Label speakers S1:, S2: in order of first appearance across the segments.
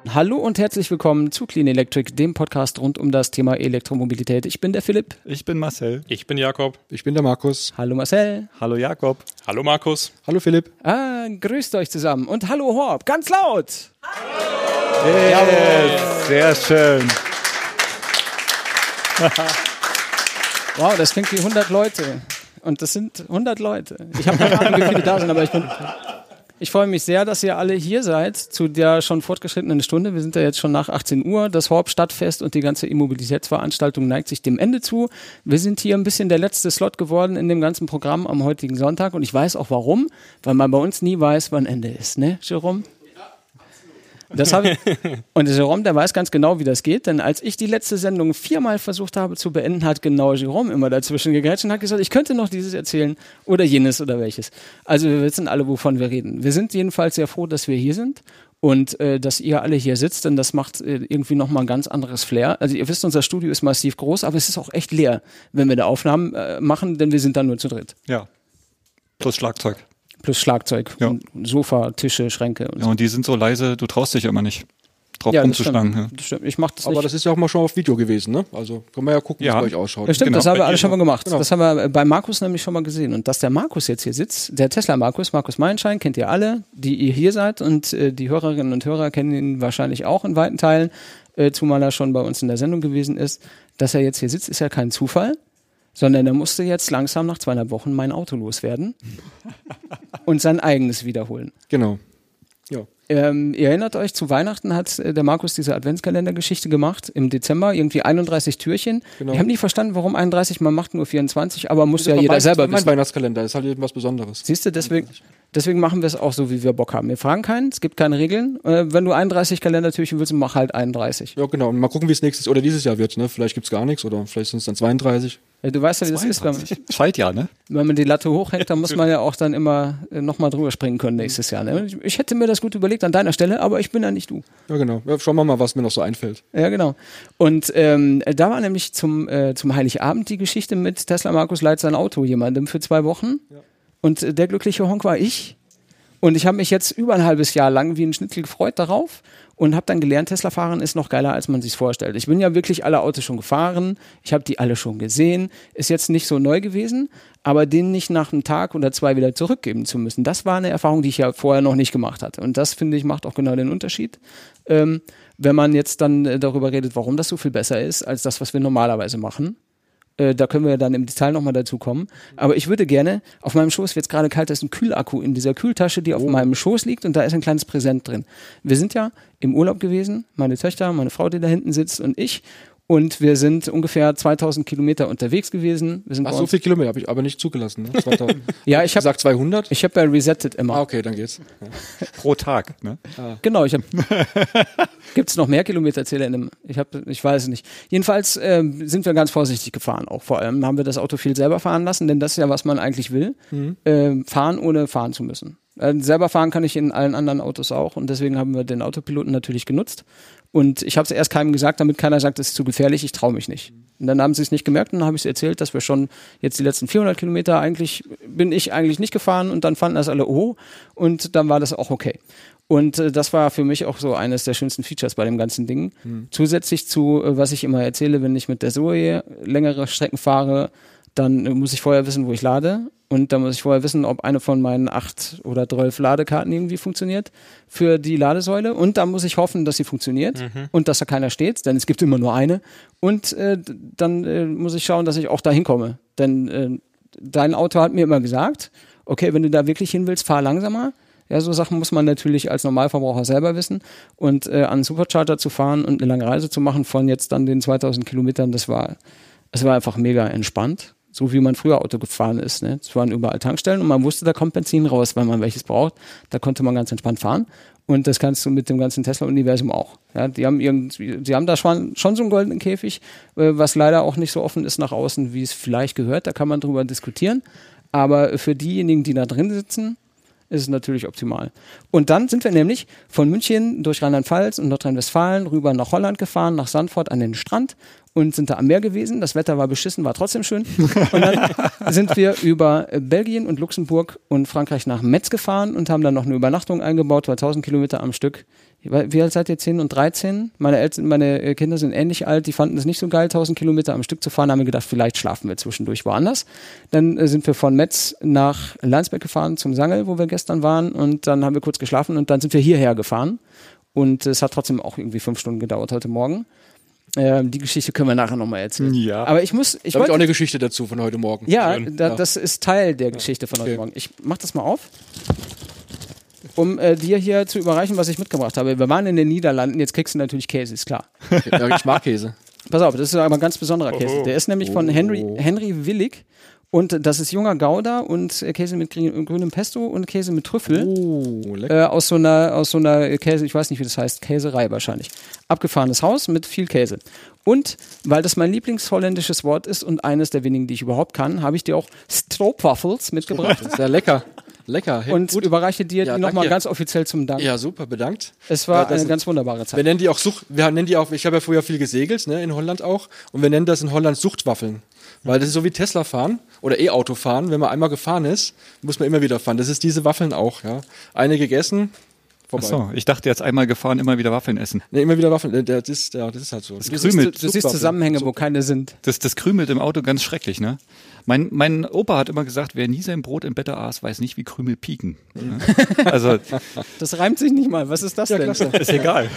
S1: Hallo und herzlich willkommen zu Clean Electric, dem Podcast rund um das Thema Elektromobilität. Ich bin der Philipp.
S2: Ich bin Marcel.
S3: Ich bin Jakob.
S4: Ich bin der Markus.
S1: Hallo Marcel.
S2: Hallo Jakob.
S3: Hallo Markus.
S4: Hallo Philipp.
S1: Grüßt euch zusammen und hallo Horb, ganz laut.
S2: Yes, sehr schön.
S1: Wow, das klingt wie 100 Leute. Und das sind 100 Leute. Ich habe keine Ahnung, wie viele da sind, aber ich freue mich sehr, dass ihr alle hier seid zu der schon fortgeschrittenen Stunde. Wir sind ja jetzt schon nach 18 Uhr. Das Horb-Stadtfest und die ganze E-Mobilitätsveranstaltung neigt sich dem Ende zu. Wir sind hier ein bisschen der letzte Slot geworden in dem ganzen Programm am heutigen Sonntag. Und ich weiß auch warum, weil man bei uns nie weiß, wann Ende ist. Ne, Jerome? Und Jerome, der weiß ganz genau, wie das geht, denn als ich die letzte Sendung 4-mal versucht habe zu beenden, hat genau Jerome immer dazwischen gegrätscht und hat gesagt, ich könnte noch dieses erzählen oder jenes oder welches. Also wir wissen alle, wovon wir reden. Wir sind jedenfalls sehr froh, dass wir hier sind und dass ihr alle hier sitzt, denn das macht irgendwie nochmal ein ganz anderes Flair. Also ihr wisst, unser Studio ist massiv groß, aber es ist auch echt leer, wenn wir da Aufnahmen machen, denn wir sind dann nur zu dritt.
S2: Ja, plus Schlagzeug.
S1: Plus Schlagzeug,
S2: ja.
S1: Und Sofa, Tische, Schränke und so.
S2: Ja, und die sind so leise, du traust dich immer nicht drauf rumzuschlagen. Ja.
S1: Das stimmt. Ich mach das
S4: aber
S1: nicht.
S4: das ist ja auch mal schon auf Video gewesen, ne? Also können wir ja gucken, wie es bei euch ausschaut.
S1: Ja, stimmt, genau. Das haben wir alle schon mal gemacht.
S4: Genau.
S1: Das haben wir bei Markus nämlich schon mal gesehen. Und dass der Markus jetzt hier sitzt, der Tesla-Markus, Markus Meilenstein, kennt ihr alle, die ihr hier seid. Und die Hörerinnen und Hörer kennen ihn wahrscheinlich auch in weiten Teilen, zumal er schon bei uns in der Sendung gewesen ist. Dass er jetzt hier sitzt, ist ja kein Zufall, sondern er musste jetzt langsam nach 2,5 Wochen mein Auto loswerden und sein eigenes wiederholen.
S4: Genau. Ja.
S1: Ihr erinnert euch, zu Weihnachten hat der Markus diese Adventskalender-Geschichte gemacht, im Dezember, irgendwie 31 Türchen.
S4: Genau.
S1: Ich habe nicht verstanden, warum 31, man macht nur 24, aber muss ja jeder selber wissen.
S4: Mein Weihnachtskalender ist halt etwas Besonderes.
S1: Siehst du, deswegen machen wir es auch so, wie wir Bock haben. Wir fragen keinen, es gibt keine Regeln. Wenn du 31 Kalendertürchen willst, mach halt 31.
S4: Ja, genau. Und mal gucken, wie es nächstes oder dieses Jahr wird. Ne? Vielleicht gibt es gar nichts oder vielleicht sind es dann 32.
S1: Du weißt ja, wie das ist,
S2: Schaltjahr, ne?
S1: Wenn man die Latte hochhängt, dann muss man ja auch dann immer nochmal drüber springen können nächstes Jahr. Ne? Ich hätte mir das gut überlegt an deiner Stelle, aber ich bin ja nicht du.
S4: Ja, genau. Ja, schauen wir mal, was mir noch so einfällt.
S1: Ja, genau. Und da war nämlich zum Heiligabend die Geschichte mit Tesla Markus leiht sein Auto jemandem für 2 Wochen. Ja. Und der glückliche Honk war ich. Und ich habe mich jetzt über ein halbes Jahr lang wie ein Schnitzel gefreut darauf und habe dann gelernt, Tesla fahren ist noch geiler, als man sich vorstellt. Ich bin ja wirklich alle Autos schon gefahren, ich habe die alle schon gesehen, ist jetzt nicht so neu gewesen, aber den nicht nach einem Tag oder 2 wieder zurückgeben zu müssen, das war eine Erfahrung, die ich ja vorher noch nicht gemacht hatte. Und das, finde ich, macht auch genau den Unterschied, wenn man jetzt dann darüber redet, warum das so viel besser ist, als das, was wir normalerweise machen. Da können wir dann im Detail nochmal dazu kommen. Aber ich würde gerne, auf meinem Schoß wird es gerade kalt, da ist ein Kühlakku in dieser Kühltasche, die auf meinem Schoß liegt und da ist ein kleines Präsent drin. Wir sind ja im Urlaub gewesen, meine Töchter, meine Frau, die da hinten sitzt und ich. Und wir sind ungefähr 2000 Kilometer unterwegs gewesen. Wir sind
S4: so viel Kilometer habe ich aber nicht zugelassen. Ne? 2000.
S1: Ja, ich habe
S4: gesagt 200.
S1: Ich habe ja resettet immer.
S4: Ah, okay, dann geht's. Ja.
S2: Pro Tag, ne?
S1: Genau, gibt's noch mehr Kilometerzähler in dem? Ich weiß es nicht. Jedenfalls sind wir ganz vorsichtig gefahren. Auch vor allem haben wir das Auto viel selber fahren lassen, denn das ist ja, was man eigentlich will. Fahren, ohne fahren zu müssen. Selber fahren kann ich in allen anderen Autos auch und deswegen haben wir den Autopiloten natürlich genutzt. Und ich habe es erst keinem gesagt, damit keiner sagt, das ist zu gefährlich, ich traue mich nicht. Und dann haben sie es nicht gemerkt und dann habe ich es erzählt, dass wir schon jetzt die letzten 400 Kilometer bin ich eigentlich nicht gefahren und dann fanden das alle und dann war das auch okay. Und das war für mich auch so eines der schönsten Features bei dem ganzen Ding. Zusätzlich zu, was ich immer erzähle, wenn ich mit der Zoe längere Strecken fahre, dann muss ich vorher wissen, wo ich lade. Und da muss ich vorher wissen, ob eine von meinen 8 oder 12 Ladekarten irgendwie funktioniert für die Ladesäule. Und da muss ich hoffen, dass sie funktioniert und dass da keiner steht, denn es gibt immer nur eine. Und dann muss ich schauen, dass ich auch da hinkomme. Denn dein Auto hat mir immer gesagt, okay, wenn du da wirklich hin willst, fahr langsamer. Ja, so Sachen muss man natürlich als Normalverbraucher selber wissen. Und an einen Supercharger zu fahren und eine lange Reise zu machen von jetzt dann den 2000 Kilometern, das war einfach mega entspannt. So wie man früher Auto gefahren ist. Ne? Es waren überall Tankstellen und man wusste, da kommt Benzin raus, weil man welches braucht. Da konnte man ganz entspannt fahren. Und das kannst du mit dem ganzen Tesla-Universum auch. Ja, die haben da schon so einen goldenen Käfig, was leider auch nicht so offen ist nach außen, wie es vielleicht gehört. Da kann man drüber diskutieren. Aber für diejenigen, die da drin sitzen, ist es natürlich optimal. Und dann sind wir nämlich von München durch Rheinland-Pfalz und Nordrhein-Westfalen rüber nach Holland gefahren, nach Sandford an den Strand und sind da am Meer gewesen. Das Wetter war beschissen, war trotzdem schön. Und dann sind wir über Belgien und Luxemburg und Frankreich nach Metz gefahren und haben dann noch eine Übernachtung eingebaut, war 1000 Kilometer am Stück. Wie alt seid ihr? 10 und 13? Meine Kinder sind ähnlich alt, die fanden es nicht so geil, 1000 Kilometer am Stück zu fahren, haben wir gedacht, vielleicht schlafen wir zwischendurch woanders. Dann sind wir von Metz nach Landsberg gefahren zum Sangel, wo wir gestern waren, und dann haben wir kurz geschlafen und dann sind wir hierher gefahren und es hat trotzdem auch irgendwie 5 Stunden gedauert heute Morgen. Die Geschichte können wir nachher nochmal erzählen.
S4: Ja.
S1: Aber ich
S4: habe auch eine Geschichte dazu von heute Morgen.
S1: Ja, das ist Teil der Geschichte von heute Morgen. Ich mach das mal auf, um dir hier zu überreichen, was ich mitgebracht habe. Wir waren in den Niederlanden, jetzt kriegst du natürlich Käse, ist klar.
S4: Ja, ich mag Käse.
S1: Pass auf, das ist aber ein ganz besonderer Käse. Der ist nämlich von Henry Willig. Und das ist junger Gouda und Käse mit grünem Pesto und Käse mit Trüffel.
S4: Oh, lecker.
S1: Aus so einer Käse, ich weiß nicht, wie das heißt, Käserei wahrscheinlich. Abgefahrenes Haus mit viel Käse. Und weil das mein lieblingsholländisches Wort ist und eines der wenigen, die ich überhaupt kann, habe ich dir auch Stroopwafels mitgebracht.
S4: Das ist ja lecker. Lecker. Hey,
S1: und
S4: gut.
S1: Überreiche dir die nochmal ganz offiziell zum Dank.
S4: Ja, super, bedankt.
S1: Es war eine ganz wunderbare Zeit.
S4: Wir nennen die auch ich habe ja früher viel gesegelt, ne, in Holland auch, und wir nennen das in Holland Suchtwaffeln. Weil das ist so wie Tesla fahren oder E-Auto fahren. Wenn man einmal gefahren ist, muss man immer wieder fahren. Das ist diese Waffeln auch, ja. Eine gegessen, vorbei.
S2: Achso, ich dachte jetzt einmal gefahren, immer wieder Waffeln essen.
S4: Ne, immer wieder Waffeln. Das ist halt so.
S2: Das krümelt.
S1: Du siehst Zusammenhänge, wo keine sind.
S2: Das krümelt im Auto ganz schrecklich, ne? Mein Opa hat immer gesagt, wer nie sein Brot im Bett aß, weiß nicht, wie Krümel pieken. Ne? Also,
S1: das reimt sich nicht mal. Was ist das denn?
S4: Klasse.
S2: Ist egal.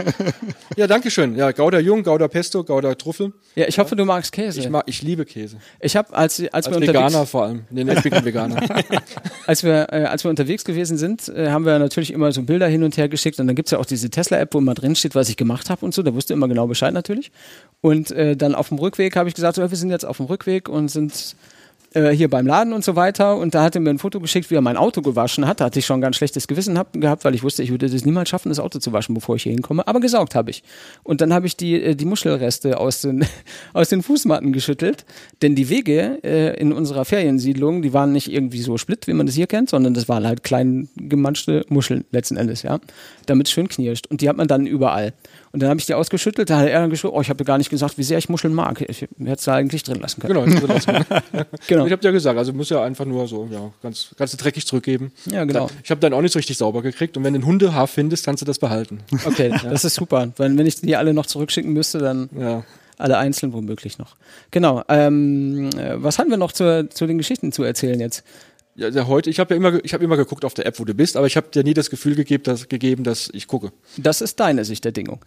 S4: Ja, danke schön. Ja, Gouda Jung, Gouda Pesto, Gouda Trüffel.
S1: Ja, ich hoffe, du magst Käse.
S4: Ich liebe Käse.
S1: Ich habe, als wir
S4: Veganer vor allem. Nee, ich bin kein Veganer.
S1: Als wir unterwegs gewesen sind, haben wir natürlich immer so Bilder hin und her geschickt, und dann gibt's ja auch diese Tesla-App, wo immer drin steht, was ich gemacht habe und so. Da wusste immer genau Bescheid natürlich. Und dann auf dem Rückweg habe ich gesagt, so, wir sind jetzt auf dem Rückweg und sind hier beim Laden und so weiter, und da hat er mir ein Foto geschickt, wie er mein Auto gewaschen hat. Da hatte ich schon ein ganz schlechtes Gewissen gehabt, weil ich wusste, ich würde das niemals schaffen, das Auto zu waschen, bevor ich hier hinkomme. Aber gesaugt habe ich. Und dann habe ich die Muschelreste aus den Fußmatten geschüttelt, denn die Wege in unserer Feriensiedlung, die waren nicht irgendwie so split, wie man das hier kennt, sondern das waren halt klein gemanschte Muscheln letzten Endes, ja, damit es schön knirscht. Und die hat man dann überall. Und dann habe ich die ausgeschüttelt, da hat er dann geschrieben, ich habe gar nicht gesagt, wie sehr ich Muscheln mag. Ich hätte es da eigentlich drin lassen können.
S4: Genau, ich habe ja gesagt, also muss ja einfach nur so, ja, ganz dreckig zurückgeben.
S1: Ja, genau.
S4: Ich habe dann auch nicht so richtig sauber gekriegt, und wenn du ein Hundehaar findest, kannst du das behalten.
S1: Okay, das ist super. Wenn ich die alle noch zurückschicken müsste, dann alle einzeln womöglich noch. Genau. Was haben wir noch zu den Geschichten zu erzählen jetzt?
S4: Ja, heute, ich habe immer geguckt auf der App, wo du bist, aber ich habe dir nie das Gefühl gegeben, dass ich gucke.
S1: Das ist deine Sicht der Dinge.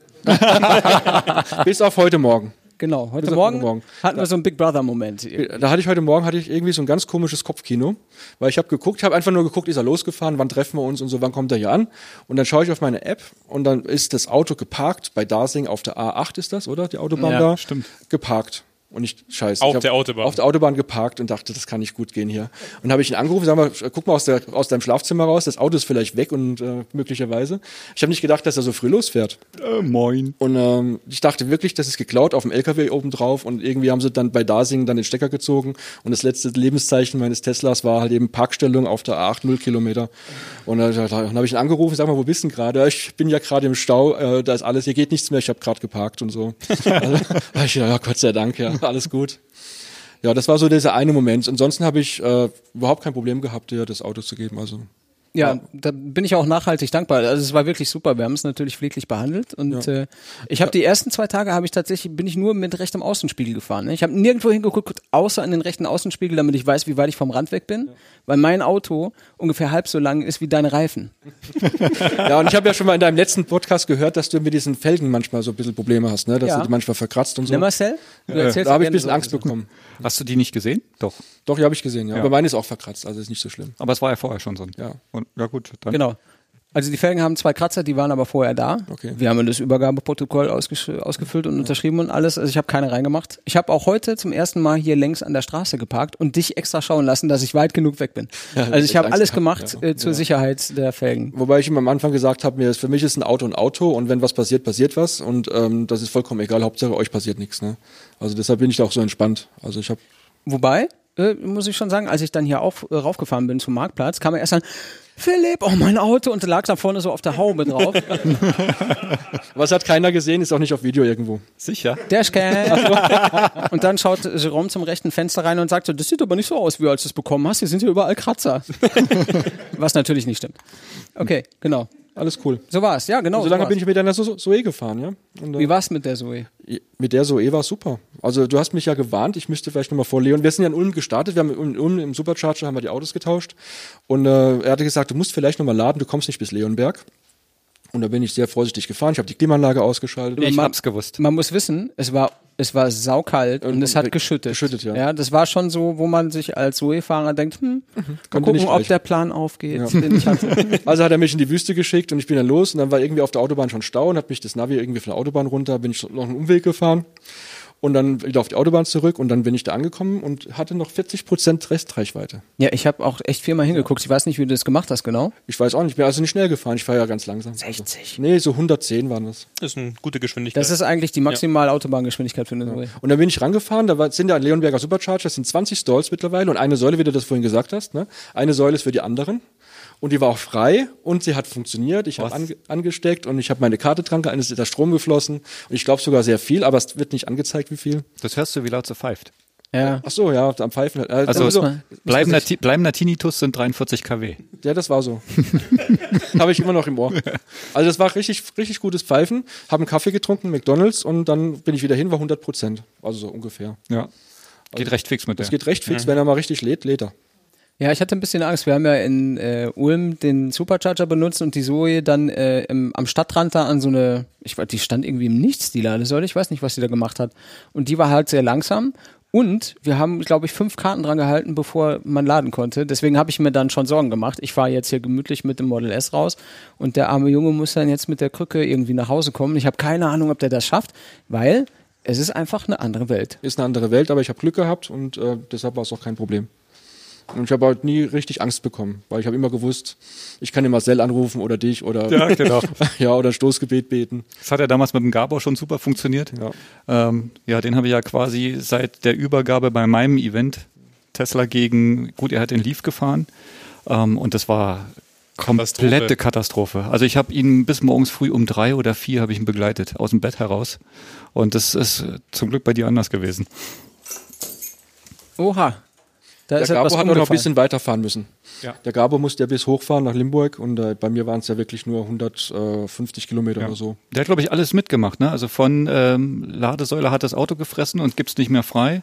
S4: Bis auf heute Morgen.
S1: Genau, heute Morgen hatten wir so einen Big Brother-Moment.
S4: Da hatte ich irgendwie so ein ganz komisches Kopfkino, weil ich habe einfach nur geguckt, ist er losgefahren, wann treffen wir uns und so, wann kommt er hier an? Und dann schaue ich auf meine App und dann ist das Auto geparkt, bei Dasing auf der A8 ist das, oder? Die Autobahn da?
S2: Stimmt.
S4: Geparkt. Und ich, scheiße.
S3: Auf der Autobahn.
S4: Auf der Autobahn geparkt und dachte, das kann nicht gut gehen hier. Und habe ich ihn angerufen, sag mal, guck mal aus deinem Schlafzimmer raus, das Auto ist vielleicht weg und möglicherweise. Ich habe nicht gedacht, dass er so früh losfährt.
S2: Moin.
S4: Und ich dachte wirklich, das ist geklaut auf dem LKW oben drauf, und irgendwie haben sie dann bei Dasing dann den Stecker gezogen, und das letzte Lebenszeichen meines Teslas war halt eben Parkstellung auf der A8 0 Kilometer. Und dann habe ich ihn angerufen, sag mal, wo bist du denn gerade? Ich bin ja gerade im Stau, da ist alles, hier geht nichts mehr, ich habe gerade geparkt und so. Also, ja, Gott sei Dank, ja. Alles gut. Ja, das war so dieser eine Moment. Ansonsten habe ich überhaupt kein Problem gehabt, dir das Auto zu geben. Also
S1: ja, da bin ich auch nachhaltig dankbar. Also es war wirklich super. Wir haben es natürlich pfleglich behandelt, und ich habe die ersten 2 Tage bin ich nur mit rechtem Außenspiegel gefahren. Ne? Ich habe nirgendwo hingeguckt, außer an den rechten Außenspiegel, damit ich weiß, wie weit ich vom Rand weg bin, weil mein Auto ungefähr halb so lang ist wie deine Reifen.
S4: Ja, und ich habe ja schon mal in deinem letzten Podcast gehört, dass du mit diesen Felgen manchmal so ein bisschen Probleme hast, ne? Dass du die manchmal verkratzt und so.
S1: Ne, Marcel?
S4: Da habe ich ein bisschen Angst bekommen.
S2: Hast du die nicht gesehen? Doch.
S4: Doch, die habe ich gesehen, ja. Aber meine ist auch verkratzt, also ist nicht so schlimm.
S2: Aber es war ja vorher schon so.
S4: Ja.
S2: Und, ja gut, dann.
S1: Genau. Also die Felgen haben 2 Kratzer, die waren aber vorher da.
S4: Okay.
S1: Wir haben das Übergabeprotokoll ausgefüllt und unterschrieben und alles. Also ich habe keine reingemacht. Ich habe auch heute zum ersten Mal hier längs an der Straße geparkt und dich extra schauen lassen, dass ich weit genug weg bin. Ja, also ich habe alles gemacht zur Sicherheit der Felgen.
S4: Wobei ich ihm am Anfang gesagt habe, für mich ist ein Auto, und wenn was passiert, passiert was, und das ist vollkommen egal, Hauptsache euch passiert nichts. Ne? Also deshalb bin ich da auch so entspannt. Also ich habe.
S1: Wobei, muss ich schon sagen, als ich dann hier raufgefahren bin zum Marktplatz, kam er erst dann, Philipp, oh mein Auto, und lag da vorne so auf der Haube drauf.
S4: Was hat keiner gesehen, ist auch nicht auf Video irgendwo.
S2: Sicher.
S1: Dashcam. Und dann schaut Jerome zum rechten Fenster rein und sagt so, das sieht aber nicht so aus, wie als du es bekommen hast. Hier sind ja überall Kratzer. Was natürlich nicht stimmt. Okay, genau.
S4: Alles cool.
S1: So war's, ja, genau.
S4: Und so lange bin ich mit deiner Zoe gefahren, ja. Und,
S1: wie war's mit der Zoe?
S4: Mit der Zoe war super. Also du hast mich ja gewarnt, ich müsste vielleicht nochmal vor Leon. Wir sind ja in Ulm gestartet, wir haben in Ulm im Supercharger haben wir die Autos getauscht. Und er hatte gesagt, du musst vielleicht nochmal laden, du kommst nicht bis Leonberg. Und da bin ich sehr vorsichtig gefahren. Ich habe die Klimaanlage ausgeschaltet.
S2: Ich hab's gewusst.
S1: Man muss wissen, es war saukalt und es hat geschüttet. Ja, das war schon so, wo man sich als Zoe-Fahrer denkt, mal gucken, ob der Plan aufgeht, den ich hatte.
S4: Also hat er mich in die Wüste geschickt und ich bin dann los und dann war irgendwie auf der Autobahn schon Stau und hat mich das Navi irgendwie von der Autobahn runter, bin ich noch einen Umweg gefahren. Und dann wieder auf die Autobahn zurück und dann bin ich da angekommen und hatte noch 40% Restreichweite.
S1: Ja, ich habe auch echt viermal hingeguckt. Ich weiß nicht, wie du das gemacht hast, genau.
S4: Ich weiß auch nicht, ich bin also nicht schnell gefahren, ich fahre ja ganz langsam.
S1: 60?
S4: Also, nee, so 110 waren das.
S3: Das ist eine gute Geschwindigkeit.
S1: Das ist eigentlich die maximale Autobahngeschwindigkeit für eine Zoe.
S4: Und dann bin ich rangefahren, sind ja Leonberger Supercharger, das sind 20 Stalls mittlerweile und eine Säule, wie du das vorhin gesagt hast, ne? Eine Säule ist für die anderen. Und die war auch frei und sie hat funktioniert. Ich habe angesteckt und ich habe meine Karte dran gehalten, es ist der Strom geflossen. Und ich glaube sogar sehr viel, aber es wird nicht angezeigt, wie viel.
S2: Das hörst du, wie laut sie pfeift.
S1: Ja.
S4: Ach so, ja, am Pfeifen.
S2: Also bleibender Tinnitus sind 43 kW.
S4: Ja, das war so. Habe ich immer noch im Ohr. Also das war richtig, richtig gutes Pfeifen. Habe einen Kaffee getrunken, McDonald's und dann bin ich wieder hin, war 100%. Also so ungefähr.
S2: Ja. Geht recht fix mit der.
S4: Das geht recht fix, wenn er mal richtig lädt er.
S1: Ja, ich hatte ein bisschen Angst. Wir haben ja in Ulm den Supercharger benutzt und die Zoe dann am Stadtrand da an so eine, die stand irgendwie im Nichts, die Ladesäule. Ich weiß nicht, was die da gemacht hat. Und die war halt sehr langsam. Und wir haben, glaube ich, 5 Karten dran gehalten, bevor man laden konnte. Deswegen habe ich mir dann schon Sorgen gemacht. Ich fahre jetzt hier gemütlich mit dem Model S raus und der arme Junge muss dann jetzt mit der Krücke irgendwie nach Hause kommen. Ich habe keine Ahnung, ob der das schafft, weil es ist einfach eine andere Welt.
S4: Ist eine andere Welt, aber ich habe Glück gehabt und deshalb war es auch kein Problem. Und ich habe halt nie richtig Angst bekommen, weil ich habe immer gewusst, ich kann den Marcel anrufen oder dich oder
S2: ja, genau.
S4: ja, oder Stoßgebet beten.
S2: Das hat ja damals mit dem Gabor schon super funktioniert. Ja, den habe ich ja quasi seit der Übergabe bei meinem Event Tesla er hat den Leaf gefahren und das war komplette Katastrophe. Also ich habe ihn bis morgens früh um 3 oder 4 habe ich ihn begleitet, aus dem Bett heraus. Und das ist zum Glück bei dir anders gewesen.
S1: Oha.
S4: Der Gabo hat noch ein bisschen weiterfahren müssen.
S2: Ja.
S4: Der Gabo musste ja bis hochfahren nach Limburg und bei mir waren es ja wirklich nur 150 Kilometer oder so.
S2: Der hat, glaube ich, alles mitgemacht, ne? Also von Ladesäule hat das Auto gefressen und gibt's nicht mehr frei.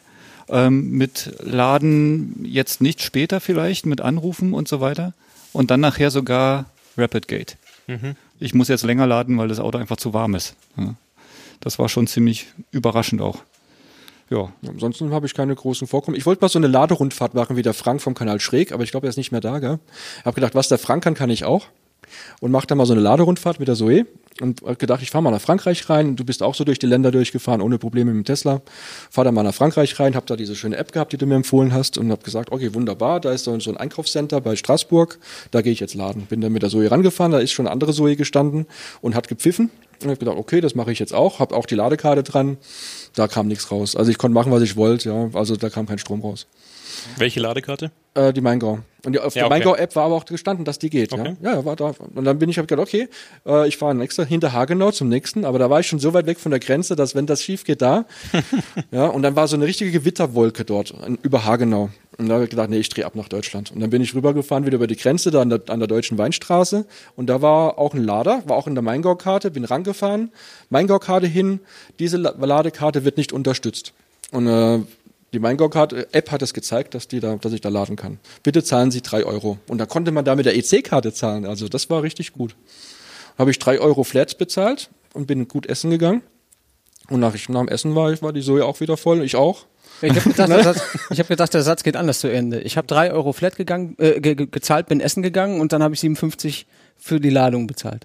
S2: Mit Laden jetzt nicht später vielleicht, mit Anrufen und so weiter. Und dann nachher sogar RapidGate. Ich muss jetzt länger laden, weil das Auto einfach zu warm ist. Ja. Das war schon ziemlich überraschend auch. Ja.
S4: Ansonsten habe ich keine großen Vorkommen. Ich wollte mal so eine Laderundfahrt machen wie der Frank vom Kanal Schräg, aber ich glaube, er ist nicht mehr da, gell? Habe gedacht, was der Frank kann ich auch. Und mache dann mal so eine Laderundfahrt mit der Zoe. Und habe gedacht, ich fahre mal nach Frankreich rein. Du bist auch so durch die Länder durchgefahren, ohne Probleme mit dem Tesla. Fahr dann mal nach Frankreich rein, habe da diese schöne App gehabt, die du mir empfohlen hast. Und habe gesagt, okay, wunderbar, da ist so ein Einkaufscenter bei Straßburg. Da gehe ich jetzt laden. Bin dann mit der Zoe rangefahren, da ist schon eine andere Zoe gestanden und hat gepfiffen. Und habe gedacht, okay, das mache ich jetzt auch. Habe auch die Ladekarte dran. Da kam nichts raus. Also ich konnte machen, was ich wollte. Ja, also da kam kein Strom raus.
S3: Welche Ladekarte?
S4: Die Maingau. Und auf der Maingau-App war aber auch gestanden, dass die geht. Okay. Ja, war da. Und dann bin ich gedacht, okay, ich fahre extra hinter Hagenau zum nächsten, aber da war ich schon so weit weg von der Grenze, dass wenn das schief geht, da. Ja, und dann war so eine richtige Gewitterwolke dort über Hagenau. Und da habe ich gedacht, nee, ich drehe ab nach Deutschland. Und dann bin ich rübergefahren, wieder über die Grenze, da an der Deutschen Weinstraße. Und da war auch ein Lader, war auch in der Maingau-Karte, bin rangefahren, Maingau-Karte hin, diese Ladekarte wird nicht unterstützt. Und die Maingau-App hat es gezeigt, dass ich da laden kann. Bitte zahlen Sie 3 €. Und da konnte man da mit der EC-Karte zahlen. Also das war richtig gut. Habe ich 3 € Flat bezahlt und bin gut essen gegangen. Und nach dem Essen war die Zoe auch wieder voll, ich auch.
S1: Ich habe gedacht, der Satz geht anders zu Ende. Ich habe 3 € Flat gezahlt, bin essen gegangen und dann habe ich 57 für die Ladung bezahlt.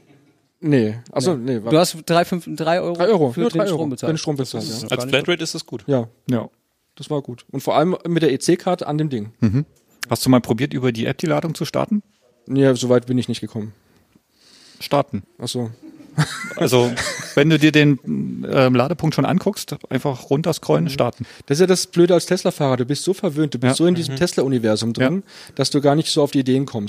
S4: Nee, achso, nee.
S1: Du hast 3 € für den Strom bezahlt.
S4: Für den Strom bezahlt, ja.
S3: Als Flatrate ist das gut.
S4: Ja. Das war gut. Und vor allem mit der EC-Karte an dem Ding.
S2: Mhm. Hast du mal probiert, über die App die Ladung zu starten?
S4: Nee, so weit bin ich nicht gekommen.
S2: Starten.
S4: Achso.
S2: Also, wenn du dir den Ladepunkt schon anguckst, einfach runterscrollen, starten.
S4: Das ist ja das Blöde als Tesla-Fahrer. Du bist so verwöhnt, du bist so in diesem Tesla-Universum drin, dass du gar nicht so auf die Ideen kommst.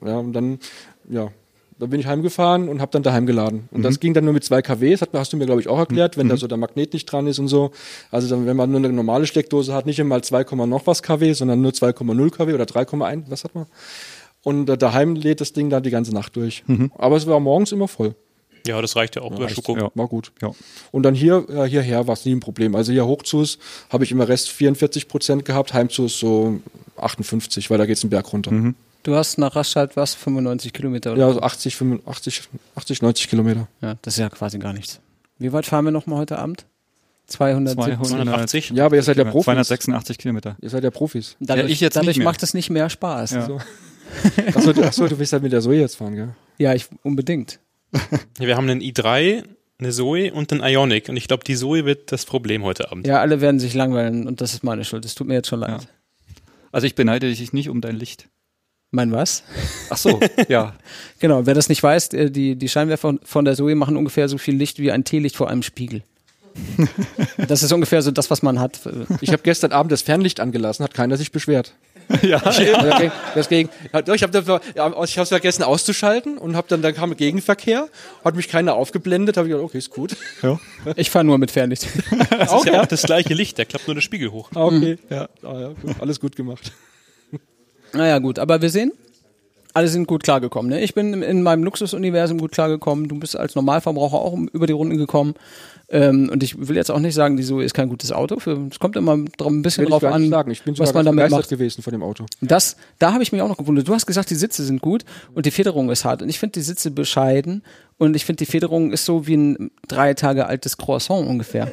S4: Ja, und dann, da bin ich heimgefahren und habe dann daheim geladen. Und das ging dann nur mit 2 kW, das hast du mir, glaube ich, auch erklärt, wenn da so der Magnet nicht dran ist und so. Also dann, wenn man nur eine normale Steckdose hat, nicht einmal 2, noch was kW, sondern nur 2,0 kW oder 3,1, was hat man? Und daheim lädt das Ding dann die ganze Nacht durch. Aber es war morgens immer voll.
S3: Ja, das reicht ja auch bei Schoko.
S2: Ja.
S4: War gut.
S2: Ja.
S4: Und dann hierher war es nie ein Problem. Also hier Hochzus habe ich immer Rest 44% gehabt, Heimzus so 58, weil da geht's den Berg runter.
S1: Du hast nach Rastatt 95 Kilometer, oder?
S4: Ja, so 80, 90 Kilometer.
S1: Ja, das ist ja quasi gar nichts. Wie weit fahren wir nochmal heute Abend? 270.
S3: 280?
S4: Ja, aber ihr seid ja Profis.
S2: 286 Kilometer.
S4: Ihr seid ja Profis.
S1: Dadurch,
S2: ich jetzt nicht
S1: dadurch
S2: mehr.
S1: macht es nicht mehr Spaß.
S2: Ja.
S1: So.
S4: Achso, du willst halt mit der Zoe jetzt fahren, gell?
S1: Ja, unbedingt.
S3: Ja, wir haben einen i3, eine Zoe und einen Ioniq. Und ich glaube, die Zoe wird das Problem heute Abend.
S1: Ja, alle werden sich langweilen und das ist meine Schuld. Es tut mir jetzt schon leid.
S2: Ja. Also ich beneide dich nicht um dein Licht.
S1: Mein was?
S2: Ach so, ja.
S1: Genau, wer das nicht weiß, die Scheinwerfer von der Zoe machen ungefähr so viel Licht wie ein Teelicht vor einem Spiegel. Das ist ungefähr so das, was man hat.
S4: Ich habe gestern Abend das Fernlicht angelassen, hat keiner sich beschwert.
S2: Ja.
S4: Deswegen, ich habe es vergessen auszuschalten und da kam Gegenverkehr, hat mich keiner aufgeblendet, habe ich gedacht, okay, ist gut.
S2: Ja.
S1: Ich fahre nur mit Fernlicht.
S3: Das ist ja auch das gleiche Licht, der klappt nur der Spiegel hoch.
S4: Okay, ja, gut. Alles gut gemacht.
S1: Naja, gut, aber wir sehen, alle sind gut klargekommen. Ne? Ich bin in meinem Luxusuniversum gut klargekommen. Du bist als Normalverbraucher auch über die Runden gekommen. Und ich will jetzt auch nicht sagen, die Zoe ist kein gutes Auto. Es kommt immer ein bisschen drauf an,
S4: ich bin sogar
S1: was man damit
S4: begeistert
S1: macht.
S4: gewesen von dem Auto.
S1: Da habe ich mich auch noch gewundert. Du hast gesagt, die Sitze sind gut und die Federung ist hart. Und ich finde die Sitze bescheiden und ich finde die Federung ist so wie ein 3 Tage altes Croissant ungefähr.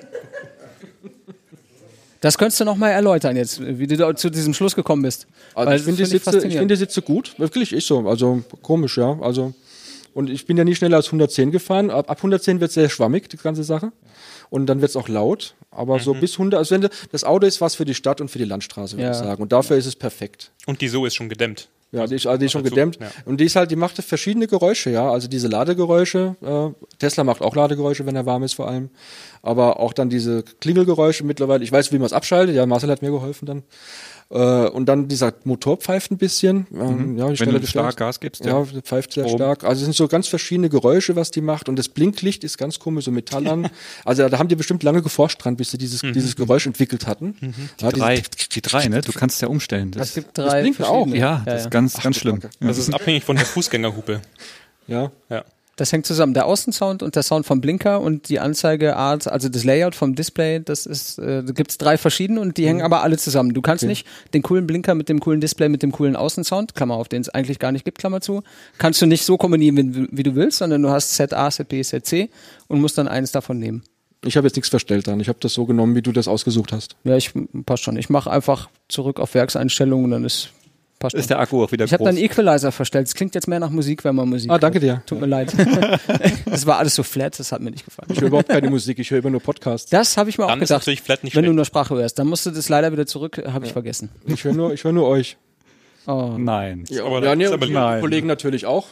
S1: Das könntest du noch mal erläutern jetzt, wie du da zu diesem Schluss gekommen bist.
S4: Also ich finde die Sitze gut, wirklich ist so. Also komisch, ja. Also und ich bin ja nie schneller als 110 gefahren. Ab 110 wird es sehr schwammig, die ganze Sache. Und dann wird es auch laut. Aber so bis 100, also das Auto ist was für die Stadt und für die Landstraße, würde ich sagen. Und dafür ist es perfekt.
S3: Und die Zoe ist schon gedämmt.
S4: Ja, die ist schon gedämmt.
S3: Ja.
S4: Und die macht verschiedene Geräusche, ja. Also diese Ladegeräusche. Tesla macht auch Ladegeräusche, wenn er warm ist vor allem. Aber auch dann diese Klingelgeräusche mittlerweile. Ich weiß, wie man es abschaltet. Ja, Marcel hat mir geholfen dann. Und dann dieser Motor pfeift ein bisschen. Ja,
S2: wenn du stark Gas gibst.
S4: Ja, pfeift sehr stark. Also es sind so ganz verschiedene Geräusche, was die macht. Und das Blinklicht ist ganz komisch, so Metall an. Also da haben die bestimmt lange geforscht dran, bis sie dieses Geräusch entwickelt hatten.
S2: Die drei, ne? Du kannst ja umstellen.
S1: Es gibt 3
S4: blinkt auch.
S2: Ja, das ist ganz schlimm.
S3: Das ist abhängig von der Fußgängerhupe.
S4: Ja.
S1: Das hängt zusammen. Der Außensound und der Sound vom Blinker und die Anzeigeart, also das Layout vom Display, das ist, da gibt's 3 verschiedene und die hängen aber alle zusammen. Du kannst nicht den coolen Blinker mit dem coolen Display, mit dem coolen Außensound, Klammer auf, den es eigentlich gar nicht gibt, Klammer zu, kannst du nicht so kombinieren, wie du willst, sondern du hast Set A, Set B, Set C und musst dann eines davon nehmen.
S4: Ich habe jetzt nichts verstellt dann. Ich habe das so genommen, wie du das ausgesucht hast.
S1: Ja, passt schon. Ich mache einfach zurück auf Werkseinstellungen und dann passt
S2: ist der Akku auch wieder
S1: Ich habe dann Equalizer verstellt. Es klingt jetzt mehr nach Musik, wenn man Musik hört.
S4: Danke dir.
S1: Tut mir leid. Das war alles so flat, das hat mir nicht gefallen.
S4: Ich höre überhaupt keine Musik, ich höre immer nur Podcasts.
S1: Das habe ich mir
S3: Dann
S1: auch
S3: ist
S1: gedacht,
S3: natürlich flat nicht
S1: wenn du
S3: schlecht.
S1: nur Sprache hörst. Dann musst du das leider wieder zurück, habe ich vergessen.
S4: Ich höre nur euch.
S1: Oh.
S2: Nein.
S3: Aber
S4: Ja,
S3: das ist aber
S4: und die
S2: nein.
S4: Kollegen natürlich auch.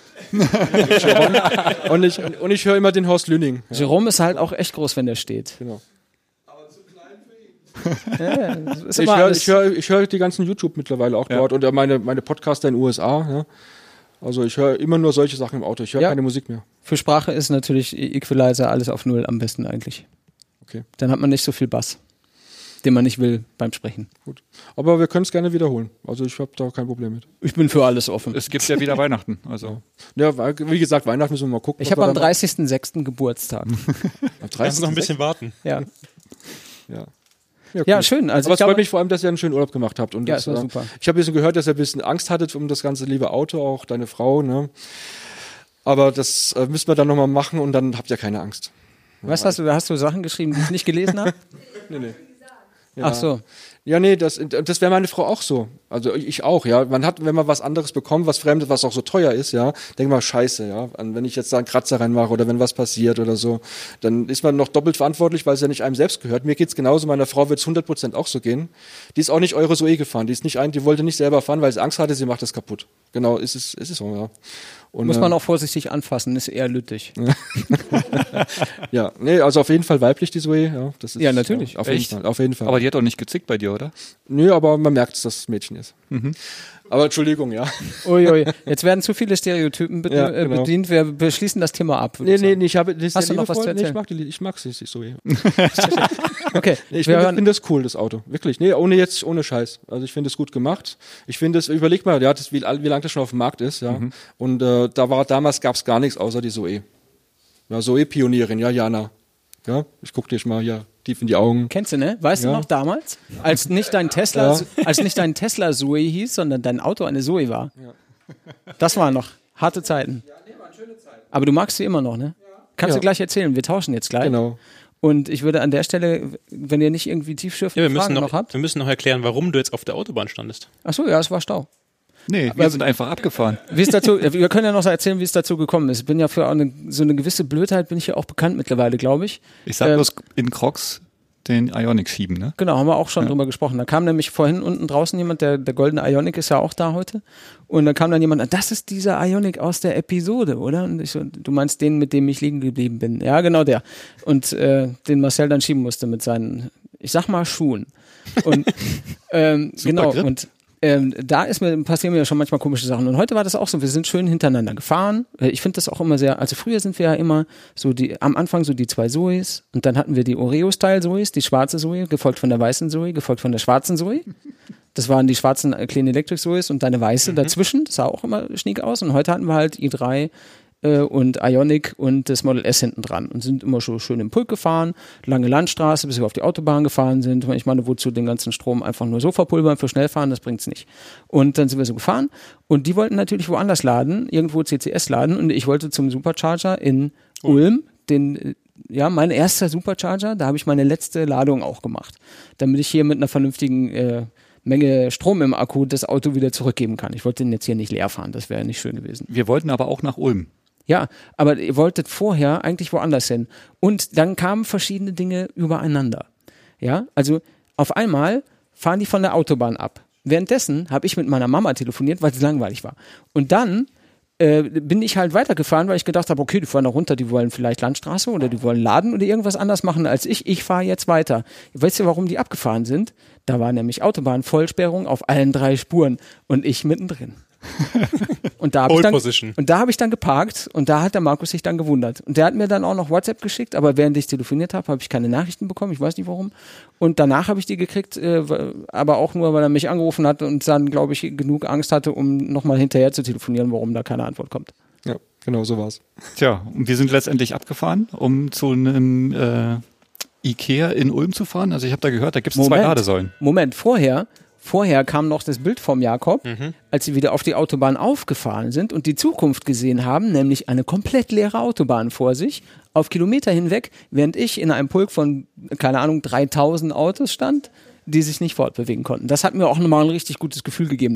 S4: und ich höre immer den Horst Lünning. Ja,
S1: Jerome ist halt auch echt groß, wenn der steht.
S4: genau.
S1: Ja, das ist
S4: Ich
S1: immer alles-
S4: höre die ganzen YouTube mittlerweile auch dort und meine Podcaster in den USA. Ja. Also ich höre immer nur solche Sachen im Auto. Ich höre keine Musik mehr.
S1: Für Sprache ist natürlich Equalizer alles auf 0 am besten eigentlich.
S4: Okay.
S1: Dann hat man nicht so viel Bass, den man nicht will beim Sprechen.
S4: Gut. Aber wir können es gerne wiederholen. Also ich habe da kein Problem mit.
S1: Ich bin für alles offen.
S2: Es gibt ja wieder Weihnachten. Also
S4: Ja, wie gesagt, Weihnachten müssen wir mal gucken.
S1: Ich habe am 30.06. Geburtstag.
S3: Kannst du noch ein bisschen warten.
S1: Ja.
S4: Ja,
S1: Ja,
S4: cool.
S1: schön. Also
S4: Aber
S1: ich
S4: es freut
S1: glaube,
S4: mich vor allem, dass ihr einen schönen Urlaub gemacht habt. Und
S1: Ja,
S4: das,
S1: es war super.
S4: Ich habe ein bisschen gehört, dass ihr ein bisschen Angst hattet um das ganze liebe Auto, auch deine Frau. Ne? Aber das müssen wir dann nochmal machen und dann habt ihr keine Angst.
S1: was hast du Sachen geschrieben, die ich nicht gelesen habe?
S4: Nee.
S1: Ach so.
S4: Ja, nee, das wäre meine Frau auch so. Also ich auch, ja. Man hat, wenn man was anderes bekommt, was Fremdes, was auch so teuer ist, ja, denkt man, scheiße, ja. Wenn ich jetzt da einen Kratzer reinmache oder wenn was passiert oder so, dann ist man noch doppelt verantwortlich, weil es ja nicht einem selbst gehört. Mir geht's genauso, meiner Frau wird's 100% auch so gehen. Die ist auch nicht Euro Zoe gefahren, die wollte nicht selber fahren, weil sie Angst hatte, sie macht das kaputt. Genau, ist es so, ja. Und,
S1: Muss man auch vorsichtig anfassen, ist eher lüttig.
S4: Ja, nee, also auf jeden Fall weiblich, die Zoe, ja. Das ist,
S1: Ja, natürlich.
S4: Ja, auf jeden Fall.
S2: Aber Aber die hat doch nicht gezickt bei dir, oder?
S4: Nö, aber man merkt, dass das Mädchen ist. Aber Entschuldigung, ja.
S1: Uiui, jetzt werden zu viele Stereotypen
S4: genau.
S1: bedient. Wir beschließen das Thema ab.
S4: Nee, ich habe das
S1: Hast du noch was zu erzählen?
S4: Ich mag sie so.
S1: Okay,
S4: Ich finde das cool, das Auto. Wirklich. Nee, ohne Scheiß. Also ich finde es gut gemacht. Ich finde es, überleg mal, ja, wie lange das schon auf dem Markt ist, ja. Und damals gab es gar nichts außer die Zoe. Ja, Zoe-Pionierin, ja, Jana. Ja, ich guck dir mal hier tief in die Augen.
S1: Kennst du, ne? Weißt du noch damals? Als nicht dein Tesla Zoe hieß, sondern dein Auto eine Zoe war. Ja. Das waren noch harte Zeiten. Ja, nee, waren schöne Zeiten. Aber du magst sie immer noch, ne? Ja. Kannst du gleich erzählen. Wir tauschen jetzt gleich.
S4: Genau.
S1: Und ich würde an der Stelle, wenn ihr nicht irgendwie tiefschürfende Fragen noch habt.
S3: Wir müssen noch erklären, warum du jetzt auf der Autobahn standest.
S1: Ach so, ja, es war Stau.
S2: Nee, wir sind einfach abgefahren.
S1: Wir können ja noch erzählen, wie es dazu gekommen ist. Ich bin ja für so eine gewisse Blödheit bin ich ja auch bekannt mittlerweile, glaube ich.
S2: Ich sag bloß in Crocs den Ioniq schieben, ne?
S1: Genau, haben wir auch schon drüber gesprochen. Da kam nämlich vorhin unten draußen jemand, der goldene Ioniq ist ja auch da heute. Und dann kam dann jemand, das ist dieser Ioniq aus der Episode, oder? Und ich so, du meinst den, mit dem ich liegen geblieben bin? Ja, genau der. Und den Marcel dann schieben musste mit seinen, ich sag mal, Schuhen. Und genau,
S2: Grip.
S1: und da passieren mir ja schon manchmal komische Sachen. Und heute war das auch so, wir sind schön hintereinander gefahren. Ich finde das auch immer sehr, also früher sind wir ja immer so am Anfang so die 2 Zoes und dann hatten wir die Oreo-Style-Zoes, die schwarze Zoe, gefolgt von der weißen Zoe, gefolgt von der schwarzen Zoe. Das waren die schwarzen Clean Electric Zoes und deine weiße dazwischen, das sah auch immer schniek aus. Und heute hatten wir halt i3 und Ioniq und das Model S hinten dran und sind immer schon schön im Pulk gefahren, lange Landstraße, bis wir auf die Autobahn gefahren sind. Ich meine, wozu den ganzen Strom einfach nur so verpulvern für Schnellfahren, das bringt's nicht. Und dann sind wir so gefahren und die wollten natürlich woanders laden, irgendwo CCS laden und ich wollte zum Supercharger in Ulm, mein erster Supercharger, da habe ich meine letzte Ladung auch gemacht, damit ich hier mit einer vernünftigen Menge Strom im Akku das Auto wieder zurückgeben kann. Ich wollte den jetzt hier nicht leer fahren, das wäre nicht schön gewesen.
S2: Wir wollten aber auch nach Ulm.
S1: Ja, aber ihr wolltet vorher eigentlich woanders hin. Und dann kamen verschiedene Dinge übereinander. Ja, also auf einmal fahren die von der Autobahn ab. Währenddessen habe ich mit meiner Mama telefoniert, weil es langweilig war. Und dann bin ich halt weitergefahren, weil ich gedacht habe, okay, die fahren da runter, die wollen vielleicht Landstraße oder die wollen laden oder irgendwas anders machen als ich. Ich fahre jetzt weiter. Weißt du, warum die abgefahren sind? Da war nämlich Autobahnvollsperrung auf allen 3 Spuren und ich mittendrin. Und da habe ich dann geparkt und da hat der Markus sich dann gewundert. Und der hat mir dann auch noch WhatsApp geschickt, aber während ich telefoniert habe, habe ich keine Nachrichten bekommen, ich weiß nicht warum. Und danach habe ich die gekriegt, aber auch nur, weil er mich angerufen hat und dann, glaube ich, genug Angst hatte, um nochmal hinterher zu telefonieren, warum da keine Antwort kommt.
S4: Ja, genau so war's.
S2: Tja, und wir sind letztendlich abgefahren, um zu einem Ikea in Ulm zu fahren. Also ich habe da gehört, da gibt es 2 Ladesäulen.
S1: Moment, Vorher kam noch das Bild vom Jakob, als sie wieder auf die Autobahn aufgefahren sind und die Zukunft gesehen haben, nämlich eine komplett leere Autobahn vor sich, auf Kilometer hinweg, während ich in einem Pulk von, keine Ahnung, 3000 Autos stand, die sich nicht fortbewegen konnten. Das hat mir auch nochmal ein richtig gutes Gefühl gegeben.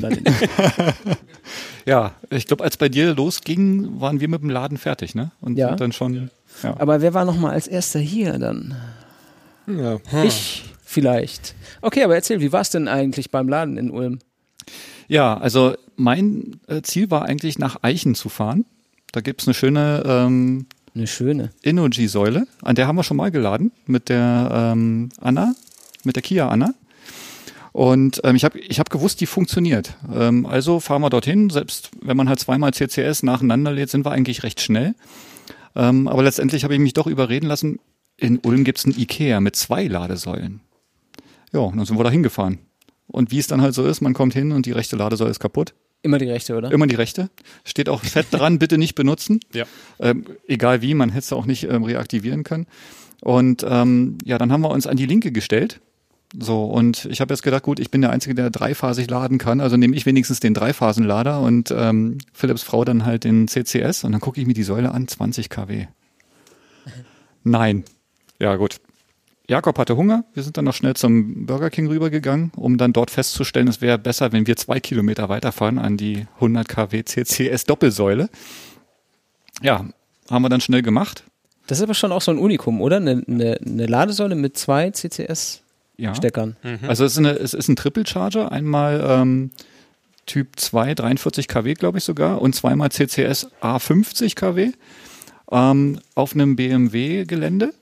S2: Ja, ich glaube, als bei dir losging, waren wir mit dem Laden fertig, ne? Und sind dann schon. Ja.
S1: Aber wer war nochmal als erster hier dann?
S4: Ja.
S1: Ich vielleicht. Okay, aber erzähl, wie war es denn eigentlich beim Laden in Ulm?
S2: Ja, also mein Ziel war eigentlich nach Eichen zu fahren. Da gibt es eine schöne Innogy-Säule, an der haben wir schon mal geladen mit der mit der Kia Anna. Und ich hab gewusst, die funktioniert. Also fahren wir dorthin, selbst wenn man halt 2-mal CCS nacheinander lädt, sind wir eigentlich recht schnell. Aber letztendlich habe ich mich doch überreden lassen, in Ulm gibt es ein Ikea mit 2 Ladesäulen. Ja, und dann sind wir da hingefahren. Und wie es dann halt so ist, man kommt hin und die rechte Ladesäule ist kaputt.
S1: Immer die rechte, oder?
S2: Immer die rechte. Steht auch fett dran, bitte nicht benutzen.
S3: Ja.
S2: Egal wie, man hätte es auch nicht reaktivieren können. Und dann haben wir uns an die linke gestellt. So, und ich habe jetzt gedacht, gut, ich bin der Einzige, der 3-phasig laden kann, also nehme ich wenigstens den 3-Phasen-Lader und Philipps Frau dann halt den CCS und dann gucke ich mir die Säule an, 20 kW. Nein. Ja, gut. Jakob hatte Hunger, wir sind dann noch schnell zum Burger King rübergegangen, um dann dort festzustellen, es wäre besser, wenn wir 2 Kilometer weiterfahren an die 100 kW CCS-Doppelsäule. Ja, haben wir dann schnell gemacht.
S1: Das ist aber schon auch so ein Unikum, oder? Eine Ladesäule mit 2 CCS-Steckern.
S2: Ja. Also es ist ein Triple Charger, einmal Typ 2, 43 kW, glaube ich sogar, und 2-mal CCS A50 kW auf einem BMW-Gelände.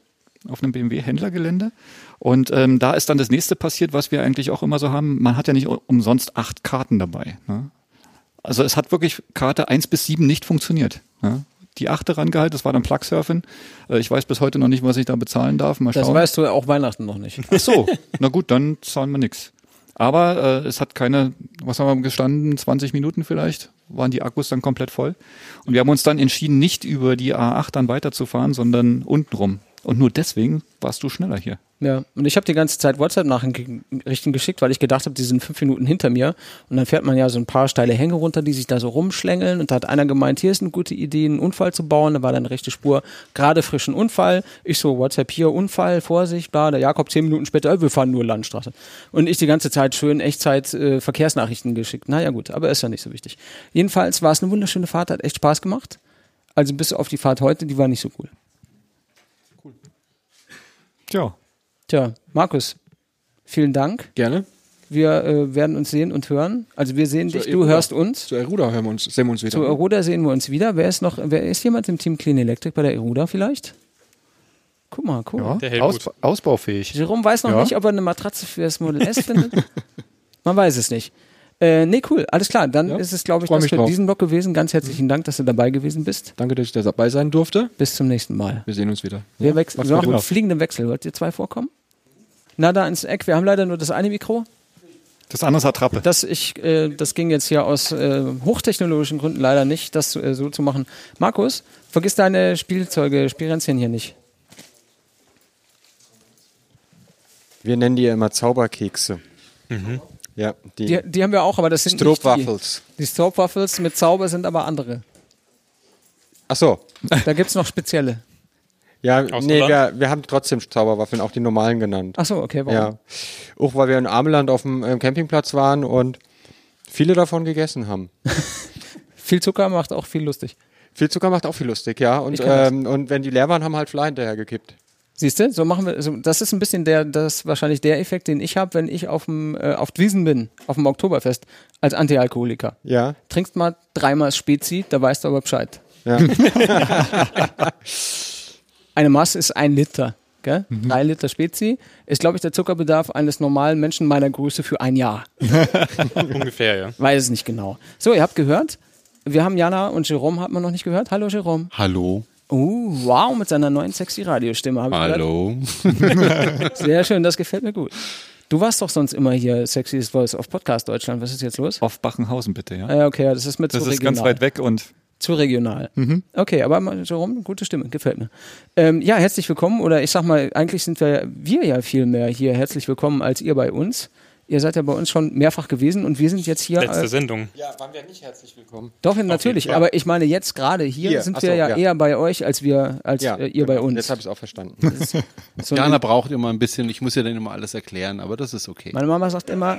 S2: auf einem BMW-Händlergelände. Und da ist dann das nächste passiert, was wir eigentlich auch immer so haben. Man hat ja nicht umsonst 8 Karten dabei. Ne? Also es hat wirklich Karte 1 bis 7 nicht funktioniert. Ne? Die 8. rangehalten, das war dann Plugsurfing. Ich weiß bis heute noch nicht, was ich da bezahlen darf. Mal schauen.
S1: Das weißt du auch Weihnachten noch nicht.
S2: Ach so, na gut, dann zahlen wir nichts. Aber es hat keine, was haben wir gestanden, 20 Minuten vielleicht, waren die Akkus dann komplett voll. Und wir haben uns dann entschieden, nicht über die A8 dann weiterzufahren, sondern unten rum. Und nur deswegen warst du schneller hier.
S1: Ja, und ich habe die ganze Zeit WhatsApp-Nachrichten geschickt, weil ich gedacht habe, die sind 5 Minuten hinter mir. Und dann fährt man ja so ein paar steile Hänge runter, die sich da so rumschlängeln. Und da hat einer gemeint, hier ist eine gute Idee, einen Unfall zu bauen. Da war dann eine rechte Spur, gerade frischen Unfall. Ich so, WhatsApp hier, Unfall, Vorsicht, bla. Der Jakob 10 Minuten später, wir fahren nur Landstraße. Und ich die ganze Zeit schön Echtzeit Verkehrsnachrichten geschickt. Naja gut, aber ist ja nicht so wichtig. Jedenfalls war es eine wunderschöne Fahrt, hat echt Spaß gemacht. Also bis auf die Fahrt heute, die war nicht so cool.
S2: Tja.
S1: Tja, Markus, vielen Dank.
S4: Gerne.
S1: Wir werden uns sehen und hören. Also wir sehen dich, du
S4: Eruda.
S1: hörst uns.
S4: Zu Eruda sehen wir uns wieder.
S1: Zu Eruda sehen wir uns wieder. Wer ist jemand im Team Clean Electric bei der Eruda vielleicht? Guck mal, cool.
S2: Ja,
S3: Der Helmut.
S2: ausbaufähig.
S1: Jerome weiß noch
S2: Ja.
S1: nicht, ob er eine Matratze für das Model S findet. Man weiß es nicht. Nee, cool, alles klar. Dann
S4: Ja,
S1: ist es, glaube ich,
S4: freu
S1: das
S4: mich
S1: für
S4: drauf.
S1: diesen Blog gewesen. Ganz herzlichen Dank, dass du dabei gewesen bist.
S4: Danke, dass ich da dabei sein durfte.
S1: Bis zum nächsten Mal.
S4: Wir sehen uns wieder.
S1: Wir wechseln.
S2: macht's
S1: Wir machen
S2: gut.
S1: einen fliegenden Wechsel. Wollt ihr 2 vorkommen? Na, da ins Eck. Wir haben leider nur das eine Mikro.
S2: Das andere hat Trappe.
S1: Das ging jetzt hier aus hochtechnologischen Gründen leider nicht, das so zu machen. Markus, vergiss deine Spielränzchen hier nicht.
S5: Wir nennen die ja immer Zauberkekse. Ja,
S1: Die haben wir auch, aber das sind
S5: Stroopwafels.
S1: nicht die Stroopwafels mit Zauber sind aber andere.
S5: Ach so.
S1: Da gibt's noch spezielle.
S5: Ja,
S3: Aus
S5: nee,
S3: Holland?
S5: wir haben trotzdem Zauberwaffeln, auch die normalen genannt.
S1: Ach so, okay, warum?
S5: Ja. Auch weil wir in Ameland auf dem Campingplatz waren und viele davon gegessen haben.
S1: Viel Zucker macht auch viel lustig.
S5: Viel Zucker macht auch viel lustig, ja. Und,
S1: Ich kenn
S5: und wenn die leer waren, haben halt Fly hinterher gekippt.
S1: Siehst du, so machen wir, das ist ein bisschen wahrscheinlich der Effekt, den ich habe, wenn ich auf Wiesn bin, auf dem Oktoberfest, als Antialkoholiker.
S5: Ja.
S1: Trinkst mal 3-mal Spezi, da weißt du aber Bescheid.
S5: Ja.
S1: Eine Maß ist 1 Liter. Gell? 3 Liter Spezi ist, glaube ich, der Zuckerbedarf eines normalen Menschen meiner Größe für ein Jahr.
S3: Ungefähr, ja.
S1: Weiß es nicht genau. So, ihr habt gehört. Wir haben Jana und Jerome, hat man noch nicht gehört. Hallo Jerome.
S6: Hallo.
S1: Wow, mit seiner neuen sexy Radiostimme. Hab ich
S6: Hallo.
S1: gehört. Sehr schön, das gefällt mir gut. Du warst doch sonst immer hier Sexiest Voice auf Podcast Deutschland. Was ist jetzt los?
S2: Auf Bachenhausen bitte, ja.
S1: Okay, das ist mir zu
S2: Das
S1: regional.
S2: ist ganz weit weg und
S1: Zu regional. Okay, aber Jerome, gute Stimme, gefällt mir. Ja, herzlich willkommen, oder ich sag mal, eigentlich sind wir ja viel mehr hier herzlich willkommen als ihr bei uns. Ihr seid ja bei uns schon mehrfach gewesen und wir sind jetzt hier.
S3: Letzte Sendung.
S5: Ja, waren wir nicht herzlich willkommen.
S1: Doch, natürlich,
S3: Fall.
S1: aber ich meine jetzt gerade hier sind wir ja eher bei euch, als ihr bei uns.
S5: Jetzt habe ich es auch verstanden.
S1: So
S6: Jana braucht immer ein bisschen, ich muss ja dann immer alles erklären, aber das ist okay.
S1: meine Mama sagt immer,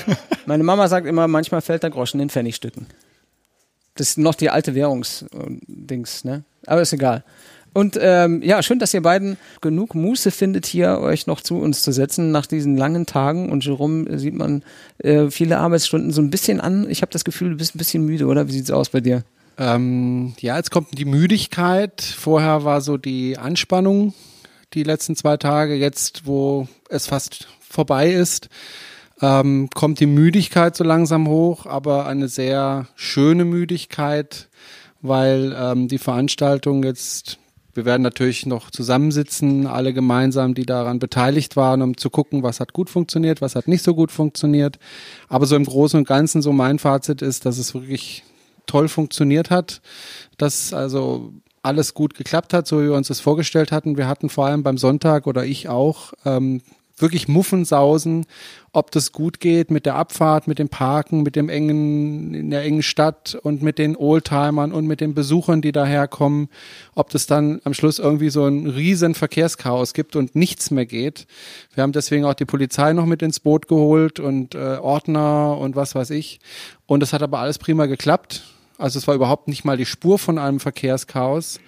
S1: manchmal fällt der Groschen in Pfennigstücken. Das ist noch die alte Währungsdings, ne? Aber ist egal. Und ja, schön, dass ihr beiden genug Muße findet, hier euch noch zu uns zu setzen nach diesen langen Tagen. Und Jerome sieht man viele Arbeitsstunden so ein bisschen an. Ich habe das Gefühl, du bist ein bisschen müde, oder? Wie sieht's aus bei dir?
S6: Ja, jetzt kommt die Müdigkeit. Vorher war so die Anspannung die letzten 2 Tage. Jetzt, wo es fast vorbei ist, kommt die Müdigkeit so langsam hoch, aber eine sehr schöne Müdigkeit, weil die Veranstaltung jetzt, wir werden natürlich noch zusammensitzen, alle gemeinsam, die daran beteiligt waren, um zu gucken, was hat gut funktioniert, was hat nicht so gut funktioniert. Aber so im Großen und Ganzen, so mein Fazit ist, dass es wirklich toll funktioniert hat, dass also alles gut geklappt hat, so wie wir uns das vorgestellt hatten. Wir hatten vor allem beim Sonntag, oder ich auch, wirklich Muffensausen, ob das gut geht mit der Abfahrt, mit dem Parken, in der engen Stadt und mit den Oldtimern und mit den Besuchern, die daherkommen, ob das dann am Schluss irgendwie so ein riesen Verkehrschaos gibt und nichts mehr geht. Wir haben deswegen auch die Polizei noch mit ins Boot geholt und Ordner und was weiß ich. Und das hat aber alles prima geklappt. Also es war überhaupt nicht mal die Spur von einem Verkehrschaos.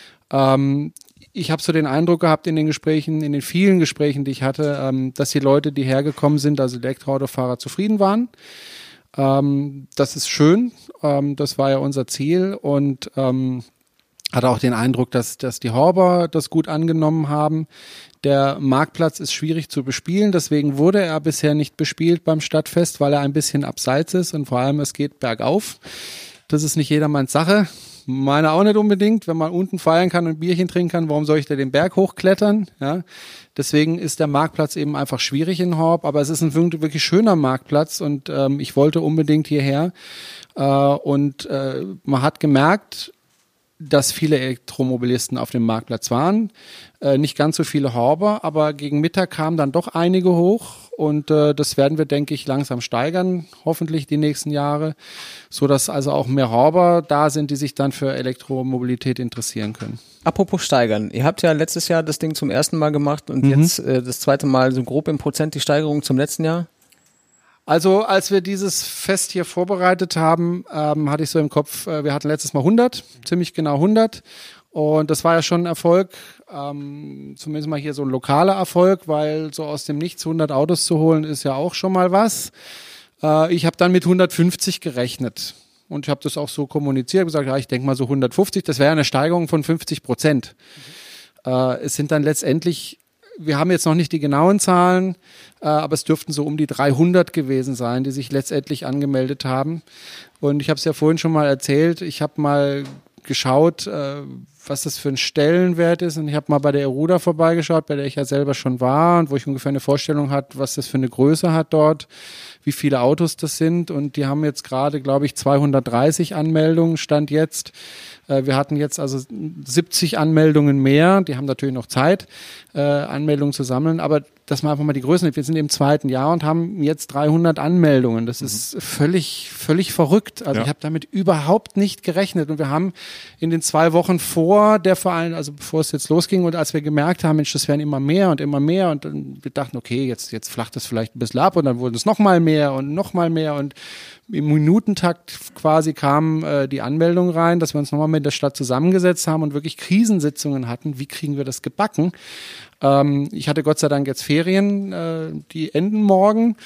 S6: Ich habe so den Eindruck gehabt in den vielen Gesprächen, die ich hatte, dass die Leute, die hergekommen sind, also Elektroautofahrer, zufrieden waren. Das ist schön, das war ja unser Ziel und Hatte auch den Eindruck, dass die Horber das gut angenommen haben. Der Marktplatz ist schwierig zu bespielen, deswegen wurde er bisher nicht bespielt beim Stadtfest, weil er ein bisschen abseits ist und vor allem es geht bergauf. Das ist nicht jedermanns Sache. Meine auch nicht unbedingt. Wenn man unten feiern kann und ein Bierchen trinken kann, warum soll ich da den Berg hochklettern? Ja. Deswegen ist der Marktplatz eben einfach schwierig in Horb, aber es ist ein wirklich schöner Marktplatz und ich wollte unbedingt hierher. Und man hat gemerkt, dass viele Elektromobilisten auf dem Marktplatz waren. Nicht ganz so viele Horber, aber gegen Mittag kamen dann doch einige hoch und das werden wir, denke ich, langsam steigern, hoffentlich die nächsten Jahre, so dass also auch mehr Horber da sind, die sich dann für Elektromobilität interessieren können.
S1: Apropos steigern, ihr habt ja letztes Jahr das Ding zum ersten Mal gemacht und jetzt das zweite Mal so grob im Prozent die Steigerung zum letzten Jahr?
S6: Also als wir dieses Fest hier vorbereitet haben, hatte ich so im Kopf, wir hatten letztes Mal 100, ziemlich genau 100 und das war ja schon ein Erfolg, zumindest mal hier so ein lokaler Erfolg, weil so aus dem Nichts 100 Autos zu holen ist ja auch schon mal was. Ich habe dann mit 150 gerechnet und ich habe das auch so kommuniziert, gesagt, ja, ich denke mal so 150, das wäre eine Steigerung von 50%. Es sind dann letztendlich, wir haben jetzt noch nicht die genauen Zahlen, aber es dürften so um die 300 gewesen sein, die sich letztendlich angemeldet haben. Und ich habe es ja vorhin schon mal erzählt, ich habe mal geschaut, was das für ein Stellenwert ist. Und ich habe mal bei der Eruda vorbeigeschaut, bei der ich ja selber schon war und wo ich ungefähr eine Vorstellung hatte, was das für eine Größe hat dort, wie viele Autos das sind. Und die haben jetzt gerade, glaube ich, 230 Anmeldungen, Stand jetzt. Wir hatten jetzt also 70 Anmeldungen mehr. Die haben natürlich noch Zeit, Anmeldungen zu sammeln. Aber dass man einfach mal die Größen nimmt. Wir sind im 2. Jahr und haben jetzt 300 Anmeldungen. Das ist völlig verrückt. Also ich habe damit überhaupt nicht gerechnet. Und wir haben in den 2 Wochen vor der Verein, also bevor es jetzt losging und als wir gemerkt haben, Mensch, das werden immer mehr und dann wir dachten, okay, jetzt flacht es vielleicht ein bisschen ab und dann wurden es noch mal mehr und im Minutentakt quasi kamen die Anmeldungen rein, dass wir uns nochmal mit der Stadt zusammengesetzt haben und wirklich Krisensitzungen hatten. Wie kriegen wir das gebacken? Ich hatte Gott sei Dank jetzt Ferien, die enden morgen.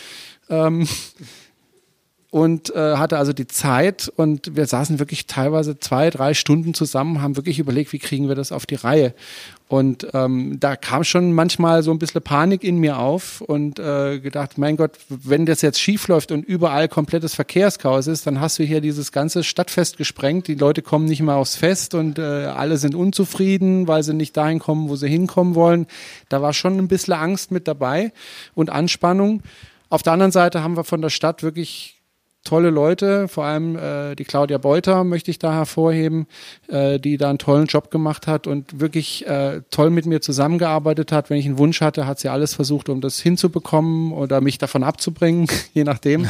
S6: Und hatte also die Zeit und wir saßen wirklich teilweise 2-3 Stunden zusammen, haben wirklich überlegt, wie kriegen wir das auf die Reihe. Und da kam schon manchmal so ein bisschen Panik in mir auf und gedacht, mein Gott, wenn das jetzt schief läuft und überall komplettes Verkehrschaos ist, dann hast du hier dieses ganze Stadtfest gesprengt. Die Leute kommen nicht mehr aufs Fest und alle sind unzufrieden, weil sie nicht dahin kommen, wo sie hinkommen wollen. Da war schon ein bisschen Angst mit dabei und Anspannung. Auf der anderen Seite haben wir von der Stadt wirklich tolle Leute, vor allem die Claudia Beuter möchte ich da hervorheben, die da einen tollen Job gemacht hat und wirklich toll mit mir zusammengearbeitet hat. Wenn ich einen Wunsch hatte, hat sie alles versucht, um das hinzubekommen oder mich davon abzubringen, je nachdem.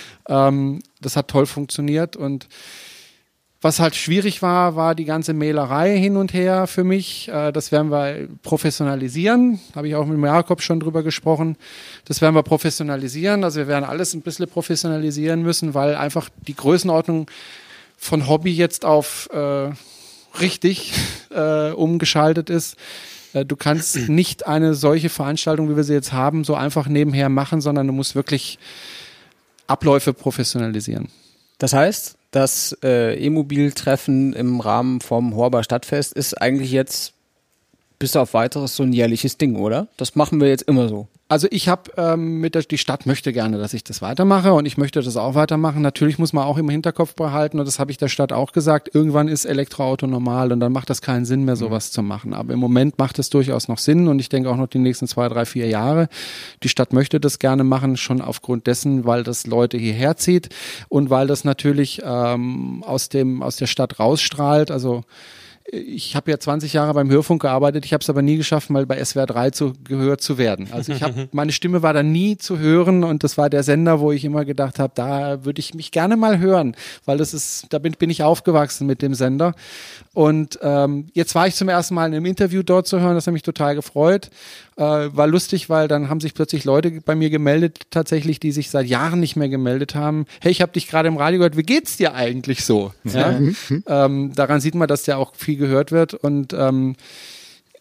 S6: Das hat toll funktioniert und was halt schwierig war die ganze Mailerei hin und her für mich. Das werden wir professionalisieren. Habe ich auch mit Jakob schon drüber gesprochen. Das werden wir professionalisieren. Also wir werden alles ein bisschen professionalisieren müssen, weil einfach die Größenordnung von Hobby jetzt auf richtig umgeschaltet ist. Du kannst nicht eine solche Veranstaltung, wie wir sie jetzt haben, so einfach nebenher machen, sondern du musst wirklich Abläufe professionalisieren.
S1: Das heißt, das E-Mobil-Treffen im Rahmen vom Horber Stadtfest ist eigentlich jetzt bis auf weiteres so ein jährliches Ding, oder? Das machen wir jetzt immer so.
S6: Also ich habe die Stadt möchte gerne, dass ich das weitermache und ich möchte das auch weitermachen. Natürlich muss man auch im Hinterkopf behalten und das habe ich der Stadt auch gesagt, irgendwann ist Elektroauto normal und dann macht das keinen Sinn mehr, sowas zu machen. Aber im Moment macht es durchaus noch Sinn und ich denke auch noch die nächsten 2, 3, 4 Jahre. Die Stadt möchte das gerne machen, schon aufgrund dessen, weil das Leute hierher zieht und weil das natürlich aus der Stadt rausstrahlt. Also ich habe ja 20 Jahre beim Hörfunk gearbeitet, ich habe es aber nie geschafft, mal bei SWR 3 gehört zu werden. Also meine Stimme war da nie zu hören und das war der Sender, wo ich immer gedacht habe, da würde ich mich gerne mal hören, weil da bin ich aufgewachsen mit dem Sender. Und jetzt war ich zum ersten Mal in einem Interview dort zu hören, das hat mich total gefreut. War lustig, weil dann haben sich plötzlich Leute bei mir gemeldet, tatsächlich, die sich seit Jahren nicht mehr gemeldet haben. Hey, ich habe dich gerade im Radio gehört, wie geht's dir eigentlich so? Ja? Daran sieht man, dass der auch viel gehört wird und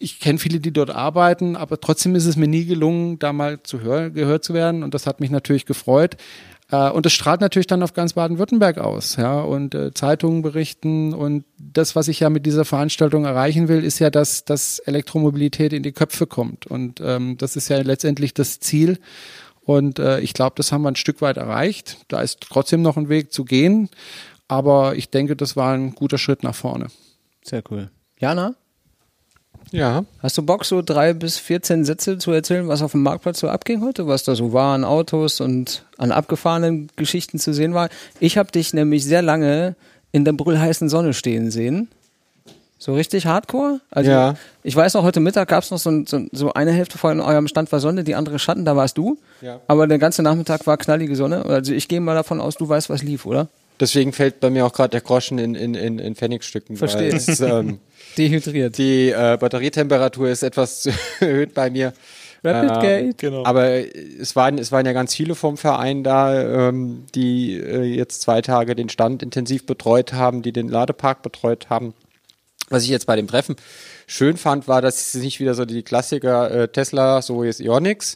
S6: ich kenne viele, die dort arbeiten, aber trotzdem ist es mir nie gelungen, da mal gehört zu werden und das hat mich natürlich gefreut. Und das strahlt natürlich dann auf ganz Baden-Württemberg aus, ja, und Zeitungen berichten und das, was ich ja mit dieser Veranstaltung erreichen will, ist ja, dass Elektromobilität in die Köpfe kommt und das ist ja letztendlich das Ziel und ich glaube, das haben wir ein Stück weit erreicht. Da ist trotzdem noch ein Weg zu gehen, aber ich denke, das war ein guter Schritt nach vorne.
S1: Sehr cool. Jana?
S5: Ja.
S1: Hast du Bock, so 3 bis 14 Sätze zu erzählen, was auf dem Marktplatz so abging heute? Was da so war an Autos und an abgefahrenen Geschichten zu sehen war? Ich habe dich nämlich sehr lange in der brüllheißen Sonne stehen sehen. So richtig hardcore? Also
S5: Ja.
S1: Ich weiß noch, heute Mittag gab es noch so eine Hälfte von eurem Stand war Sonne, die andere Schatten, da warst du.
S5: Ja.
S1: Aber der ganze Nachmittag war knallige Sonne. Also ich gehe mal davon aus, du weißt, was lief, oder?
S5: Deswegen fällt bei mir auch gerade der Groschen in Pfennigstücken.
S1: Verstehe.
S5: Weil es,
S1: Dehydriert.
S5: die Batterietemperatur ist etwas zu erhöht bei mir.
S1: Rapidgate.
S3: Genau.
S5: Aber es waren ja ganz viele vom Verein da, die jetzt 2 Tage den Stand intensiv betreut haben, die den Ladepark betreut haben. Was ich jetzt bei dem Treffen schön fand, war, dass es nicht wieder so die Klassiker Tesla, so jetzt Ionix.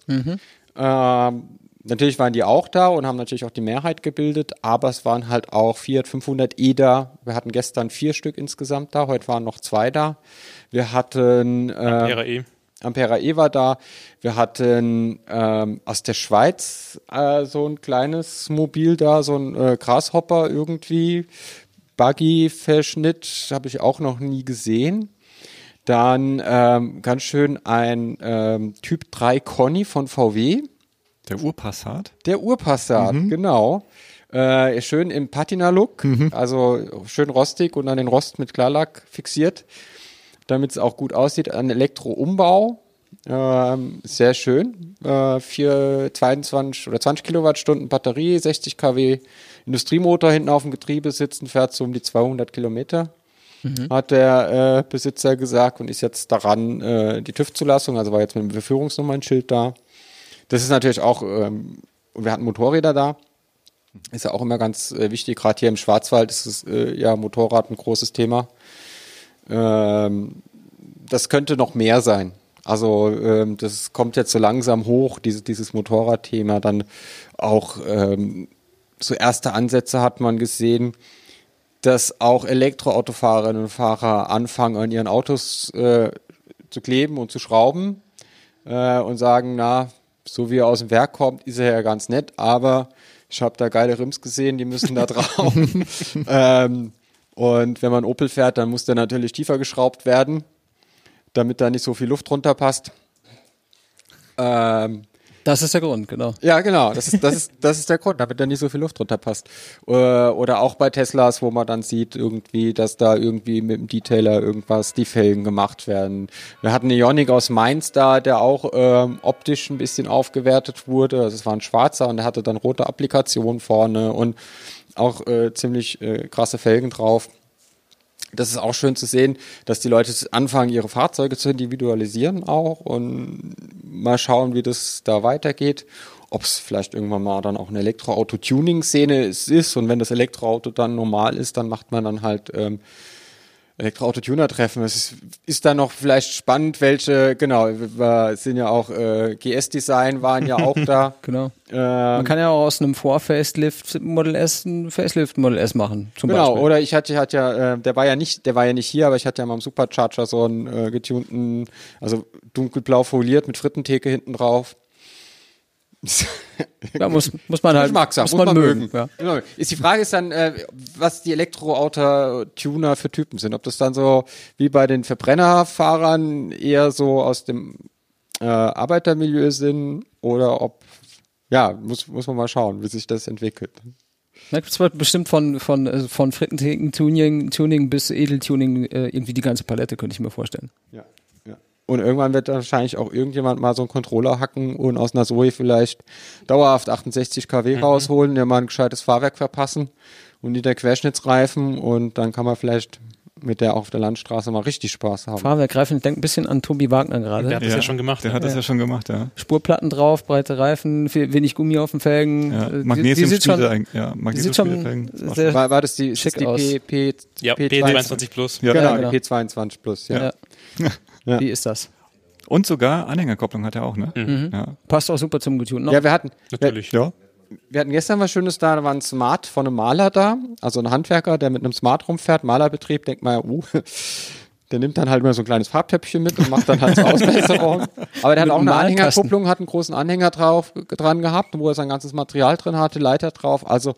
S5: Natürlich waren die auch da und haben natürlich auch die Mehrheit gebildet, aber es waren halt auch Fiat 500e da. Wir hatten gestern 4 Stück insgesamt da, heute waren noch 2 da. Wir hatten Ampera E war da. Wir hatten aus der Schweiz so ein kleines Mobil da, so ein Grasshopper irgendwie. Buggy-Verschnitt habe ich auch noch nie gesehen. Dann ganz schön ein Typ 3 Conny von VW.
S2: Der Urpassat?
S5: Der Urpassat, genau. Schön im Patina-Look, also schön rostig und an den Rost mit Klarlack fixiert, damit es auch gut aussieht. Ein Elektro-Umbau, sehr schön. 22 oder 20 Kilowattstunden Batterie, 60 kW Industriemotor hinten auf dem Getriebe sitzen, fährt so um die 200 Kilometer. Hat der Besitzer gesagt und ist jetzt daran, die TÜV-Zulassung, also war jetzt mit dem Verführungsnummernschild da. Das ist natürlich auch, und wir hatten Motorräder da, ist ja auch immer ganz wichtig, gerade hier im Schwarzwald ist es ja Motorrad ein großes Thema. Das könnte noch mehr sein. Also das kommt jetzt so langsam hoch, dieses Motorradthema, dann auch so erste Ansätze hat man gesehen, dass auch Elektroautofahrerinnen und Fahrer anfangen, an ihren Autos zu kleben und zu schrauben und sagen, na, so wie er aus dem Werk kommt, ist er ja ganz nett, aber ich habe da geile Rims gesehen, die müssen da drauf. Und wenn man Opel fährt, dann muss der natürlich tiefer geschraubt werden, damit da nicht so viel Luft runterpasst.
S1: Das ist der Grund, genau.
S5: Ja, genau. Das ist der Grund, damit da nicht so viel Luft drunter passt. Oder auch bei Teslas, wo man dann sieht, irgendwie, dass da irgendwie mit dem Detailer irgendwas, die Felgen gemacht werden. Wir hatten einen Ioniq aus Mainz da, der auch optisch ein bisschen aufgewertet wurde. Also es war ein schwarzer und der hatte dann rote Applikationen vorne und auch ziemlich krasse Felgen drauf. Das ist auch schön zu sehen, dass die Leute anfangen, ihre Fahrzeuge zu individualisieren auch und mal schauen, wie das da weitergeht. Ob es vielleicht irgendwann mal dann auch eine Elektroauto-Tuning-Szene ist und wenn das Elektroauto dann normal ist, dann macht man dann halt Elektroauto-Tuner-Treffen. Es ist dann noch vielleicht spannend, welche, genau, wir sind ja auch GS-Design waren ja auch da.
S1: Genau. Man kann ja auch aus einem Vor-Facelift Model S ein Facelift Model S machen, zum
S5: Genau,
S1: Beispiel.
S5: oder ich hatte ja, der war ja nicht hier, aber ich hatte ja mal im Supercharger so einen getunten, also dunkelblau foliert mit Frittentheke hinten drauf.
S1: Ja, muss man halt,
S5: Geschmackssache,
S1: muss man mögen.
S5: Ja. Genau. Die Frage ist dann, was die Elektroauto-Tuner für Typen sind. Ob das dann so wie bei den Verbrennerfahrern eher so aus dem Arbeitermilieu sind oder ob, ja, muss man mal schauen, wie sich das entwickelt.
S1: Da gibt es bestimmt von Frittentheken-Tuning bis Edeltuning irgendwie die ganze Palette, könnte ich mir vorstellen.
S5: Ja. Und irgendwann wird wahrscheinlich auch irgendjemand mal so einen Controller hacken und aus einer Zoe vielleicht dauerhaft 68 kW rausholen, der mal ein gescheites Fahrwerk verpassen und nicht der Querschnittsreifen und dann kann man vielleicht mit der auch auf der Landstraße mal richtig Spaß haben.
S1: Fahrwerkreifen, ich denke ein bisschen an Tobi Wagner gerade.
S3: Der hat das ja schon gemacht.
S2: Der hat das ja schon gemacht, ja.
S1: Spurplatten drauf, breite Reifen, wenig Gummi auf den Felgen.
S2: Ja,
S1: die sieht schon
S2: Magnesium-Felgen.
S1: sehr
S5: War das die
S1: schick
S5: die
S1: aus.
S5: P22
S3: P22 Plus.
S2: Ja,
S5: genau,
S1: genau.
S5: die P22 Plus, ja. Ja.
S1: Wie ist das?
S2: Und sogar Anhängerkopplung hat er auch, ne? Ja.
S1: Passt auch super zum getunten.
S5: Ja, wir hatten gestern was Schönes da war ein Smart von einem Maler da, also ein Handwerker, der mit einem Smart rumfährt, Malerbetrieb, denkt mal, der nimmt dann halt immer so ein kleines Farbtöpfchen mit und macht dann halt so Ausbesserung. Aber der hat auch eine Anhängerkupplung, hat einen großen Anhänger dran gehabt, wo er sein ganzes Material drin hatte, Leiter drauf. Also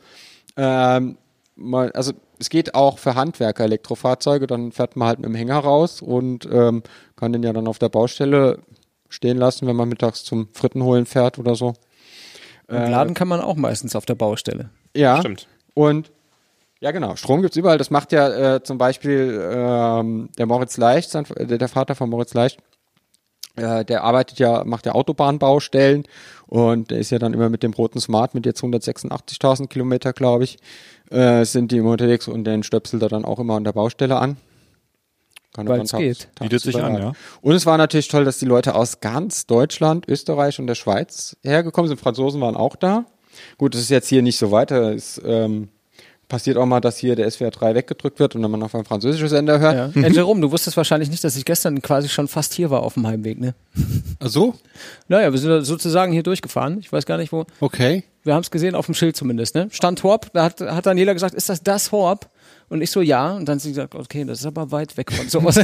S5: es geht auch für Handwerker Elektrofahrzeuge, dann fährt man halt mit dem Hänger raus und kann den ja dann auf der Baustelle stehen lassen, wenn man mittags zum Frittenholen fährt oder so.
S1: Und laden kann man auch meistens auf der Baustelle.
S5: Ja,
S3: Stimmt.
S5: Und ja, genau. Strom gibt's überall. Das macht ja zum Beispiel der Moritz Leicht, der Vater von Moritz Leicht. Der macht ja Autobahnbaustellen und der ist ja dann immer mit dem roten Smart mit jetzt 186.000 Kilometer, glaube ich, sind die immer unterwegs und den stöpselt er dann auch immer an der Baustelle an.
S1: Weil es geht.
S2: Bietet sich an, ja.
S5: Und es war natürlich toll, dass die Leute aus ganz Deutschland, Österreich und der Schweiz hergekommen sind. Franzosen waren auch da. Gut, das ist jetzt hier nicht so weiter. Es passiert auch mal, dass hier der SWR 3 weggedrückt wird und dann man auf ein französisches Sender hört.
S1: Ja. Jerome, du wusstest wahrscheinlich nicht, dass ich gestern quasi schon fast hier war auf dem Heimweg, ne?
S6: Ach so?
S1: Naja, wir sind sozusagen hier durchgefahren. Ich weiß gar nicht, wo.
S6: Okay.
S1: Wir haben es gesehen, auf dem Schild zumindest, ne? Stand Horb, da hat Daniela gesagt, ist das Horb? Und ich so, ja. Und dann hat sie gesagt, okay, das ist aber weit weg von sowas.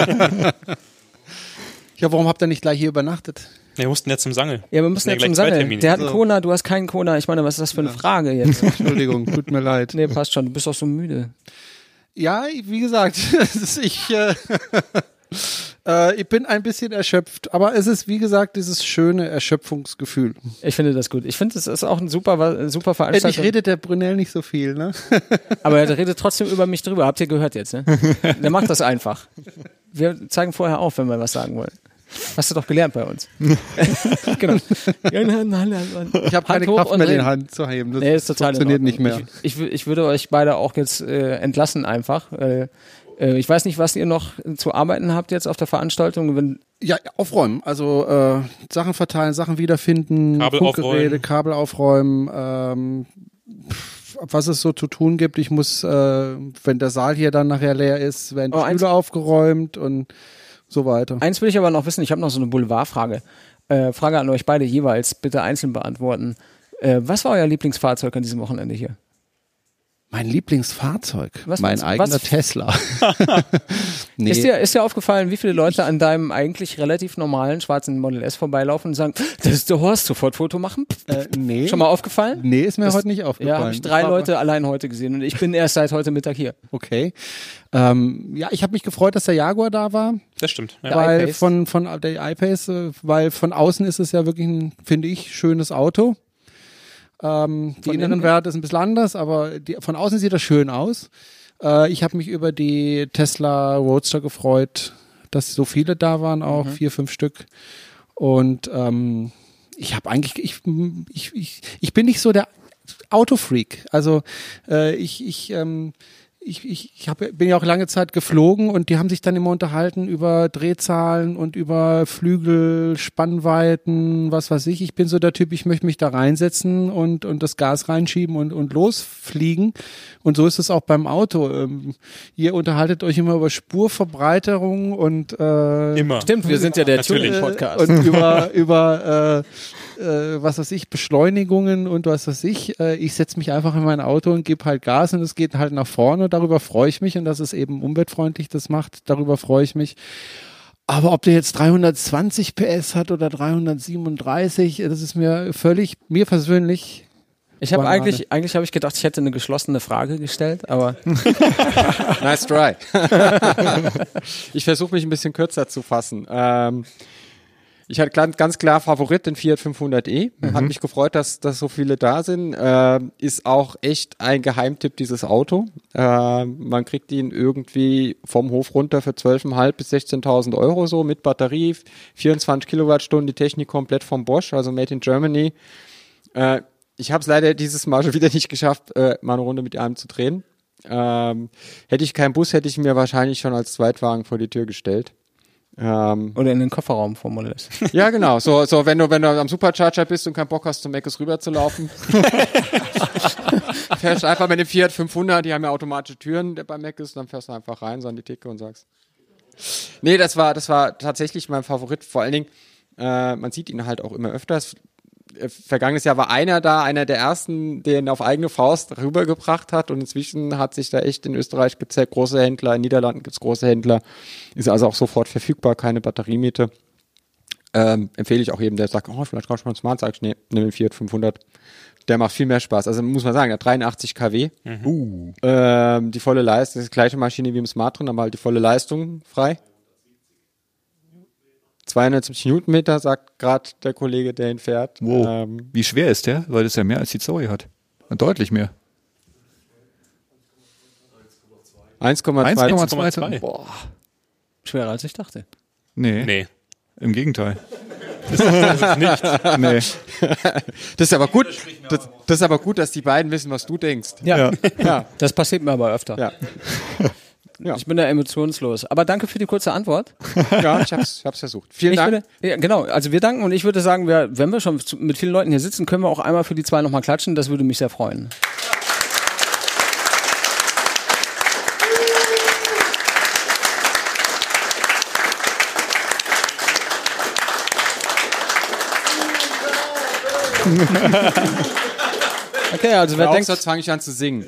S6: Ja, warum habt ihr nicht gleich hier übernachtet?
S3: Wir mussten jetzt zum Sangel.
S1: Ja, wir mussten jetzt zum Sangel. Der hat einen Kona, du hast keinen Kona. Ich meine, was ist das für eine Frage jetzt?
S6: Entschuldigung, tut mir leid.
S1: Nee, passt schon. Du bist auch so müde.
S6: Ja, wie gesagt, ich bin ein bisschen erschöpft, aber es ist, wie gesagt, dieses schöne Erschöpfungsgefühl.
S1: Ich finde das gut. Ich finde, es ist auch ein super Veranstaltung.
S6: Endlich redet der Brunel nicht so viel, ne?
S1: Aber er redet trotzdem über mich drüber. Habt ihr gehört jetzt, ne? Der macht das einfach. Wir zeigen vorher auf, wenn wir was sagen wollen. Hast du doch gelernt bei uns. Genau.
S6: Ich habe keine Kraft mehr, die Hand zu heben. Das
S1: ist total
S6: funktioniert nicht mehr.
S1: Ich würde euch beide auch jetzt entlassen einfach. Ich weiß nicht, was ihr noch zu arbeiten habt jetzt auf der Veranstaltung.
S6: Ja, aufräumen. Also Sachen verteilen, Sachen wiederfinden, Kabel aufräumen, was es so zu tun gibt. Ich muss, wenn der Saal hier dann nachher leer ist, werden die Stühle aufgeräumt und so weiter. Eins
S1: will ich aber noch wissen, ich habe noch so eine Boulevardfrage. Frage an euch beide jeweils, bitte einzeln beantworten. Was war euer Lieblingsfahrzeug an diesem Wochenende hier?
S6: Mein Lieblingsfahrzeug? Mein eigener Tesla.
S1: Nee. Ist dir aufgefallen, wie viele Leute an deinem eigentlich relativ normalen schwarzen Model S vorbeilaufen und sagen, das ist der Horst, sofort Foto machen?
S6: Nee.
S1: Schon mal aufgefallen?
S6: Nee, ist mir heute nicht aufgefallen.
S1: Ja, habe ich 3 Leute allein heute gesehen und ich bin erst seit heute Mittag hier.
S6: Okay. Ja, ich habe mich gefreut, dass der Jaguar da war.
S3: Das stimmt.
S6: Ja. Weil von der I-Pace, weil von außen ist es ja wirklich ein, finde ich, schönes Auto. Die inneren Werte ist ein bisschen anders, aber von außen sieht das schön aus. Ich habe mich über die Tesla Roadster gefreut, dass so viele da waren, auch 4, 5 Stück. Und ich habe eigentlich, ich bin nicht so der Autofreak. Also bin ja auch lange Zeit geflogen und die haben sich dann immer unterhalten über Drehzahlen und über Flügel, Spannweiten, was weiß ich. Ich bin so der Typ, ich möchte mich da reinsetzen und das Gas reinschieben und losfliegen. Und so ist es auch beim Auto. Ihr unterhaltet euch immer über Spurverbreiterung und
S3: immer.
S1: Stimmt, wir sind ja der Tuning-Podcast.
S6: Und über was weiß ich, Beschleunigungen und was weiß ich. Ich setze mich einfach in mein Auto und gebe halt Gas und es geht halt nach vorne. Darüber freue ich mich und dass es eben umweltfreundlich das macht, darüber freue ich mich. Aber ob der jetzt 320 PS hat oder 337, das ist mir persönlich.
S1: Ich habe eigentlich habe ich gedacht, ich hätte eine geschlossene Frage gestellt, aber
S5: nice try. Ich versuche mich ein bisschen kürzer zu fassen. Ich hatte ganz klar Favorit, den Fiat 500e. Hat mich gefreut, dass so viele da sind. Ist auch echt ein Geheimtipp, dieses Auto. Man kriegt ihn irgendwie vom Hof runter für 12.500 bis 16.000 Euro so mit Batterie, 24 Kilowattstunden, die Technik komplett vom Bosch, also made in Germany. Ich habe es leider dieses Mal schon wieder nicht geschafft, mal eine Runde mit einem zu drehen. Hätte ich keinen Bus, hätte ich mir wahrscheinlich schon als Zweitwagen vor die Tür gestellt.
S1: Oder in den Kofferraum vom Model S.
S5: Ja, genau. So wenn du am Supercharger bist und keinen Bock hast, zum Mc's rüber zu laufen, fährst einfach mit dem Fiat 500, die haben ja automatische Türen bei Mc's, dann fährst du einfach rein, so an die Theke und sagst, Nee, das war tatsächlich mein Favorit. Vor allen Dingen, man sieht ihn halt auch immer öfters. Vergangenes Jahr war einer der ersten, der ihn auf eigene Faust rübergebracht hat, und inzwischen hat sich da echt in Österreich gibt's ja große Händler, in den Niederlanden gibt's große Händler, ist also auch sofort verfügbar, keine Batteriemiete. Empfehle ich auch jedem, der sagt, vielleicht kaufe ich mal einen Smart, sag ich, nee, nimm den Fiat 500. Der macht viel mehr Spaß. Also muss man sagen, der hat 83 kW. Die volle Leistung, das ist die gleiche Maschine wie im Smart drin, aber halt die volle Leistung frei. 270 Newtonmeter, sagt gerade der Kollege, der ihn fährt.
S2: Wow. Wie schwer ist der? Weil das ja mehr als die Zoe hat. Deutlich mehr.
S5: 1,2.
S2: Boah.
S1: Schwerer als ich dachte.
S2: Nee. Im Gegenteil.
S3: Das ist nicht.
S2: Nee.
S5: Das ist aber gut. Das ist aber gut, dass die beiden wissen, was du denkst.
S1: Ja.
S5: Ja.
S1: Das passiert mir aber öfter.
S5: Ja. Ja.
S1: Ich bin da emotionslos. Aber danke für die kurze Antwort.
S5: Ja, ich hab's versucht. Vielen Dank.
S1: Genau, also wir danken, und ich würde sagen, wenn wir schon mit vielen Leuten hier sitzen, können wir auch einmal für die zwei nochmal klatschen. Das würde mich sehr freuen. Okay, also wer denkt,
S5: sonst fange ich an zu singen.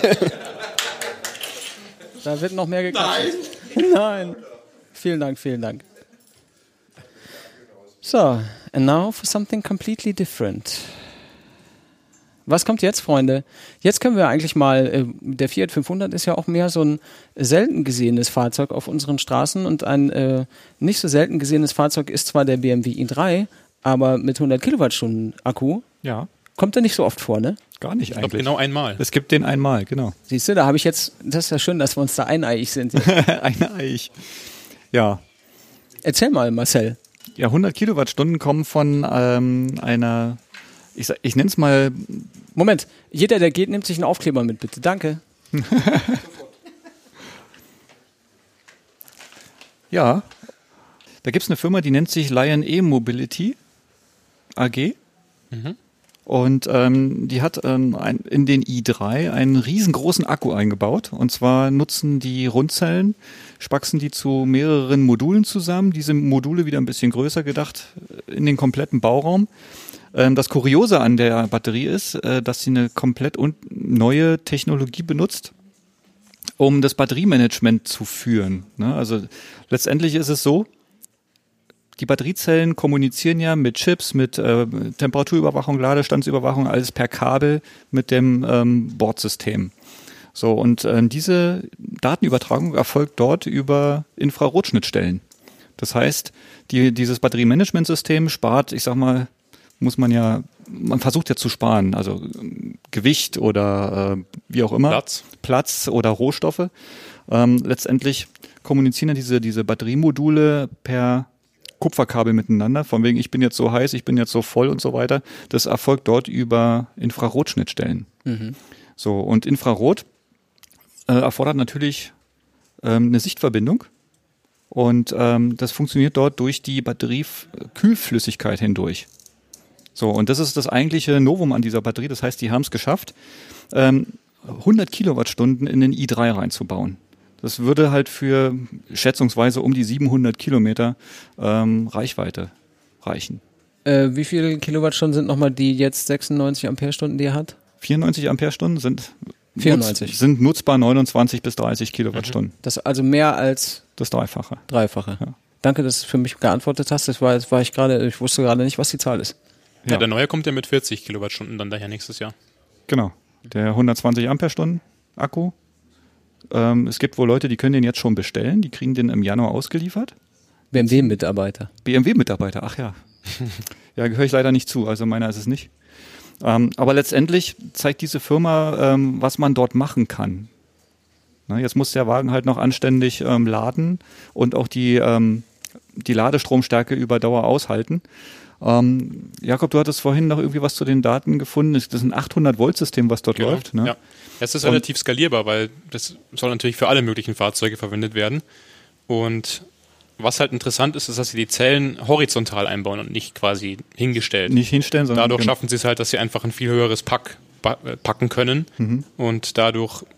S1: da wird noch mehr geklatscht. Nein. Vielen Dank. So, and now for something completely different. Was kommt jetzt, Freunde? Jetzt können wir eigentlich mal, der Fiat 500 ist ja auch mehr so ein selten gesehenes Fahrzeug auf unseren Straßen, und ein nicht so selten gesehenes Fahrzeug ist zwar der BMW i3, aber mit 100 Kilowattstunden Akku.
S2: Ja.
S1: Kommt er nicht so oft vor, ne?
S2: Gar nicht
S3: Ich
S2: eigentlich.
S3: glaube genau einmal.
S2: Es gibt den einmal, genau.
S1: Siehst du, da habe ich jetzt, das ist ja schön, dass wir uns da eineiig sind.
S2: Eineich. Ja.
S1: Erzähl mal, Marcel.
S2: Ja, 100 Kilowattstunden kommen von einer, ich nenne es mal...
S1: Moment, jeder, der geht, nimmt sich einen Aufkleber mit, bitte. Danke.
S2: Ja, da gibt es eine Firma, die nennt sich Lion E-Mobility AG. Und die hat in den i3 einen riesengroßen Akku eingebaut. Und zwar nutzen die Rundzellen, spaxen die zu mehreren Modulen zusammen. Diese Module wieder ein bisschen größer gedacht in den kompletten Bauraum. Das Kuriose an der Batterie ist, dass sie eine komplett neue Technologie benutzt, um das Batteriemanagement zu führen. Ne? Also letztendlich ist es so, die Batteriezellen kommunizieren ja mit Chips, mit Temperaturüberwachung, Ladestandsüberwachung, alles per Kabel mit dem Bordsystem. So, und diese Datenübertragung erfolgt dort über Infrarotschnittstellen. Das heißt, dieses Batteriemanagementsystem spart, ich sag mal, man versucht ja zu sparen, also Gewicht oder wie auch immer, Platz oder Rohstoffe. Letztendlich kommunizieren ja diese Batteriemodule per Kupferkabel miteinander, von wegen, ich bin jetzt so heiß, ich bin jetzt so voll und so weiter. Das erfolgt dort über Infrarotschnittstellen. So, und Infrarot erfordert natürlich eine Sichtverbindung, und das funktioniert dort durch die Batteriekühlflüssigkeit hindurch. So, und das ist das eigentliche Novum an dieser Batterie. Das heißt, die haben es geschafft, 100 Kilowattstunden in den i3 reinzubauen. Das würde halt für schätzungsweise um die 700 Kilometer Reichweite reichen.
S1: Wie viele Kilowattstunden sind nochmal die jetzt 96 Ampere-Stunden, die er hat?
S2: 94 Ampere-Stunden sind
S1: 94.
S2: Sind nutzbar 29 bis 30 Kilowattstunden.
S1: Das ist also mehr als
S2: das Dreifache.
S1: Dreifache.
S2: Ja.
S1: Danke, dass du für mich geantwortet hast. Ich wusste gerade nicht, was die Zahl ist.
S3: Ja, der neue kommt ja mit 40 Kilowattstunden dann daher nächstes Jahr.
S2: Genau. Der 120 Ampere-Stunden Akku. Es gibt wohl Leute, die können den jetzt schon bestellen. Die kriegen den im Januar ausgeliefert.
S1: BMW-Mitarbeiter.
S2: BMW-Mitarbeiter, ach ja. Ja, gehöre ich leider nicht zu. Also meiner ist es nicht. Aber letztendlich zeigt diese Firma, was man dort machen kann. Na, jetzt muss der Wagen halt noch anständig laden und auch die Ladestromstärke über Dauer aushalten. Jakob, du hattest vorhin noch irgendwie was zu den Daten gefunden. Das ist ein 800-Volt-System, was dort läuft. Ne?
S3: Ja, es ist relativ skalierbar, weil das soll natürlich für alle möglichen Fahrzeuge verwendet werden. Und was halt interessant ist, dass sie die Zellen horizontal einbauen und nicht quasi hingestellt.
S2: Nicht hinstellen, sondern
S3: dadurch schaffen sie es halt, dass sie einfach ein viel höheres Packen können und dadurch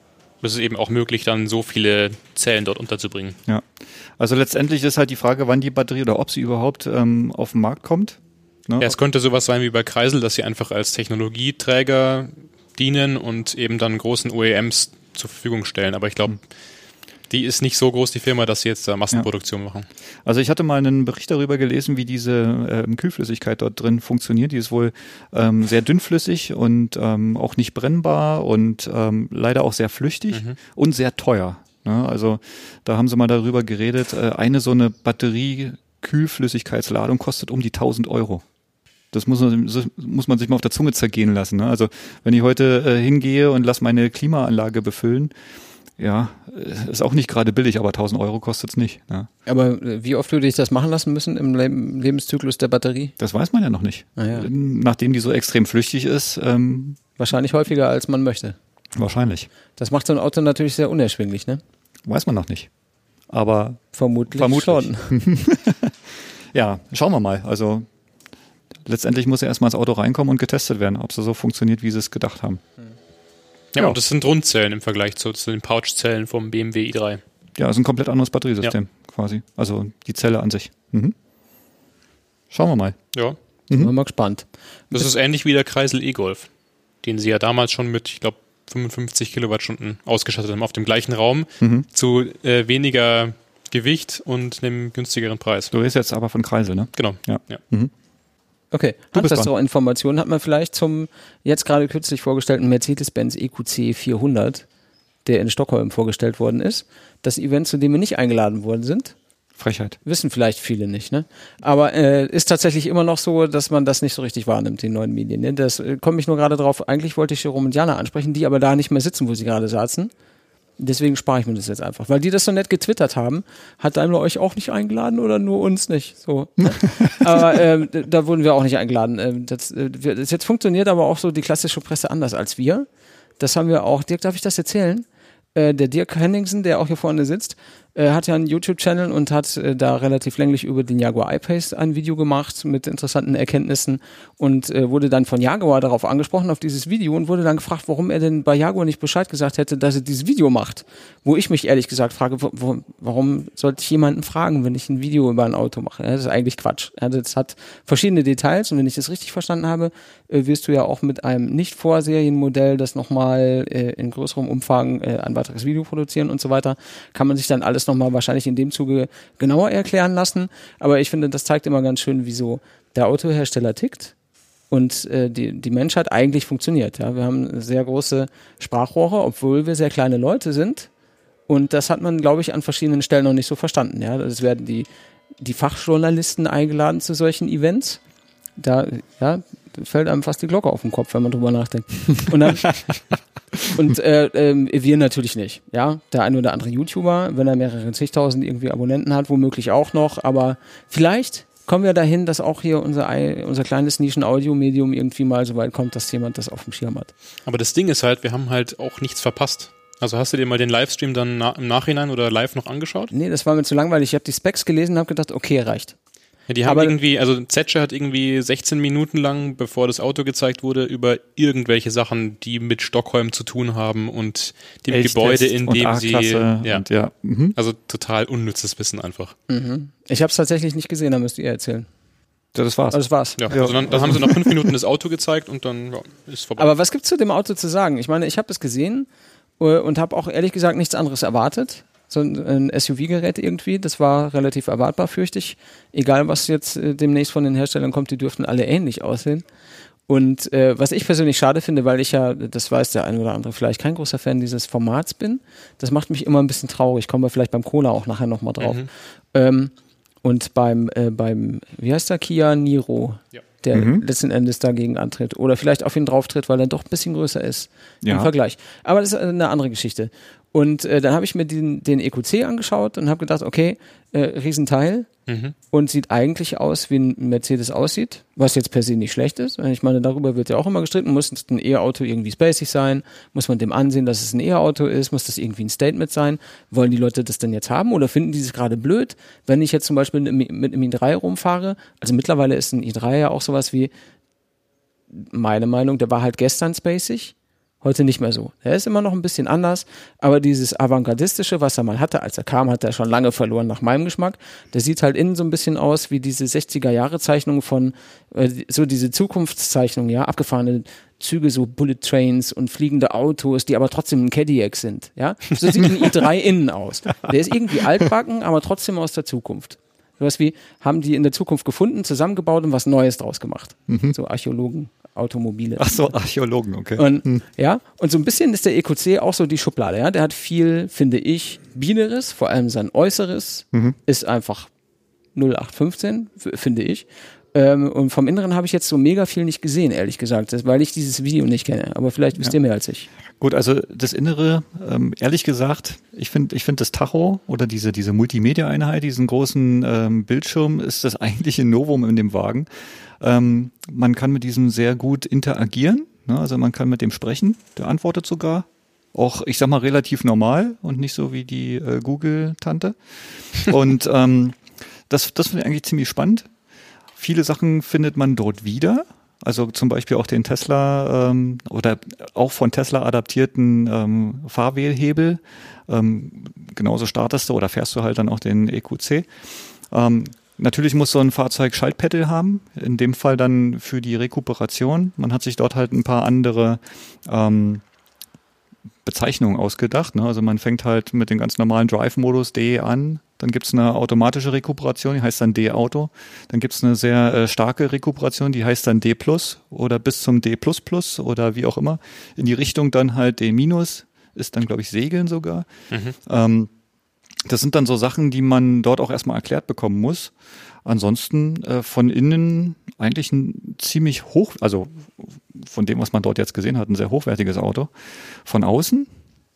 S3: es ist eben auch möglich, dann so viele Zellen dort unterzubringen.
S2: Ja, also letztendlich ist halt die Frage, wann die Batterie oder ob sie überhaupt auf den Markt kommt. Ne?
S3: Ja, es könnte sowas sein wie bei Kreisel, dass sie einfach als Technologieträger dienen und eben dann großen OEMs zur Verfügung stellen. Aber ich glaube, die ist nicht so groß, die Firma, dass sie jetzt da Massenproduktion machen.
S2: Also ich hatte mal einen Bericht darüber gelesen, wie diese Kühlflüssigkeit dort drin funktioniert. Die ist wohl sehr dünnflüssig und auch nicht brennbar und leider auch sehr flüchtig und sehr teuer. Ne? Also da haben sie mal darüber geredet, eine so eine Batterie-Kühlflüssigkeitsladung kostet um die 1.000 Euro. Das muss man sich mal auf der Zunge zergehen lassen. Ne? Also wenn ich heute hingehe und lasse meine Klimaanlage befüllen, ja, ist auch nicht gerade billig, aber 1.000 Euro kostet es nicht. Ja.
S1: Aber wie oft würde ich das machen lassen müssen im Lebenszyklus der Batterie?
S2: Das weiß man ja noch nicht.
S1: Ah, ja.
S2: Nachdem die so extrem flüchtig ist.
S1: Wahrscheinlich häufiger, als man möchte.
S2: Wahrscheinlich.
S1: Das macht so ein Auto natürlich sehr unerschwinglich, ne?
S2: Weiß man noch nicht. Aber
S1: vermutlich.
S2: Schon. Ja, schauen wir mal. Also letztendlich muss ja erstmal ins Auto reinkommen und getestet werden, ob es so funktioniert, wie sie es gedacht haben.
S3: Ja, und das sind Rundzellen im Vergleich zu den Pouchzellen vom BMW i3.
S2: Ja, ist ein komplett anderes Batteriesystem quasi. Also die Zelle an sich. Schauen wir mal.
S3: Ja.
S1: Bin mal gespannt.
S3: Das ist ähnlich wie der Kreisel E-Golf, den sie ja damals schon mit, ich glaube, 55 Kilowattstunden ausgestattet haben, auf dem gleichen Raum zu weniger Gewicht und einem günstigeren Preis.
S2: Du redest jetzt aber von Kreisel, ne?
S3: Genau.
S2: Ja.
S1: Okay, Handelsrestaurant-Informationen hat man vielleicht zum jetzt gerade kürzlich vorgestellten Mercedes-Benz EQC 400, der in Stockholm vorgestellt worden ist. Das Event, zu dem wir nicht eingeladen worden sind.
S2: Frechheit.
S1: Wissen vielleicht viele nicht, ne? Aber ist tatsächlich immer noch so, dass man das nicht so richtig wahrnimmt, die neuen Medien. Ne? Das komme ich nur gerade drauf. Eigentlich wollte ich Jerome und Jana ansprechen, die aber da nicht mehr sitzen, wo sie gerade saßen. Deswegen spare ich mir das jetzt einfach. Weil die das so nett getwittert haben, hat Daimler euch auch nicht eingeladen oder nur uns nicht? So. Ne? Aber da wurden wir auch nicht eingeladen. Das jetzt funktioniert aber auch so die klassische Presse anders als wir. Das haben wir auch. Dirk, darf ich das erzählen? Der Dirk Henningsen, der auch hier vorne sitzt, hat ja einen YouTube-Channel und hat da relativ länglich über den Jaguar I-Pace ein Video gemacht mit interessanten Erkenntnissen und wurde dann von Jaguar darauf angesprochen, auf dieses Video, und wurde dann gefragt, warum er denn bei Jaguar nicht Bescheid gesagt hätte, dass er dieses Video macht. Wo ich mich ehrlich gesagt frage, warum sollte ich jemanden fragen, wenn ich ein Video über ein Auto mache? Ja, das ist eigentlich Quatsch. Ja, das hat verschiedene Details, und wenn ich das richtig verstanden habe, wirst du ja auch mit einem Nicht-Vorserienmodell das nochmal in größerem Umfang ein weiteres Video produzieren und so weiter. Kann man sich dann alles nochmal wahrscheinlich in dem Zuge genauer erklären lassen. Aber ich finde, das zeigt immer ganz schön, wieso der Autohersteller tickt und die Menschheit eigentlich funktioniert. Ja? Wir haben sehr große Sprachrohre, obwohl wir sehr kleine Leute sind. Und das hat man, glaube ich, an verschiedenen Stellen noch nicht so verstanden. Ja? Es werden die Fachjournalisten eingeladen zu solchen Events. Da fällt einem fast die Glocke auf den Kopf, wenn man drüber nachdenkt. Und dann wir natürlich nicht. Ja, der ein oder andere YouTuber, wenn er mehrere zigtausend irgendwie Abonnenten hat, womöglich auch noch. Aber vielleicht kommen wir dahin, dass auch hier unser kleines Nischen-Audio-Medium irgendwie mal so weit kommt, dass jemand das auf dem Schirm hat.
S3: Aber das Ding ist halt, wir haben halt auch nichts verpasst. Also hast du dir mal den Livestream dann im Nachhinein oder live noch angeschaut?
S1: Nee, das war mir zu langweilig. Ich habe die Specs gelesen und habe gedacht, okay, reicht.
S3: Ja, die haben also Zetsche hat irgendwie 16 Minuten lang, bevor das Auto gezeigt wurde, über irgendwelche Sachen, die mit Stockholm zu tun haben und dem Gebäude, in dem sie, also total unnützes Wissen einfach.
S1: Ich habe es tatsächlich nicht gesehen, da müsst ihr erzählen.
S2: Ja, das war's.
S1: Also das war's.
S3: Ja, also dann haben sie noch 5 Minuten das Auto gezeigt und dann ist vorbei.
S1: Aber was gibt's zu dem Auto zu sagen? Ich meine, ich habe es gesehen und habe auch ehrlich gesagt nichts anderes erwartet. So ein SUV-Gerät irgendwie, das war relativ erwartbar, fürchte ich. Egal, was jetzt demnächst von den Herstellern kommt, die dürften alle ähnlich aussehen. Und was ich persönlich schade finde, weil ich ja, das weiß der eine oder andere, vielleicht kein großer Fan dieses Formats bin, das macht mich immer ein bisschen traurig. Kommen wir vielleicht beim Cola auch nachher nochmal drauf. Und beim wie heißt der, Kia Niro, der letzten Endes dagegen antritt. Oder vielleicht auf ihn drauf tritt, weil er doch ein bisschen größer ist im Vergleich. Aber das ist eine andere Geschichte. Und dann habe ich mir den EQC angeschaut und habe gedacht, okay, Riesenteil und sieht eigentlich aus, wie ein Mercedes aussieht, was jetzt per se nicht schlecht ist. Ich meine, darüber wird ja auch immer gestritten, muss ein E-Auto irgendwie spacig sein, muss man dem ansehen, dass es ein E-Auto ist, muss das irgendwie ein Statement sein, wollen die Leute das denn jetzt haben oder finden die es gerade blöd, wenn ich jetzt zum Beispiel mit einem i3 rumfahre, also mittlerweile ist ein i3 ja auch sowas wie, meine Meinung, der war halt gestern spacig, Heute nicht mehr so. Er ist immer noch ein bisschen anders, aber dieses Avantgardistische, was er mal hatte, als er kam, hat er schon lange verloren nach meinem Geschmack. Der sieht halt innen so ein bisschen aus wie diese 60er-Jahre-Zeichnung von, so diese Zukunftszeichnung, ja, abgefahrene Züge, so Bullet Trains und fliegende Autos, die aber trotzdem ein Cadillac sind, ja. So sieht ein i3 innen aus. Der ist irgendwie altbacken, aber trotzdem aus der Zukunft. Sowas wie, haben die in der Zukunft gefunden, zusammengebaut und was Neues draus gemacht. So Archäologen. Automobile.
S2: Ach so, Archäologen, okay.
S1: Und, ja, und so ein bisschen ist der EQC auch so die Schublade, ja. Der hat viel, finde ich, Bineres, vor allem sein Äußeres ist einfach 0815, finde ich. Und vom Inneren habe ich jetzt so mega viel nicht gesehen, ehrlich gesagt, weil ich dieses Video nicht kenne. Aber vielleicht wisst ihr mehr als ich.
S2: Gut, also das Innere, ehrlich gesagt, ich finde das Tacho oder diese Multimedia-Einheit, diesen großen Bildschirm, ist das eigentliche Novum in dem Wagen. Man kann mit diesem sehr gut interagieren, ne? Also man kann mit dem sprechen, der antwortet sogar. Auch, ich sag mal, relativ normal und nicht so wie die Google-Tante. Und das finde ich eigentlich ziemlich spannend. Viele Sachen findet man dort wieder. Also zum Beispiel auch den Tesla oder auch von Tesla adaptierten Fahrwählhebel. Genauso startest du oder fährst du halt dann auch den EQC. Natürlich muss so ein Fahrzeug Schaltpedal haben, in dem Fall dann für die Rekuperation. Man hat sich dort halt ein paar andere Bezeichnungen ausgedacht. Ne? Also man fängt halt mit dem ganz normalen Drive-Modus D an, dann gibt es eine automatische Rekuperation, die heißt dann D-Auto. Dann gibt es eine sehr starke Rekuperation, die heißt dann D+, oder bis zum D++ oder wie auch immer. In die Richtung dann halt D-, ist dann, glaube ich, Segeln sogar. Das sind dann so Sachen, die man dort auch erstmal erklärt bekommen muss. Ansonsten von innen eigentlich ein ziemlich hoch, also von dem, was man dort jetzt gesehen hat, ein sehr hochwertiges Auto. Von außen,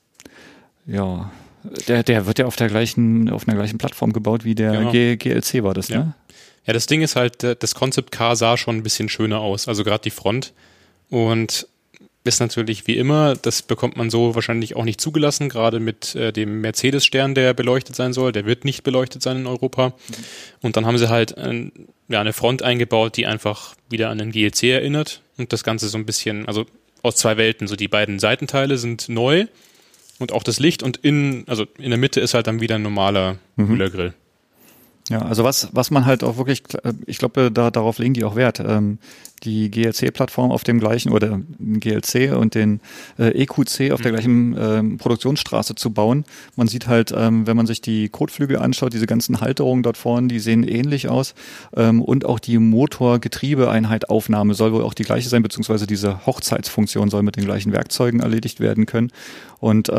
S2: ja, der wird ja auf einer gleichen Plattform gebaut wie der GLC war das, ne?
S3: Ja, das Ding ist halt, das Concept Car sah schon ein bisschen schöner aus, also gerade die Front. Und ist natürlich wie immer, das bekommt man so wahrscheinlich auch nicht zugelassen, gerade mit dem Mercedes-Stern, der beleuchtet sein soll. Der wird nicht beleuchtet sein in Europa. Und dann haben sie halt eine Front eingebaut, die einfach wieder an den GLC erinnert. Und das Ganze so ein bisschen, also aus zwei Welten. So die beiden Seitenteile sind neu und auch das Licht. Und in der Mitte ist halt dann wieder ein normaler Kühlergrill.
S2: Ja, also was man halt auch wirklich, ich glaube, darauf legen die auch Wert, die GLC-Plattform auf dem gleichen oder den GLC und den EQC auf der gleichen Produktionsstraße zu bauen. Man sieht halt, wenn man sich die Kotflügel anschaut, diese ganzen Halterungen dort vorne, die sehen ähnlich aus, und auch die Motor-Getriebe-Einheit Aufnahme soll wohl auch die gleiche sein, beziehungsweise diese Hochzeitsfunktion soll mit den gleichen Werkzeugen erledigt werden können. Und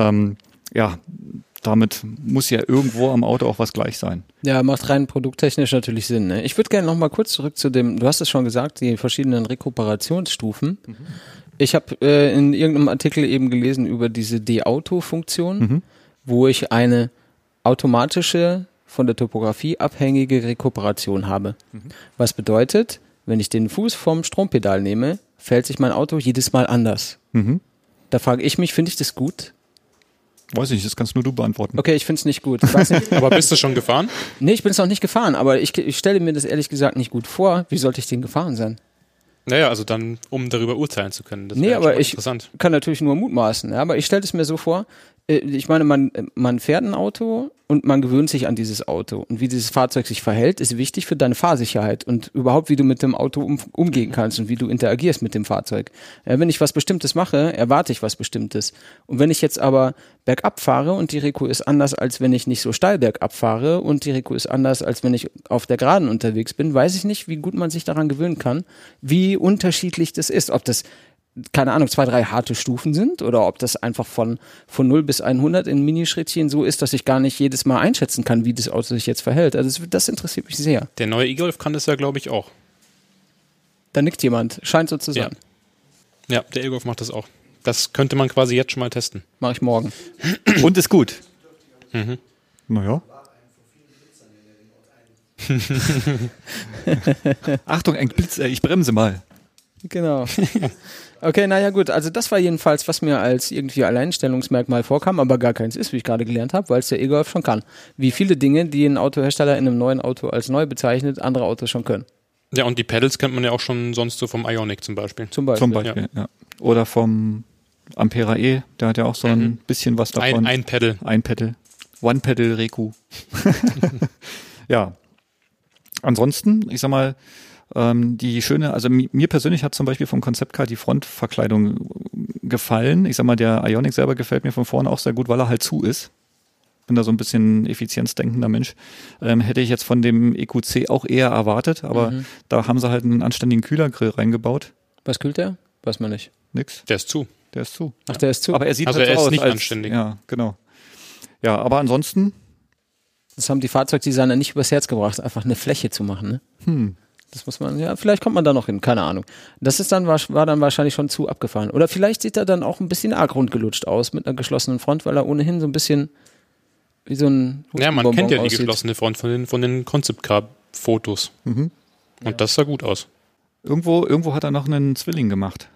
S2: damit muss ja irgendwo am Auto auch was gleich sein.
S1: Ja, macht rein produkttechnisch natürlich Sinn. Ne? Ich würde gerne noch mal kurz zurück zu dem, du hast es schon gesagt, die verschiedenen Rekuperationsstufen. Ich habe in irgendeinem Artikel eben gelesen über diese D-Auto-Funktion, wo ich eine automatische, von der Topografie abhängige Rekuperation habe. Was bedeutet, wenn ich den Fuß vom Strompedal nehme, verhält sich mein Auto jedes Mal anders. Da frage ich mich, finde ich das gut?
S2: Weiß ich nicht, das kannst nur du beantworten.
S1: Okay, ich finde es nicht gut. Ich weiß nicht.
S3: Aber bist du schon gefahren?
S1: Nee, ich bin es noch nicht gefahren, aber ich stelle mir das ehrlich gesagt nicht gut vor. Wie sollte ich denn gefahren sein?
S3: Naja, also dann, um darüber urteilen zu können. Das
S1: aber ich kann natürlich nur mutmaßen. Ja, aber ich stelle es mir so vor, ich meine, man fährt ein Auto und man gewöhnt sich an dieses Auto. Und wie dieses Fahrzeug sich verhält, ist wichtig für deine Fahrsicherheit und überhaupt, wie du mit dem Auto umgehen kannst und wie du interagierst mit dem Fahrzeug. Wenn ich was Bestimmtes mache, erwarte ich was Bestimmtes. Und wenn ich jetzt aber bergab fahre und die Reku ist anders, als wenn ich nicht so steil bergab fahre und die Reku ist anders, als wenn ich auf der Geraden unterwegs bin, weiß ich nicht, wie gut man sich daran gewöhnen kann, wie unterschiedlich das ist. Ob das, keine Ahnung, 2, 3 harte Stufen sind oder ob das einfach von 0 bis 100 in Minischrittchen so ist, dass ich gar nicht jedes Mal einschätzen kann, wie das Auto sich jetzt verhält. Also das interessiert mich sehr.
S3: Der neue e-Golf kann das ja, glaube ich, auch.
S1: Da nickt jemand. Scheint so zu sein.
S3: Ja, der e-Golf macht das auch. Das könnte man quasi jetzt schon mal testen.
S1: Mache ich morgen.
S2: Und ist gut. Naja. Achtung, ein Blitz, ich bremse mal.
S1: Genau. Okay, naja gut, also das war jedenfalls, was mir als irgendwie Alleinstellungsmerkmal vorkam, aber gar keins ist, wie ich gerade gelernt habe, weil es der E-Golf schon kann. Wie viele Dinge, die ein Autohersteller in einem neuen Auto als neu bezeichnet, andere Autos schon können.
S3: Ja, und die Pedals kennt man ja auch schon sonst so vom Ioniq zum Beispiel.
S2: Zum Beispiel, ja. Oder vom Ampera E, der hat ja auch so ein bisschen was davon.
S3: Ein Pedal.
S2: Ein Pedal. One Pedal Reku. Ja. Ansonsten, ich sag mal, die schöne, also mir persönlich hat zum Beispiel vom Concept Car die Frontverkleidung gefallen. Ich sag mal, der Ioniq selber gefällt mir von vorne auch sehr gut, weil er halt zu ist. Bin da so ein bisschen effizienzdenkender Mensch. Hätte ich jetzt von dem EQC auch eher erwartet, aber da haben sie halt einen anständigen Kühlergrill reingebaut.
S1: Was kühlt der? Weiß man nicht.
S2: Nix.
S3: Der ist zu.
S2: Der ist zu.
S1: Ach, der ist zu.
S2: Aber er sieht
S3: also
S2: halt
S3: er
S2: so
S3: ist
S2: aus,
S3: nicht
S2: als,
S3: anständig.
S2: Ja, genau. Ja, aber ansonsten.
S1: Das haben die Fahrzeugdesigner nicht übers Herz gebracht, einfach eine Fläche zu machen, ne? Das muss man, ja, vielleicht kommt man da noch hin, keine Ahnung. Das ist dann, war dann wahrscheinlich schon zu abgefahren. Oder vielleicht sieht er dann auch ein bisschen arg rundgelutscht aus mit einer geschlossenen Front, weil er ohnehin so ein bisschen wie so ein
S3: Ja, man kennt ja die
S1: aussieht.
S3: geschlossene Front von den Concept Car Fotos. Und das sah gut aus.
S2: Irgendwo hat er noch einen Zwilling gemacht.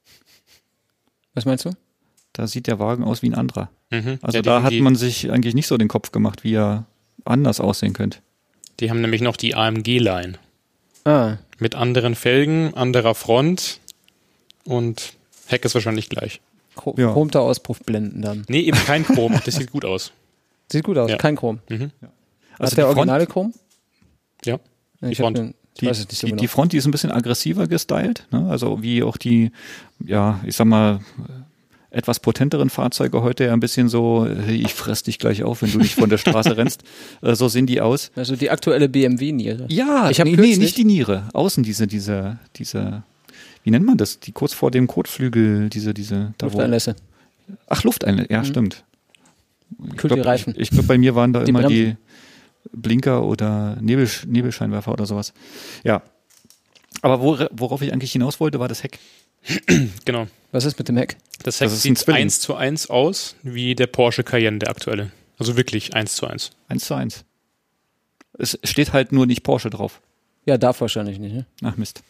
S1: Was meinst du?
S2: Da sieht der Wagen aus wie ein anderer. Also
S3: Ja,
S2: da hat man sich eigentlich nicht so den Kopf gemacht, wie er anders aussehen könnte.
S3: Die haben nämlich noch die AMG-Line.
S1: Ah,
S3: Mit anderen Felgen, anderer Front und Heck ist wahrscheinlich gleich.
S2: Ja.
S1: Chromter Auspuffblenden dann.
S3: Nee, eben kein Chrom. Das sieht gut aus.
S1: Sieht gut aus,
S3: Ja.
S1: kein Chrom.
S2: Also
S1: Hat der
S2: die
S1: originale Chrom?
S3: Ja.
S1: Ich
S3: Front.
S1: weiß es nicht so genau.
S2: Die Front, die ist ein bisschen aggressiver gestylt, ne? Also wie auch die, ja, ich sag mal, etwas potenteren Fahrzeuge heute ja ein bisschen so, hey, ich fress dich gleich auf, wenn du nicht von der Straße rennst. So sehen die aus.
S1: Also die aktuelle BMW-Niere.
S2: Ja,
S1: Ich hab
S2: nee,
S1: kürzlich-
S2: nicht die Niere. Außen diese, wie nennt man das? Die kurz vor dem Kotflügel, diese, da wo.
S1: Lufteinlässe.
S2: Ach, Lufteinlässe, ja, stimmt.
S1: Kühlt die Reifen.
S2: Ich glaube, bei mir waren da
S1: Die
S2: immer
S1: Bremsen.
S2: die Blinker oder Nebelscheinwerfer oder sowas. Ja. Aber worauf ich eigentlich hinaus wollte, war das Heck.
S3: Genau.
S1: Was ist mit dem Heck?
S3: Das Heck
S2: Das ist ein
S3: sieht
S2: Zwilling.
S3: 1:1 aus, wie der Porsche Cayenne, der aktuelle. Also wirklich 1:1.
S2: 1:1. Es steht halt nur nicht Porsche drauf.
S1: Ja, darf wahrscheinlich nicht, ne?
S2: Ach Mist.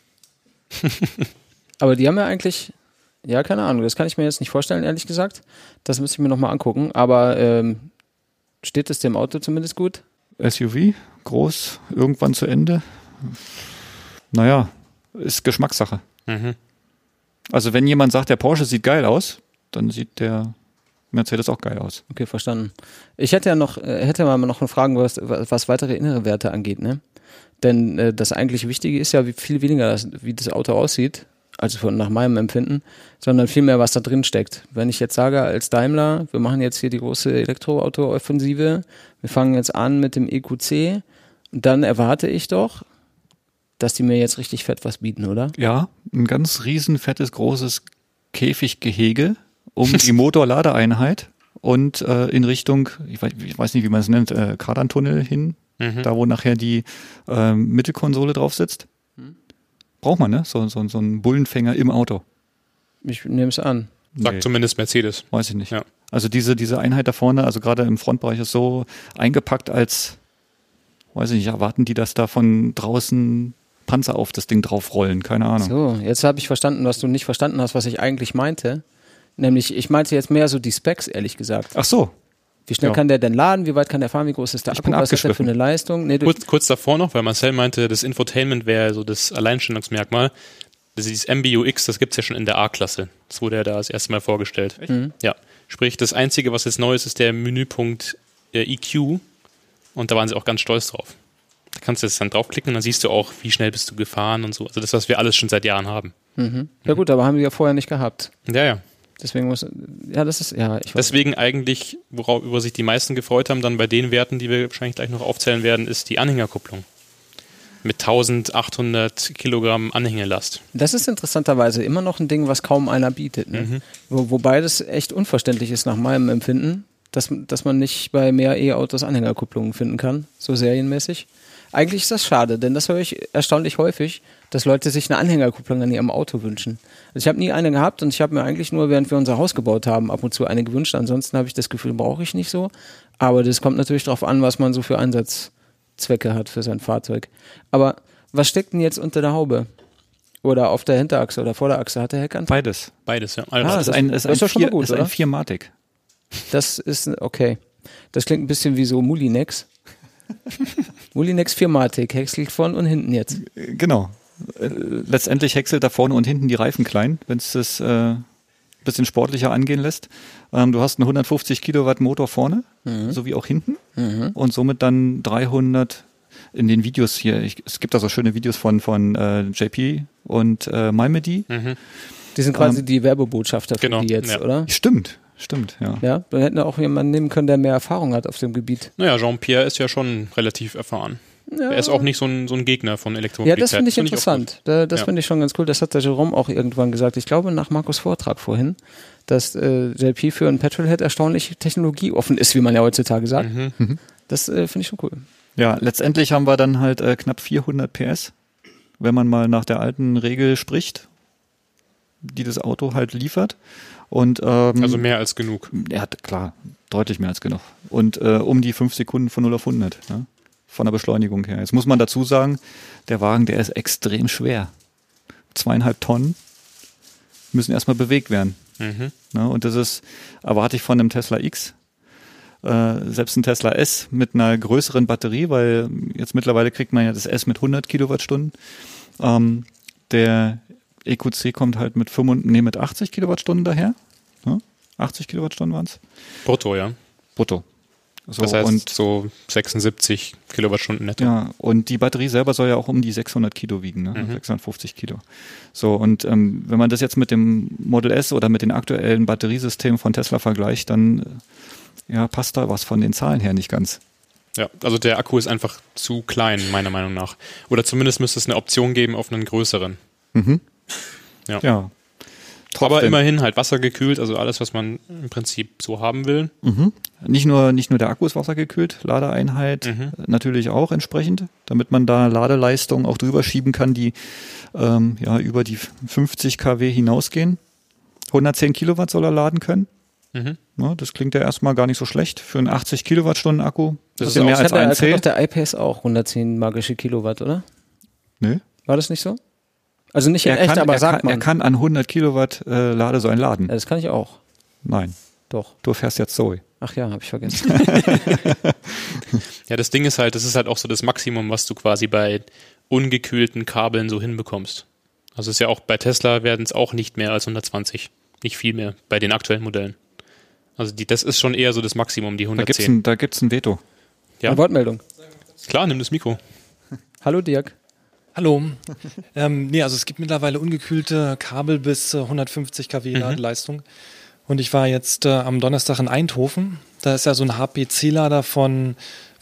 S1: Aber die haben ja eigentlich, ja, keine Ahnung, das kann ich mir jetzt nicht vorstellen, ehrlich gesagt. Das müsste ich mir nochmal angucken. Aber steht es dem Auto zumindest gut?
S2: SUV, groß, irgendwann zu Ende. Naja, ist Geschmackssache. Also wenn jemand sagt, der Porsche sieht geil aus, dann sieht der Mercedes auch geil aus.
S1: Okay, verstanden. Ich hätte ja noch, mal noch eine Frage, was weitere innere Werte angeht, ne? Denn das eigentlich Wichtige ist ja, wie viel weniger wie das Auto aussieht, also nach meinem Empfinden, sondern vielmehr, was da drin steckt. Wenn ich jetzt sage, als Daimler, wir machen jetzt hier die große Elektroauto-Offensive, wir fangen jetzt an mit dem EQC, und dann erwarte ich doch, dass die mir jetzt richtig fett was bieten, oder?
S2: Ja, ein ganz riesen, fettes, großes Käfiggehege um die Motorladeeinheit und in Richtung, ich weiß nicht, wie man es nennt, Kardantunnel hin, da wo nachher die Mittelkonsole drauf sitzt. Braucht man, ne? So einen Bullenfänger im Auto.
S1: Ich nehme es an.
S3: Sagt
S2: Nee.
S3: zumindest Mercedes.
S2: Weiß ich nicht.
S3: Ja.
S2: Also diese Einheit da vorne, also gerade im Frontbereich ist so eingepackt als, weiß ich nicht, erwarten die, dass da von draußen Panzer auf das Ding draufrollen? Keine Ahnung.
S1: So, jetzt habe ich verstanden, was du nicht verstanden hast, was ich eigentlich meinte. Nämlich, ich meinte jetzt mehr so die Specs, ehrlich gesagt.
S2: Ach so.
S1: Wie schnell
S2: Ja.
S1: kann der denn laden? Wie weit kann der fahren? Wie groß ist der
S2: Ich
S1: Akku?
S2: bin
S1: Was hat der für
S2: abgeschliffen.
S1: eine Leistung? Nee,
S3: Kurz davor noch, weil Marcel meinte, das Infotainment wäre so das Alleinstellungsmerkmal. Das ist dieses MBUX, das gibt es ja schon in der A-Klasse. Das wurde ja da das erste Mal vorgestellt. Ja. Sprich, das Einzige, was jetzt neu ist, ist der Menüpunkt EQ. Und da waren sie auch ganz stolz drauf. Da kannst du jetzt dann draufklicken und dann siehst du auch, wie schnell bist du gefahren und so. Also das, was wir alles schon seit Jahren haben.
S1: Ja gut, aber haben wir ja vorher nicht gehabt.
S3: Ja.
S1: Deswegen muss, ja, das ist, ja, ich weiß.
S3: Deswegen eigentlich, worüber sich die meisten gefreut haben, dann bei den Werten, die wir wahrscheinlich gleich noch aufzählen werden, ist die Anhängerkupplung. Mit 1800 Kilogramm Anhängelast.
S1: Das ist interessanterweise immer noch ein Ding, was kaum einer bietet. Ne? Wobei das echt unverständlich ist nach meinem Empfinden, dass man nicht bei mehr E-Autos Anhängerkupplungen finden kann, so serienmäßig. Eigentlich ist das schade, denn das höre ich erstaunlich häufig, dass Leute sich eine Anhängerkupplung an ihrem Auto wünschen. Also ich habe nie eine gehabt und ich habe mir eigentlich nur, während wir unser Haus gebaut haben, ab und zu eine gewünscht. Ansonsten habe ich das Gefühl, brauche ich nicht so. Aber das kommt natürlich darauf an, was man so für Einsatzzwecke hat für sein Fahrzeug. Aber was steckt denn jetzt unter der Haube? Oder auf der Hinterachse oder Vorderachse? Hat der Heckantrieb?
S2: Beides.
S3: Beides, ja.
S2: Das ist ein
S1: doch schon mal gut, oder?
S2: 4-Matic.
S1: Das ist, okay. Das klingt ein bisschen wie so Mulinex. Mulinex 4-Matic, häckselt vorn und hinten jetzt.
S2: Genau. Letztendlich häckselt da vorne und hinten die Reifen klein, wenn es das bisschen sportlicher angehen lässt. Du hast einen 150 Kilowatt Motor vorne, sowie auch hinten und somit dann 300 in den Videos hier. Es gibt da so schöne Videos von JP und Malmedy.
S1: Die sind quasi die Werbebotschafter für die jetzt, oder?
S2: Stimmt, ja.
S1: Ja, wir hätten auch jemanden nehmen können, der mehr Erfahrung hat auf dem Gebiet.
S3: Naja, Jean-Pierre ist ja schon relativ erfahren. Ja. Er ist auch nicht so ein Gegner von Elektromobilität.
S1: Ja, das finde ich interessant. Das finde ich schon ganz cool. Das hat der Jerome auch irgendwann gesagt. Ich glaube, nach Markus' Vortrag vorhin, dass JP für einen Petrolhead erstaunlich technologieoffen ist, wie man ja heutzutage sagt. Das finde ich schon cool.
S2: Ja, letztendlich haben wir dann halt knapp 400 PS, wenn man mal nach der alten Regel spricht, die das Auto halt liefert. Und,
S3: also mehr als genug.
S2: Ja, klar, deutlich mehr als genug. Und um die 5 Sekunden von 0 auf 100, ja, von der Beschleunigung her. Jetzt muss man dazu sagen, der Wagen, der ist extrem schwer. 2,5 Tonnen müssen erstmal bewegt werden. Ja, und das erwarte ich von einem Tesla X. Selbst ein Tesla S mit einer größeren Batterie, weil jetzt mittlerweile kriegt man ja das S mit 100 Kilowattstunden. Der EQC kommt halt mit 80 Kilowattstunden daher. Ja? 80 Kilowattstunden waren es.
S3: Brutto, ja.
S2: Brutto. So,
S3: das heißt
S2: und
S3: so 76 Kilowattstunden netto.
S2: Ja, und die Batterie selber soll ja auch um die 600 Kilo wiegen, ne? 650 Kilo. So, und wenn man das jetzt mit dem Model S oder mit den aktuellen Batteriesystemen von Tesla vergleicht, dann passt da was von den Zahlen her nicht ganz.
S3: Ja, also der Akku ist einfach zu klein, meiner Meinung nach. Oder zumindest müsste es eine Option geben auf einen größeren. Ja. Trotzdem. Aber immerhin halt wassergekühlt, also alles, was man im Prinzip so haben will.
S2: Nicht nur der Akku ist wassergekühlt, Ladeeinheit natürlich auch entsprechend, damit man da Ladeleistung auch drüber schieben kann, die über die 50 kW hinausgehen. 110 Kilowatt soll er laden können. Ja, das klingt ja erstmal gar nicht so schlecht für einen 80 Kilowattstunden Akku.
S1: Das ist ja mehr als ein C. Der iPace auch 110 magische Kilowatt, oder?
S2: Nö.
S1: War das nicht so? Also nicht in echt, aber sagt man.
S2: Er kann an 100 Kilowatt Ladesäulen laden.
S1: Ja, das kann ich auch.
S2: Nein.
S1: Doch.
S2: Du fährst jetzt Zoe.
S1: Ach ja, habe ich vergessen.
S3: Ja, das Ding ist halt, das ist halt auch so das Maximum, was du quasi bei ungekühlten Kabeln so hinbekommst. Also es ist ja auch bei Tesla werden es auch nicht mehr als 120. Nicht viel mehr bei den aktuellen Modellen. Also das ist schon eher so das Maximum, die 110.
S2: Da gibt's ein Veto.
S1: Ja. Eine Wortmeldung.
S3: Klar, nimm das Mikro.
S1: Hallo Dirk.
S7: Hallo. Also es gibt mittlerweile ungekühlte Kabel bis 150 kW Ladeleistung. Und ich war jetzt am Donnerstag in Eindhoven. Da ist ja so ein HPC-Lader von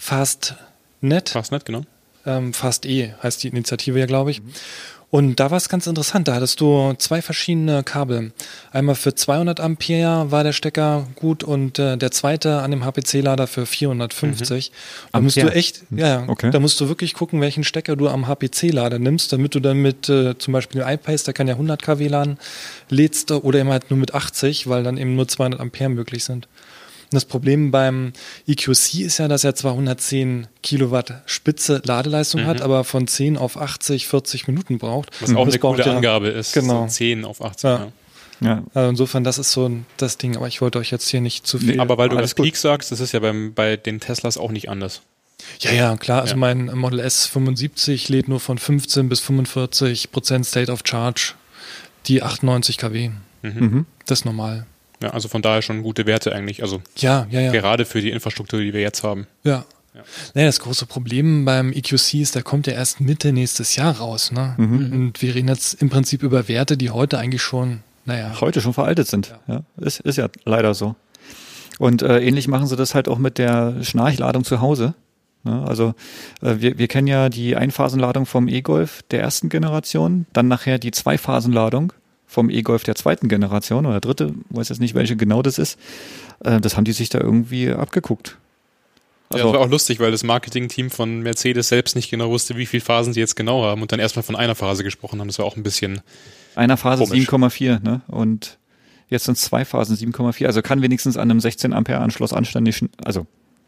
S7: Fastnet.
S3: Fastnet, genau.
S7: Fast-E heißt die Initiative ja, glaube ich. Und da war es ganz interessant, da hattest du 2 verschiedene Kabel. Einmal für 200 Ampere war der Stecker gut und der zweite an dem HPC-Lader für 450. Da musst du echt, da musst du wirklich gucken, welchen Stecker du am HPC-Lader nimmst, damit du dann mit zum Beispiel dem iPace, der kann ja 100 kW laden, lädst oder eben halt nur mit 80, weil dann eben nur 200 Ampere möglich sind. Und das Problem beim EQC ist ja, dass er zwar 110 Kilowatt Spitze Ladeleistung hat, aber von 10 auf 80, 40 Minuten braucht.
S3: Was auch eine gute Angabe ist.
S7: Genau.
S3: So 10 auf 80.
S7: Ja. Also insofern, das ist so das Ding. Aber ich wollte euch jetzt hier nicht zu viel...
S3: Nee, aber weil du das Peak sagst, das ist ja bei den Teslas auch nicht anders.
S7: Ja, klar. Also mein Model S 75 lädt nur von 15 bis 45% State of Charge die 98 kW. Das ist normal.
S3: Ja, also von daher schon gute Werte eigentlich. Also
S7: ja.
S3: Gerade für die Infrastruktur, die wir jetzt haben.
S7: Ja. Naja, das große Problem beim EQC ist, der kommt ja erst Mitte nächstes Jahr raus. Ne? Und wir reden jetzt im Prinzip über Werte, die heute eigentlich schon,
S2: heute schon veraltet sind. Ja. Ist ja leider so. Und ähnlich machen sie das halt auch mit der Schnarchladung zu Hause. Ja, also wir kennen ja die Einphasenladung vom E-Golf der ersten Generation, dann nachher die Zweiphasenladung vom E-Golf der zweiten Generation oder dritte, weiß jetzt nicht, welche genau das ist. Das haben die sich da irgendwie abgeguckt.
S3: Also, das war auch lustig, weil das Marketing-Team von Mercedes selbst nicht genau wusste, wie viele Phasen sie jetzt genau haben und dann erstmal von einer Phase gesprochen haben. Das war auch ein bisschen
S2: einer Phase 7,4, ne? Und jetzt sind es 2 Phasen 7,4. Also kann wenigstens an einem 16 Ampere Anschluss anständig, also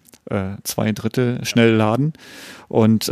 S2: 2/3 schnell laden. Und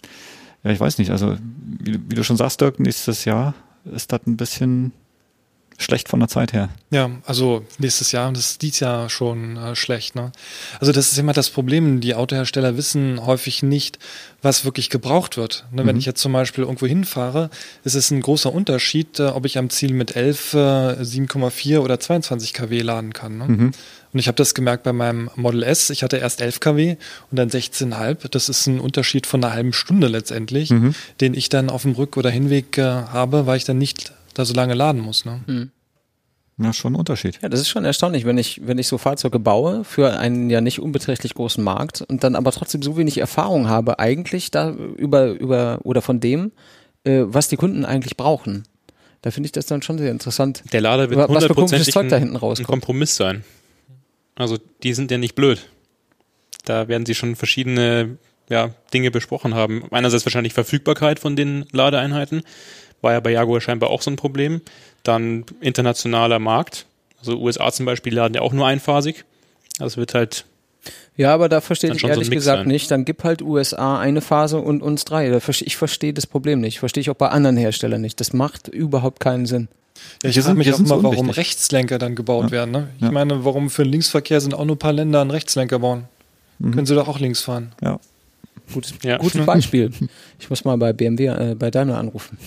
S2: ich weiß nicht, also wie du schon sagst, Dirk, nächstes Jahr ist das ein bisschen schlecht von der Zeit her.
S7: Ja, also nächstes Jahr, das ist dieses Jahr schon schlecht. Ne? Also das ist immer das Problem, die Autohersteller wissen häufig nicht, was wirklich gebraucht wird. Ne, wenn ich jetzt zum Beispiel irgendwo hinfahre, ist es ein großer Unterschied, ob ich am Ziel mit 11, 7,4 oder 22 kW laden kann. Ne? Und ich habe das gemerkt bei meinem Model S. Ich hatte erst 11 kW und dann 16,5. Das ist ein Unterschied von einer halben Stunde letztendlich, den ich dann auf dem Rück- oder Hinweg habe, weil ich dann nicht da so lange laden muss. Ne?
S2: Ja, schon ein Unterschied.
S1: Ja, das ist schon erstaunlich, wenn ich so Fahrzeuge baue für einen ja nicht unbeträchtlich großen Markt und dann aber trotzdem so wenig Erfahrung habe eigentlich da über oder von dem, was die Kunden eigentlich brauchen. Da finde ich das dann schon sehr interessant.
S3: Der Lader wird
S1: was für komisches Zeug da hinten
S3: ein
S1: rauskommt.
S3: Kompromiss sein. Also die sind ja nicht blöd. Da werden sie schon verschiedene Dinge besprochen haben. Einerseits wahrscheinlich Verfügbarkeit von den Ladeeinheiten. War ja bei Jaguar scheinbar auch so ein Problem. Dann internationaler Markt. Also USA zum Beispiel laden ja auch nur einphasig. Das wird halt.
S1: Ja, aber da verstehe ich ehrlich
S3: so
S1: gesagt
S3: sein.
S1: nicht. Dann gib halt USA eine Phase und uns 3. Ich verstehe das Problem nicht. Verstehe ich auch bei anderen Herstellern nicht. Das macht überhaupt keinen Sinn.
S7: Ja, ich frage mich auch immer, warum Rechtslenker dann gebaut werden. Ne? Ich meine, warum für den Linksverkehr sind auch nur ein paar Länder einen Rechtslenker bauen? Können sie doch auch links fahren.
S2: Ja.
S1: Gutes Beispiel. Ich muss mal bei BMW, bei Daimler anrufen.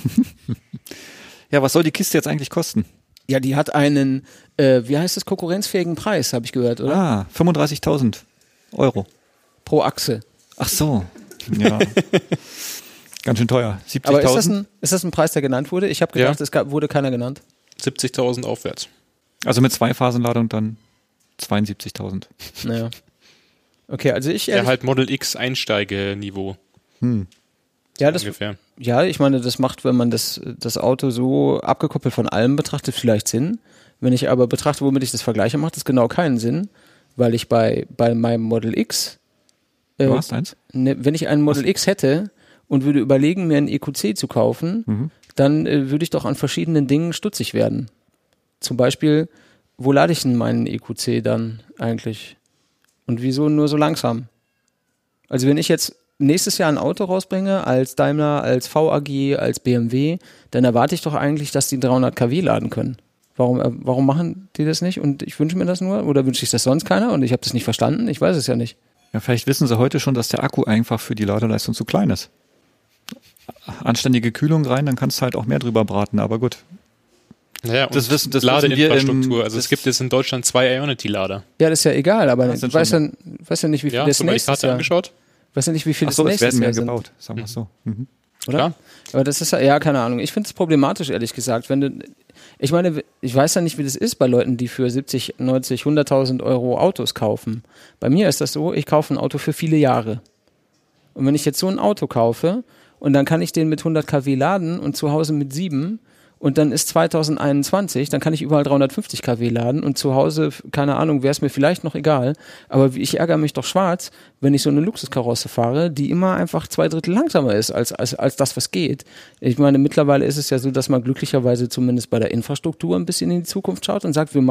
S2: Ja, was soll die Kiste jetzt eigentlich kosten?
S1: Ja, die hat einen, wie heißt das, konkurrenzfähigen Preis, habe ich gehört, oder?
S2: 35.000 Euro.
S1: Pro Achse.
S2: Ach so. Ja. Ganz schön teuer. 70.000.
S1: Aber ist das ein Preis, der genannt wurde? Ich habe gedacht, es wurde keiner genannt.
S3: 70.000 aufwärts.
S2: Also mit 2-Phasenladung dann 72.000.
S1: Naja. Okay, also
S3: ja, halt Model X Einsteigeniveau.
S1: Ja, das
S3: ungefähr.
S1: Ja, ich meine, das macht, wenn man das Auto so abgekoppelt von allem betrachtet, vielleicht Sinn. Wenn ich aber betrachte, womit ich das vergleiche, macht das genau keinen Sinn, weil ich bei meinem Model X
S2: du hast eins?
S1: Wenn ich einen Model X hätte und würde überlegen, mir einen EQC zu kaufen, dann würde ich doch an verschiedenen Dingen stutzig werden. Zum Beispiel, wo lade ich denn meinen EQC dann eigentlich? Und wieso nur so langsam? Also wenn ich jetzt nächstes Jahr ein Auto rausbringe, als Daimler, als VAG, als BMW, dann erwarte ich doch eigentlich, dass die 300 kW laden können. Warum machen die das nicht? Und ich wünsche mir das nur? Oder wünsche ich das sonst keiner? Und ich habe das nicht verstanden? Ich weiß es ja nicht.
S2: Ja, vielleicht wissen sie heute schon, dass der Akku einfach für die Ladeleistung zu klein ist. Anständige Kühlung rein, dann kannst du halt auch mehr drüber braten, aber gut.
S3: Naja, und das Ladeinfrastruktur. Also es gibt jetzt in Deutschland 2 Ionity-Lader.
S1: Ja, das ist ja egal, aber ich weiß ja nicht, wie viel das nächstes Jahr.
S3: Angeschaut?
S1: Weiß ja nicht, wie viel
S2: das nächstes Jahr
S1: sind.
S2: Es werden mehr gebaut, sagen wir es so.
S1: Oder?
S3: Klar.
S1: Aber das ist ja, keine Ahnung. Ich finde es problematisch, ehrlich gesagt. Ich meine, ich weiß ja nicht, wie das ist bei Leuten, die für 70, 90, 100.000 Euro Autos kaufen. Bei mir ist das so, ich kaufe ein Auto für viele Jahre. Und wenn ich jetzt so ein Auto kaufe und dann kann ich den mit 100 kW laden und zu Hause mit 7 und dann ist 2021, dann kann ich überall 350 kW laden und zu Hause, keine Ahnung, wäre es mir vielleicht noch egal, aber ich ärgere mich doch schwarz, wenn ich so eine Luxuskarosse fahre, die immer einfach 2/3 langsamer ist als das, was geht. Ich meine, mittlerweile ist es ja so, dass man glücklicherweise zumindest bei der Infrastruktur ein bisschen in die Zukunft schaut und sagt,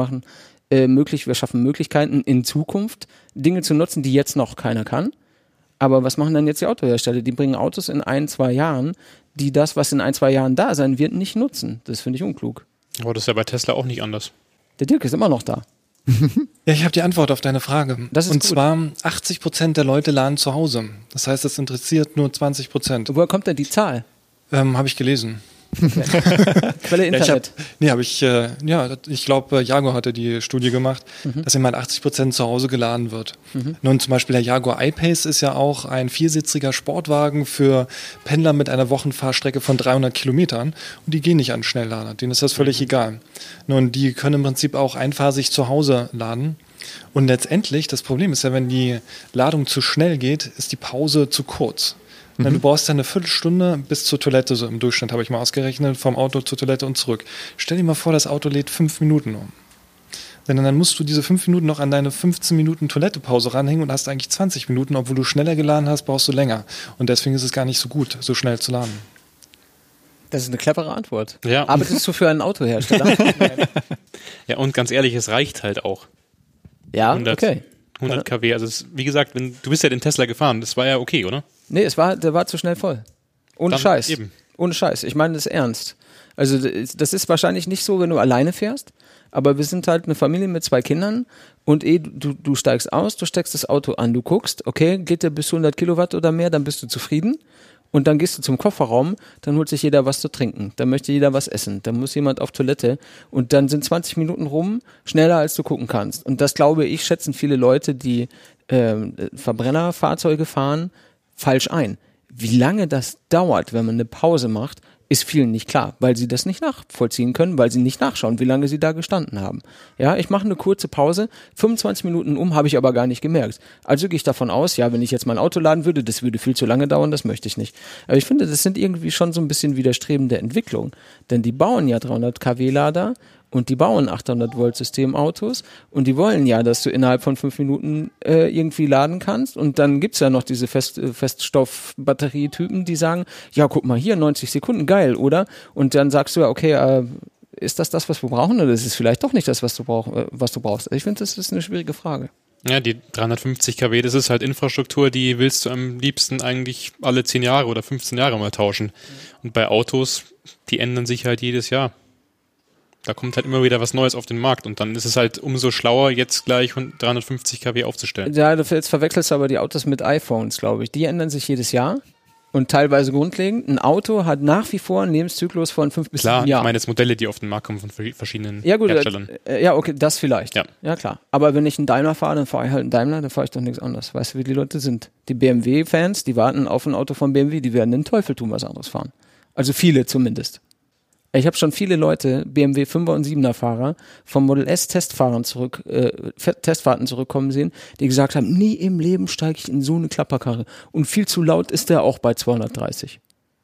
S1: wir schaffen Möglichkeiten in Zukunft, Dinge zu nutzen, die jetzt noch keiner kann. Aber was machen dann jetzt die Autohersteller? Die bringen Autos in 1-2 Jahren, die das, was in 1-2 Jahren da sein wird, nicht nutzen. Das finde ich unklug.
S3: Aber das ist ja bei Tesla auch nicht anders.
S1: Der Dirk ist immer noch da.
S7: Ja, ich habe die Antwort auf deine Frage.
S1: Das ist
S7: Und
S1: gut.
S7: zwar 80% der Leute laden zu Hause. Das heißt, es interessiert nur 20%.
S1: Woher kommt denn die Zahl?
S7: Habe ich gelesen.
S1: Quelle Internet.
S7: Ich glaube, Jaguar hatte die Studie gemacht, dass immer 80% zu Hause geladen wird. Nun zum Beispiel der Jaguar I-Pace ist ja auch ein viersitziger Sportwagen für Pendler mit einer Wochenfahrstrecke von 300 Kilometern und die gehen nicht an Schnelllader, denen ist das völlig egal. Nun, die können im Prinzip auch einphasig zu Hause laden. Und letztendlich, das Problem ist ja, wenn die Ladung zu schnell geht, ist die Pause zu kurz. Du brauchst ja eine Viertelstunde bis zur Toilette, so im Durchschnitt habe ich mal ausgerechnet, vom Auto zur Toilette und zurück. Stell dir mal vor, das Auto lädt 5 Minuten um. Denn dann musst du diese 5 Minuten noch an deine 15 Minuten Toilettepause ranhängen und hast eigentlich 20 Minuten, obwohl du schneller geladen hast, brauchst du länger. Und deswegen ist es gar nicht so gut, so schnell zu laden.
S1: Das ist eine clevere Antwort.
S3: Ja.
S1: Arbeitest du für einen Autohersteller?
S3: Ja, und ganz ehrlich, es reicht halt auch.
S1: Ja,
S3: 100 kW. Also wie gesagt, du bist ja den Tesla gefahren, das war ja okay, oder?
S1: Nee, der war zu schnell voll. Ohne
S3: Dann
S1: Scheiß.
S3: eben.
S1: Ohne Scheiß. Ich meine das ernst. Also das ist wahrscheinlich nicht so, wenn du alleine fährst, aber wir sind halt eine Familie mit 2 Kindern und du steigst aus, du steckst das Auto an, du guckst, okay, geht der bis 100 Kilowatt oder mehr, dann bist du zufrieden. Und dann gehst du zum Kofferraum, dann holt sich jeder was zu trinken, dann möchte jeder was essen, dann muss jemand auf Toilette und dann sind 20 Minuten rum, schneller als du gucken kannst. Und das, glaube ich, schätzen viele Leute, die Verbrennerfahrzeuge fahren, falsch ein. Wie lange das dauert, wenn man eine Pause macht, ist vielen nicht klar, weil sie das nicht nachvollziehen können, weil sie nicht nachschauen, wie lange sie da gestanden haben. Ja, ich mache eine kurze Pause, 25 Minuten habe ich aber gar nicht gemerkt. Also gehe ich davon aus, ja, wenn ich jetzt mein Auto laden würde, das würde viel zu lange dauern, das möchte ich nicht. Aber ich finde, das sind irgendwie schon so ein bisschen widerstrebende Entwicklungen, denn die bauen ja 300 kW Lader und die bauen 800 Volt Systemautos und die wollen ja, dass du innerhalb von 5 Minuten irgendwie laden kannst und dann gibt's ja noch diese Feststoffbatterietypen, die sagen, ja, guck mal hier, 90 Sekunden, geil, oder? Und dann sagst du ja, okay, ist das, was wir brauchen oder ist es vielleicht doch nicht das, was du brauchst? Ich finde, das ist eine schwierige Frage.
S3: Ja, die 350 kW, das ist halt Infrastruktur, die willst du am liebsten eigentlich alle 10 Jahre oder 15 Jahre mal tauschen. Und bei Autos, die ändern sich halt jedes Jahr. Da kommt halt immer wieder was Neues auf den Markt und dann ist es halt umso schlauer, jetzt gleich 350 kW aufzustellen.
S1: Ja, jetzt verwechselst du aber die Autos mit iPhones, glaube ich. Die ändern sich jedes Jahr und teilweise grundlegend. Ein Auto hat nach wie vor einen Lebenszyklus von 5 bis 7 Jahren.
S3: Klar, ich meine jetzt Modelle, die auf den Markt kommen von verschiedenen Herstellern.
S1: Ja, okay, das vielleicht. Ja, klar. Aber wenn ich einen Daimler fahre, dann fahre ich halt einen Daimler, dann fahre ich doch nichts anderes. Weißt du, wie die Leute sind? Die BMW-Fans, die warten auf ein Auto von BMW, die werden den Teufel tun, was anderes fahren. Also viele zumindest. Ich habe schon viele Leute, BMW 5er und 7er Fahrer, vom Model S Testfahrten zurückkommen sehen, die gesagt haben, nie im Leben steige ich in so eine Klapperkarre. Und viel zu laut ist der auch bei 230.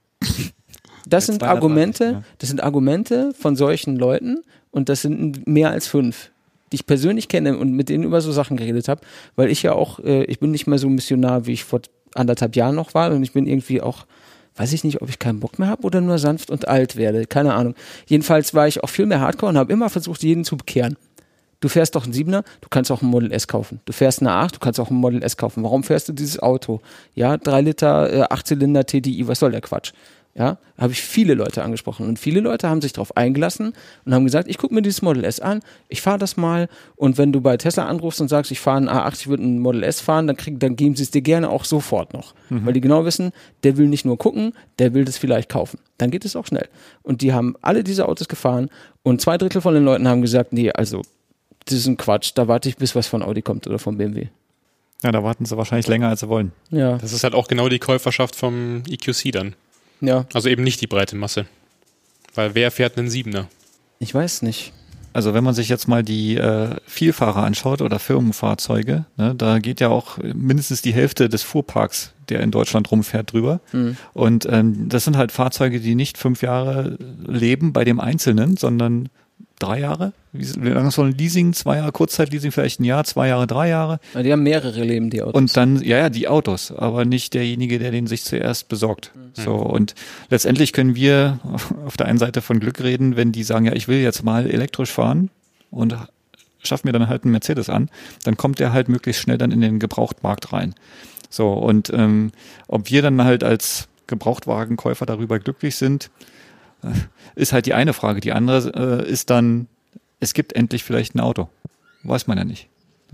S1: Das sind Argumente von solchen Leuten und das sind mehr als 5, die ich persönlich kenne und mit denen über so Sachen geredet habe, weil ich ja auch, ich bin nicht mehr so missionar, wie ich vor 1,5 Jahren noch war und ich bin irgendwie auch, weiß ich nicht, ob ich keinen Bock mehr habe oder nur sanft und alt werde. Keine Ahnung. Jedenfalls war ich auch viel mehr Hardcore und habe immer versucht, jeden zu bekehren. Du fährst doch einen 7er, du kannst auch ein Model S kaufen. Du fährst eine 8, du kannst auch ein Model S kaufen. Warum fährst du dieses Auto? Ja, 3 Liter, 8-Zylinder TDI, was soll der Quatsch? Ja, habe ich viele Leute angesprochen und viele Leute haben sich darauf eingelassen und haben gesagt, ich gucke mir dieses Model S an, ich fahre das mal und wenn du bei Tesla anrufst und sagst, ich fahre einen A8, ich würde ein Model S fahren, dann geben sie es dir gerne auch sofort noch, weil die genau wissen, der will nicht nur gucken, der will das vielleicht kaufen. Dann geht es auch schnell. Und die haben alle diese Autos gefahren und 2/3 von den Leuten haben gesagt, nee, also das ist ein Quatsch, da warte ich, bis was von Audi kommt oder von BMW.
S2: Ja, da warten sie wahrscheinlich länger, als sie wollen.
S1: Ja.
S3: Das ist halt auch genau die Käuferschaft vom EQC dann.
S1: Ja.
S3: Also eben nicht die breite Masse. Weil wer fährt einen 7er?
S1: Ich weiß nicht.
S2: Also wenn man sich jetzt mal die Vielfahrer anschaut oder Firmenfahrzeuge, ne, da geht ja auch mindestens die Hälfte des Fuhrparks, der in Deutschland rumfährt, drüber. Mhm. Und das sind halt Fahrzeuge, die nicht 5 Jahre leben bei dem Einzelnen, sondern 3 Jahre? Wie lange soll ein Leasing? 2 Jahre, Kurzzeitleasing vielleicht 1 Jahr, 2 Jahre, 3 Jahre?
S1: Ja, die haben mehrere Leben, die Autos.
S2: Und dann, ja, die Autos, aber nicht derjenige, der den sich zuerst besorgt. Mhm. So, und letztendlich können wir auf der einen Seite von Glück reden, wenn die sagen, ja, ich will jetzt mal elektrisch fahren und schaff mir dann halt einen Mercedes an, dann kommt der halt möglichst schnell dann in den Gebrauchtmarkt rein. So, und ob wir dann halt als Gebrauchtwagenkäufer darüber glücklich sind, ist halt die eine Frage. Die andere ist dann, es gibt endlich vielleicht ein Auto. Weiß man ja nicht.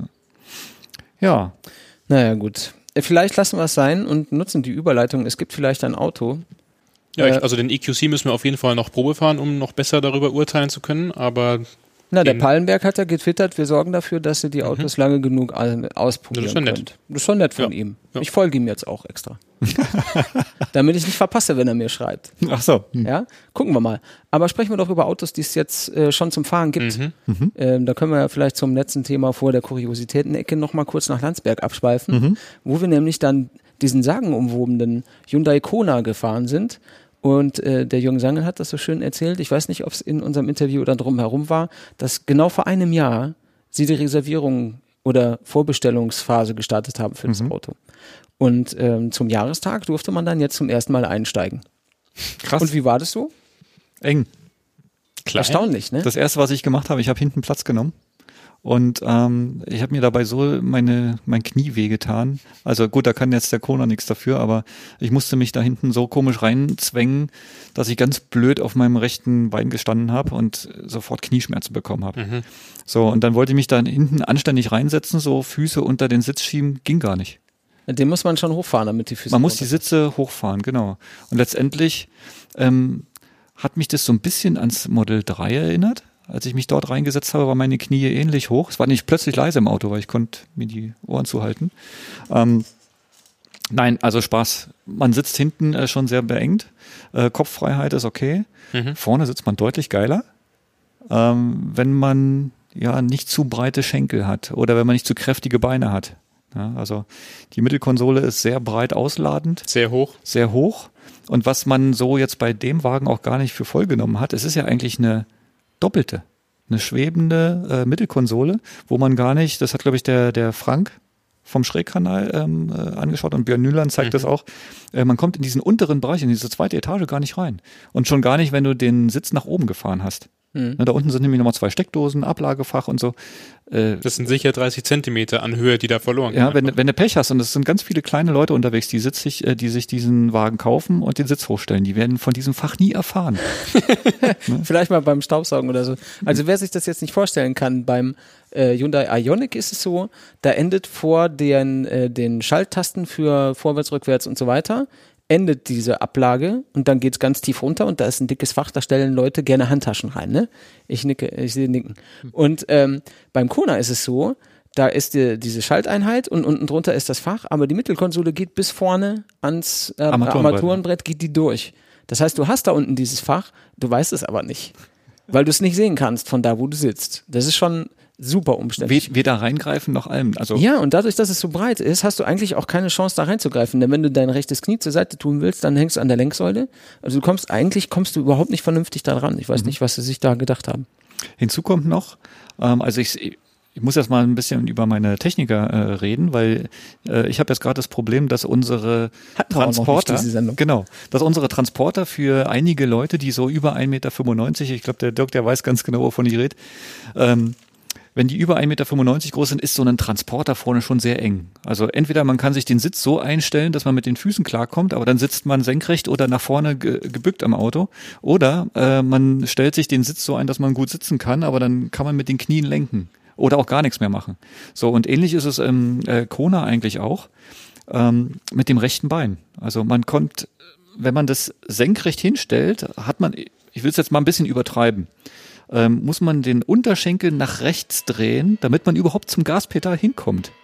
S2: Ja.
S1: Naja, gut. Vielleicht lassen wir es sein und nutzen die Überleitung. Es gibt vielleicht ein Auto.
S3: Ja, also den EQC müssen wir auf jeden Fall noch Probe fahren, um noch besser darüber urteilen zu können, aber...
S1: Na, der Pallenberg hat ja getwittert, wir sorgen dafür, dass ihr die Autos lange genug ausprobieren könnt. Nett. Das ist schon nett von ihm. Ja. Ich folge ihm jetzt auch extra. Damit ich nicht verpasse, wenn er mir schreibt.
S2: Ach so.
S1: Ja, gucken wir mal. Aber sprechen wir doch über Autos, die es jetzt schon zum Fahren gibt. Da können wir ja vielleicht zum letzten Thema vor der Kuriositäten-Ecke nochmal kurz nach Landsberg abschweifen, wo wir nämlich dann diesen sagenumwobenen Hyundai Kona gefahren sind. Und der Jürgen Sangl hat das so schön erzählt, ich weiß nicht, ob es in unserem Interview oder drumherum war, dass genau vor einem Jahr sie die Reservierung oder Vorbestellungsphase gestartet haben für das Auto. Und zum Jahrestag durfte man dann jetzt zum ersten Mal einsteigen.
S2: Krass.
S1: Und wie war das so?
S2: Eng.
S3: Klein.
S1: Erstaunlich, ne?
S2: Das erste, was ich gemacht habe, ich habe hinten Platz genommen Und ich habe mir dabei so mein Knie wehgetan. Also gut, da kann jetzt der Kona nichts dafür, aber ich musste mich da hinten so komisch reinzwängen, dass ich ganz blöd auf meinem rechten Bein gestanden habe und sofort Knieschmerzen bekommen habe.
S3: Mhm.
S2: So, und dann wollte ich mich da hinten anständig reinsetzen, so Füße unter den Sitz schieben, ging gar nicht.
S1: Den muss man schon hochfahren, damit die Füße.
S2: Man muss die Sitze hochfahren, genau. Und letztendlich hat mich das so ein bisschen ans Model 3 erinnert. Als ich mich dort reingesetzt habe, waren meine Knie ähnlich hoch. Es war nicht plötzlich leise im Auto, weil ich konnte mir die Ohren zuhalten. Nein, also Spaß. Man sitzt hinten schon sehr beengt. Kopffreiheit ist okay. Mhm. Vorne sitzt man deutlich geiler. Wenn man ja nicht zu breite Schenkel hat oder wenn man nicht zu kräftige Beine hat. Ja, also die Mittelkonsole ist sehr breit ausladend.
S3: Sehr hoch.
S2: Sehr hoch. Und was man so jetzt bei dem Wagen auch gar nicht für voll genommen hat, es ist ja eigentlich eine doppelte, eine schwebende Mittelkonsole, wo man gar nicht, das hat glaube ich der Frank vom Schrägkanal angeschaut und Björn Nüland zeigt das auch, man kommt in diesen unteren Bereich, in diese zweite Etage gar nicht rein. Und schon gar nicht, wenn du den Sitz nach oben gefahren hast. Da unten sind nämlich nochmal 2 Steckdosen, Ablagefach und so.
S3: Das sind sicher 30 Zentimeter an Höhe, die da verloren gehen.
S2: Ja, wenn du Pech hast, und es sind ganz viele kleine Leute unterwegs, die sich diesen Wagen kaufen und den Sitz hochstellen, die werden von diesem Fach nie erfahren.
S1: Vielleicht mal beim Staubsaugen oder so. Also wer sich das jetzt nicht vorstellen kann, beim Hyundai Ioniq ist es so, da endet vor den Schalttasten für vorwärts, rückwärts und so weiter, endet diese Ablage und dann geht's ganz tief runter und da ist ein dickes Fach, da stellen Leute gerne Handtaschen rein, ne? Ich sehe nicken. Und beim Kona ist es so, da ist diese Schalteinheit und unten drunter ist das Fach, aber die Mittelkonsole geht bis vorne ans Armaturenbrett, geht die durch. Das heißt, du hast da unten dieses Fach, du weißt es aber nicht, weil du es nicht sehen kannst von da, wo du sitzt. Das ist schon super umständlich.
S2: Weder reingreifen noch allem. Also
S1: ja, und dadurch, dass es so breit ist, hast du eigentlich auch keine Chance, da reinzugreifen. Denn wenn du dein rechtes Knie zur Seite tun willst, dann hängst du an der Lenksäule. Also kommst du überhaupt nicht vernünftig da dran. Ich weiß nicht, was sie sich da gedacht haben.
S2: Hinzu kommt noch, also ich muss jetzt mal ein bisschen über meine Techniker reden, weil ich habe jetzt gerade das Problem, dass unsere Transporter, dass unsere Transporter für einige Leute, die so über 1,95 Meter, ich glaube, der Dirk, der weiß ganz genau, wovon ich rede, wenn die über 1,95 Meter groß sind, ist so ein Transporter vorne schon sehr eng. Also entweder man kann sich den Sitz so einstellen, dass man mit den Füßen klarkommt, aber dann sitzt man senkrecht oder nach vorne gebückt am Auto. Oder man stellt sich den Sitz so ein, dass man gut sitzen kann, aber dann kann man mit den Knien lenken oder auch gar nichts mehr machen. So, und ähnlich ist es im Kona eigentlich auch mit dem rechten Bein. Also man kommt, wenn man das senkrecht hinstellt, hat man, ich will es jetzt mal ein bisschen übertreiben, muss man den Unterschenkel nach rechts drehen, damit man überhaupt zum Gaspedal hinkommt.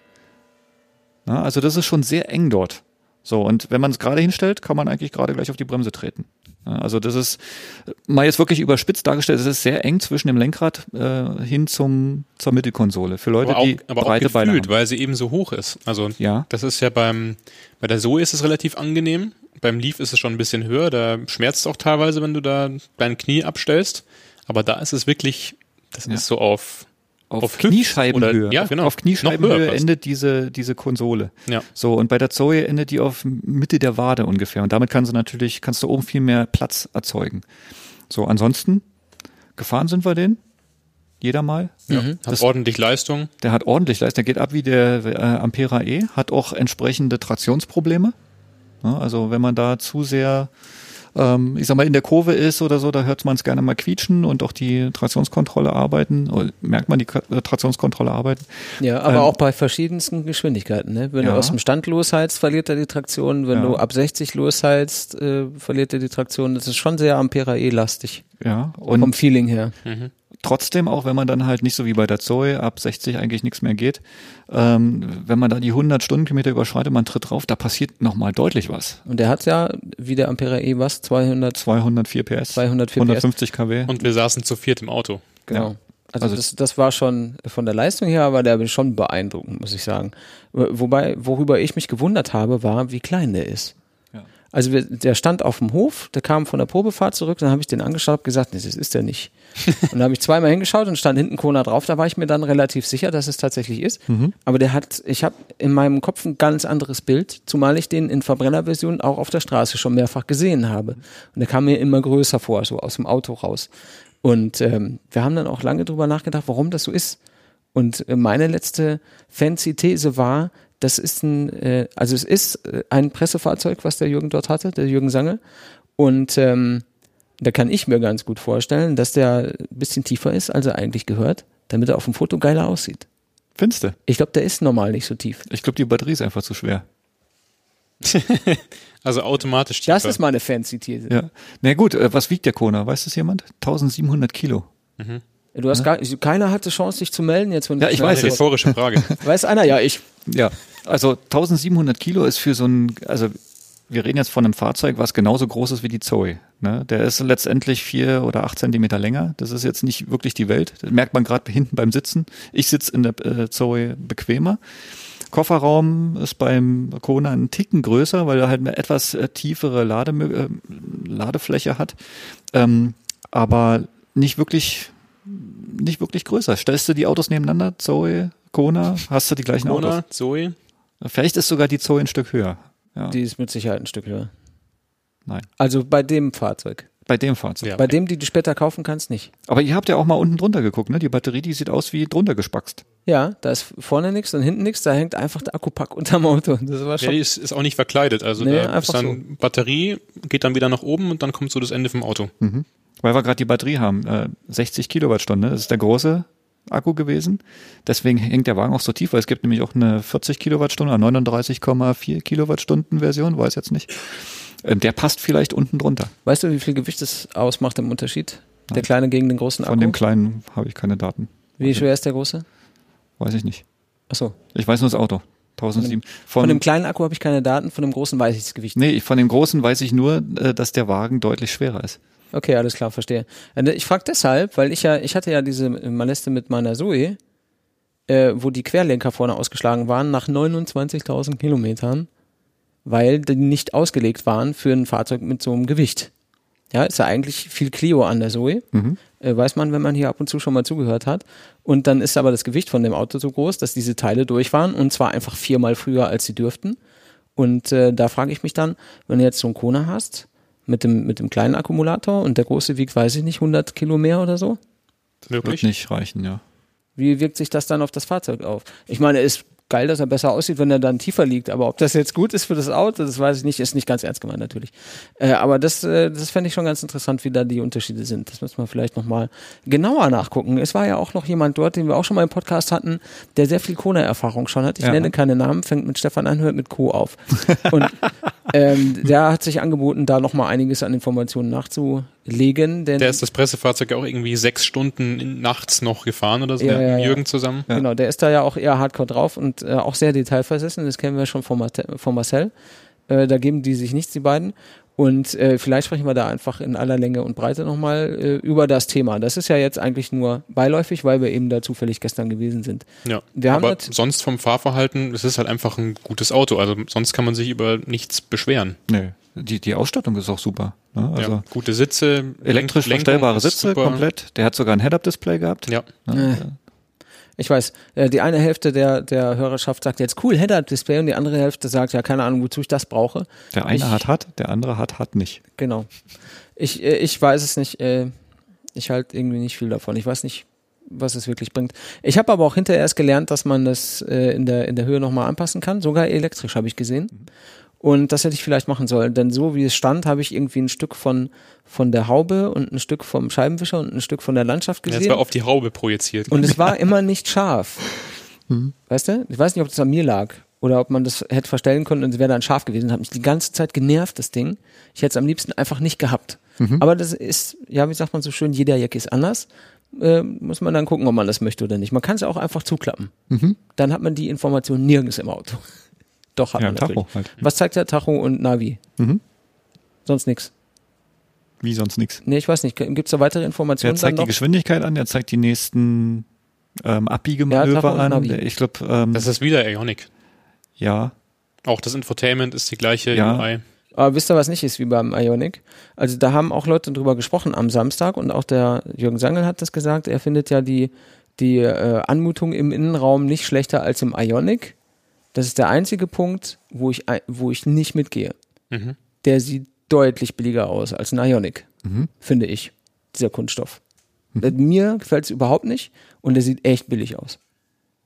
S2: Na, also das ist schon sehr eng dort. So, und wenn man es gerade hinstellt, kann man eigentlich gerade gleich auf die Bremse treten. Ja, also das ist mal jetzt wirklich überspitzt dargestellt, es ist sehr eng zwischen dem Lenkrad hin zur Mittelkonsole. Für Leute, die breite Beine haben.
S3: Weil sie eben so hoch ist. Also
S2: ja.
S3: Das ist ja bei der Zoe ist es relativ angenehm. Beim Leaf ist es schon ein bisschen höher. Da schmerzt es auch teilweise, wenn du da dein Knie abstellst. Aber da ist es wirklich, das ist so auf
S2: Kniescheibenhöhe.
S3: Ja, genau.
S2: Auf Kniescheibenhöhe endet diese Konsole.
S3: Ja.
S2: So, und bei der Zoe endet die auf Mitte der Wade ungefähr. Und damit kannst du oben viel mehr Platz erzeugen. So, ansonsten, gefahren sind wir den. Jeder mal.
S3: Ja. Hat ordentlich Leistung.
S2: Der hat ordentlich Leistung. Der geht ab wie der Ampera E. Hat auch entsprechende Traktionsprobleme. Ja, also wenn man da zu sehr ich sag mal, in der Kurve ist oder so, da hört man es gerne mal quietschen und auch die Traktionskontrolle arbeiten, oder merkt man die Traktionskontrolle arbeiten.
S1: Ja, aber auch bei verschiedensten Geschwindigkeiten, ne? Wenn du aus dem Stand losheizt, verliert er die Traktion, wenn du ab 60 losheizt, verliert er die Traktion. Das ist schon sehr Ampera E-lastig.
S2: Ja. Und
S1: vom Feeling her.
S2: Trotzdem, auch wenn man dann halt nicht so wie bei der Zoe ab 60 eigentlich nichts mehr geht, wenn man da die 100 Stundenkilometer überschreitet, man tritt drauf, da passiert nochmal deutlich was.
S1: Und der hat ja, wie der Ampera E,
S2: 204 PS, 150 kW.
S3: Und wir saßen zu viert im Auto.
S1: Genau. Ja. Also das war schon, von der Leistung her war der schon beeindruckend, muss ich sagen. Worüber ich mich gewundert habe, war, wie klein der ist. Also der stand auf dem Hof, der kam von der Probefahrt zurück, dann habe ich den angeschaut und gesagt, nee, das ist der nicht. Und dann habe ich zweimal hingeschaut und stand hinten Kona drauf, da war ich mir dann relativ sicher, dass es tatsächlich ist. Aber ich habe in meinem Kopf ein ganz anderes Bild, zumal ich den in Verbrennerversion auch auf der Straße schon mehrfach gesehen habe. Und der kam mir immer größer vor, so aus dem Auto raus. Und wir haben dann auch lange drüber nachgedacht, warum das so ist. Und meine letzte fancy These war, es ist ein Pressefahrzeug, was der Jürgen dort hatte, der Jürgen Sangl. Und da kann ich mir ganz gut vorstellen, dass der ein bisschen tiefer ist, als er eigentlich gehört, damit er auf dem Foto geiler aussieht.
S2: Findest du?
S1: Ich glaube, der ist normal nicht so tief.
S2: Ich glaube, die Batterie ist einfach zu schwer.
S3: Also automatisch tiefer.
S1: Das ist meine fancy These.
S2: Ja. Na gut, was wiegt der Kona? Weiß das jemand? 1700 Kilo.
S3: Mhm.
S1: Du hast keiner hatte Chance, sich zu melden jetzt. Wenn
S2: ich weiß
S3: eine rhetorische Frage.
S1: Weiß einer? Ja, ich.
S2: Ja, also 1700 Kilo ist für so ein, also wir reden jetzt von einem Fahrzeug, was genauso groß ist wie die Zoe. Ne? Der ist letztendlich 4 oder 8 Zentimeter länger. Das ist jetzt nicht wirklich die Welt. Das merkt man gerade hinten beim Sitzen. Ich sitze in der Zoe bequemer. Kofferraum ist beim Kona einen Ticken größer, weil er halt eine etwas tiefere Ladefläche hat. Aber nicht wirklich größer. Stellst du die Autos nebeneinander, Zoe, Kona, hast du die gleichen
S3: Kona,
S2: Autos?
S3: Zoe.
S2: Vielleicht ist sogar die Zoe ein Stück höher. Ja.
S1: Die ist mit Sicherheit ein Stück höher.
S2: Nein.
S1: Also bei dem Fahrzeug.
S2: Bei dem Fahrzeug.
S3: Ja.
S1: Bei dem, die du später kaufen kannst, nicht.
S2: Aber ihr habt ja auch mal unten drunter geguckt, ne? Die Batterie, die sieht aus wie drunter gespackst.
S1: Ja, da ist vorne nichts und hinten nichts, da hängt einfach der Akkupack unterm Auto. Das war schon.
S3: Ja, die ist auch nicht verkleidet. Also
S1: Nee,
S3: da ist dann
S1: einfach
S3: Batterie, geht dann wieder nach oben und dann kommt so das Ende vom Auto.
S2: Mhm. Weil wir gerade die Batterie haben. 60 Kilowattstunde, das ist der große Akku gewesen. Deswegen hängt der Wagen auch so tief, weil es gibt nämlich auch eine 40 Kilowattstunde oder 39,4 Kilowattstunden Version, weiß jetzt nicht. Der passt vielleicht unten drunter.
S1: Weißt du, wie viel Gewicht das ausmacht im Unterschied? Der kleine gegen den großen Akku?
S2: Von dem kleinen habe ich keine Daten.
S1: Wie schwer ist der große?
S2: Weiß ich nicht.
S1: Achso.
S2: Ich weiß nur das Auto. 1007.
S1: Von dem kleinen Akku habe ich keine Daten, von dem großen weiß ich das Gewicht.
S2: Nee, von dem großen weiß ich nur, dass der Wagen deutlich schwerer ist.
S1: Okay, alles klar, verstehe. Ich frage deshalb, weil ich hatte ja diese Maleste mit meiner Zoe, wo die Querlenker vorne ausgeschlagen waren nach 29.000 Kilometern, weil die nicht ausgelegt waren für ein Fahrzeug mit so einem Gewicht. Ja, ist ja eigentlich viel Clio an der Zoe. Weiß man, wenn man hier ab und zu schon mal zugehört hat. Und dann ist aber das Gewicht von dem Auto so groß, dass diese Teile durch waren und zwar einfach 4-mal früher, als sie dürften. Und da frage ich mich dann, wenn du jetzt so einen Kona hast, mit dem kleinen Akkumulator und der große wiegt, weiß ich nicht, 100 Kilo mehr oder so?
S3: Möglich?
S2: Wird nicht reichen, ja.
S1: Wie wirkt sich das dann auf das Fahrzeug auf? Ich meine, ist geil, dass er besser aussieht, wenn er dann tiefer liegt, aber ob das jetzt gut ist für das Auto, das weiß ich nicht, ist nicht ganz ernst gemeint natürlich. Aber das fände ich schon ganz interessant, wie da die Unterschiede sind. Das müssen wir vielleicht nochmal genauer nachgucken. Es war ja auch noch jemand dort, den wir auch schon mal im Podcast hatten, der sehr viel Kona-Erfahrung schon hat. Ich nenne keine Namen, fängt mit Stefan an, hört mit Co. auf. Und der hat sich angeboten, da nochmal einiges an Informationen nachzulegen. Denn
S3: der ist das Pressefahrzeug auch irgendwie 6 Stunden nachts noch gefahren oder so, mit Jürgen zusammen.
S1: Ja. Genau, der ist da ja auch eher hardcore drauf und auch sehr detailversessen, das kennen wir schon von Marcel. Da geben die sich nichts, die beiden. Und vielleicht sprechen wir da einfach in aller Länge und Breite nochmal über das Thema. Das ist ja jetzt eigentlich nur beiläufig, weil wir eben da zufällig gestern gewesen sind.
S3: Ja, aber sonst vom Fahrverhalten, es ist halt einfach ein gutes Auto. Also sonst kann man sich über nichts beschweren.
S2: Nee, die Ausstattung ist auch super. Ne? Also
S3: ja, gute Sitze.
S2: Elektrisch verstellbare Sitze komplett. Der hat sogar ein Head-Up-Display gehabt.
S3: Ja.
S1: Ich weiß, die eine Hälfte der Hörerschaft sagt jetzt cool, Head-Up-Display und die andere Hälfte sagt, ja, keine Ahnung, wozu ich das brauche.
S2: Der eine hat, der andere hat nicht.
S1: Genau. Ich weiß es nicht. Ich halte irgendwie nicht viel davon. Ich weiß nicht, was es wirklich bringt. Ich habe aber auch hinterher erst gelernt, dass man das in der Höhe nochmal anpassen kann. Sogar elektrisch habe ich gesehen. Und das hätte ich vielleicht machen sollen, denn so wie es stand, habe ich irgendwie ein Stück von der Haube und ein Stück vom Scheibenwischer und ein Stück von der Landschaft gesehen.
S3: Das war auf die Haube projiziert.
S1: Und es war immer nicht scharf. Weißt du? Ich weiß nicht, ob das an mir lag oder ob man das hätte verstellen können und es wäre dann scharf gewesen. Hat mich die ganze Zeit genervt, das Ding. Ich hätte es am liebsten einfach nicht gehabt. Aber das ist, ja, wie sagt man so schön, jeder Jack ist anders. Muss man dann gucken, ob man das möchte oder nicht. Man kann es auch einfach zuklappen. Dann hat man die Information nirgends im Auto. Doch, hat man natürlich.
S2: Tacho halt.
S1: Was zeigt der Tacho und Navi? Sonst nichts.
S2: Wie sonst nichts?
S1: Nee, ich weiß nicht. Gibt es da weitere Informationen?
S2: Der zeigt die Geschwindigkeit an, der zeigt die nächsten Abbiegemanöver an. Ich glaube,
S3: das ist wieder Ioniq.
S2: Ja.
S3: Auch das Infotainment ist die gleiche UI.
S1: Aber wisst ihr, was nicht ist wie beim Ioniq? Also da haben auch Leute drüber gesprochen am Samstag und auch der Jürgen Sangl hat das gesagt. Er findet ja die Anmutung im Innenraum nicht schlechter als im Ioniq. Das ist der einzige Punkt, wo ich nicht mitgehe. Der sieht deutlich billiger aus als ein Ioniq, finde ich, dieser Kunststoff. Mir gefällt es überhaupt nicht und der sieht echt billig aus.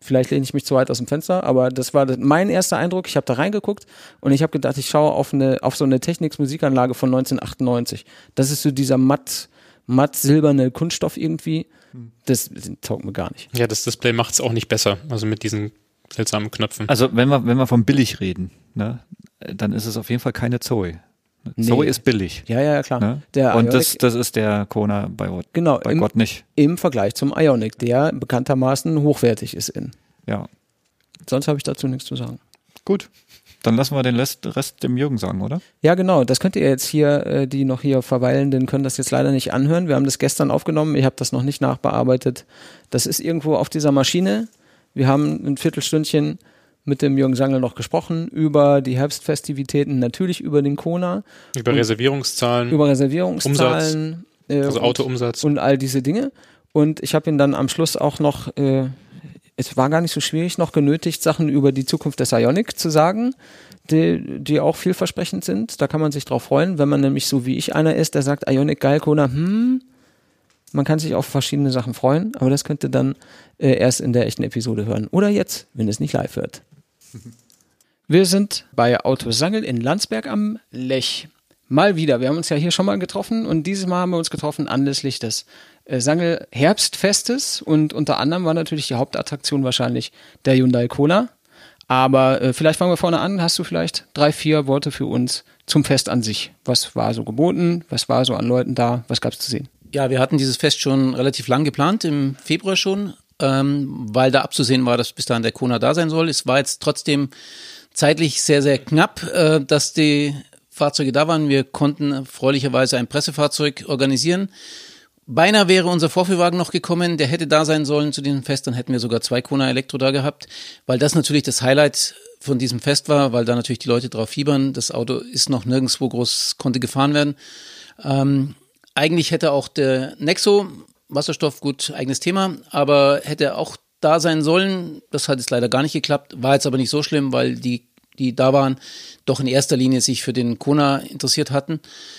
S1: Vielleicht lehne ich mich zu weit aus dem Fenster, aber das war mein erster Eindruck. Ich habe da reingeguckt und ich habe gedacht, ich schaue auf so eine Technics-Musikanlage von 1998. Das ist so dieser matt silberne Kunststoff irgendwie. Das taugt mir gar nicht.
S3: Ja, das Display macht es auch nicht besser, also mit diesen seltsamen Knöpfen.
S2: Also wenn wir von billig reden, ne, dann ist es auf jeden Fall keine Zoe. Nee. Zoe ist billig.
S1: Ja, klar.
S2: Ne? Und das ist der Kona bei Gott nicht.
S1: Im Vergleich zum Ioniq, der bekanntermaßen hochwertig ist
S2: Ja.
S1: Sonst habe ich dazu nichts zu sagen.
S2: Gut. Dann lassen wir den Rest dem Jürgen sagen, oder?
S1: Ja, genau. Das könnt ihr jetzt hier, die noch hier Verweilenden können das jetzt leider nicht anhören. Wir haben das gestern aufgenommen. Ich habe das noch nicht nachbearbeitet. Das ist irgendwo auf dieser Maschine. Wir haben ein Viertelstündchen mit dem Jürgen Sangl noch gesprochen über die Herbstfestivitäten, natürlich über den Kona.
S3: Über Reservierungszahlen.
S1: Umsatz,
S3: also Autoumsatz.
S1: Und all diese Dinge. Und ich habe ihn dann am Schluss auch noch, es war gar nicht so schwierig, noch genötigt, Sachen über die Zukunft des Ioniq zu sagen, die auch vielversprechend sind. Da kann man sich drauf freuen, wenn man nämlich so wie ich einer ist, der sagt, Ioniq geil, Kona, man kann sich auf verschiedene Sachen freuen, aber das könnt ihr dann erst in der echten Episode hören. Oder jetzt, wenn es nicht live hört. Wir sind bei Auto Sangl in Landsberg am Lech. Mal wieder. Wir haben uns ja hier schon mal getroffen und dieses Mal haben wir uns getroffen anlässlich des Sangl Herbstfestes und unter anderem war natürlich die Hauptattraktion wahrscheinlich der Hyundai Kona. Aber vielleicht fangen wir vorne an. Hast du vielleicht 3-4 Worte für uns zum Fest an sich? Was war so geboten? Was war so an Leuten da? Was gab es zu sehen?
S8: Ja, wir hatten dieses Fest schon relativ lang geplant, im Februar schon, weil da abzusehen war, dass bis dahin der Kona da sein soll. Es war jetzt trotzdem zeitlich sehr, sehr knapp, dass die Fahrzeuge da waren. Wir konnten erfreulicherweise ein Pressefahrzeug organisieren. Beinahe wäre unser Vorführwagen noch gekommen, der hätte da sein sollen zu diesem Fest, dann hätten wir sogar 2 Kona Elektro da gehabt, weil das natürlich das Highlight von diesem Fest war, weil da natürlich die Leute drauf fiebern. Das Auto ist noch nirgendwo groß, konnte gefahren werden. Eigentlich hätte auch der Nexo, Wasserstoff, gut, eigenes Thema, aber hätte auch da sein sollen. Das hat jetzt leider gar nicht geklappt, war jetzt aber nicht so schlimm, weil die da waren, doch in erster Linie sich für den Kona interessiert hatten.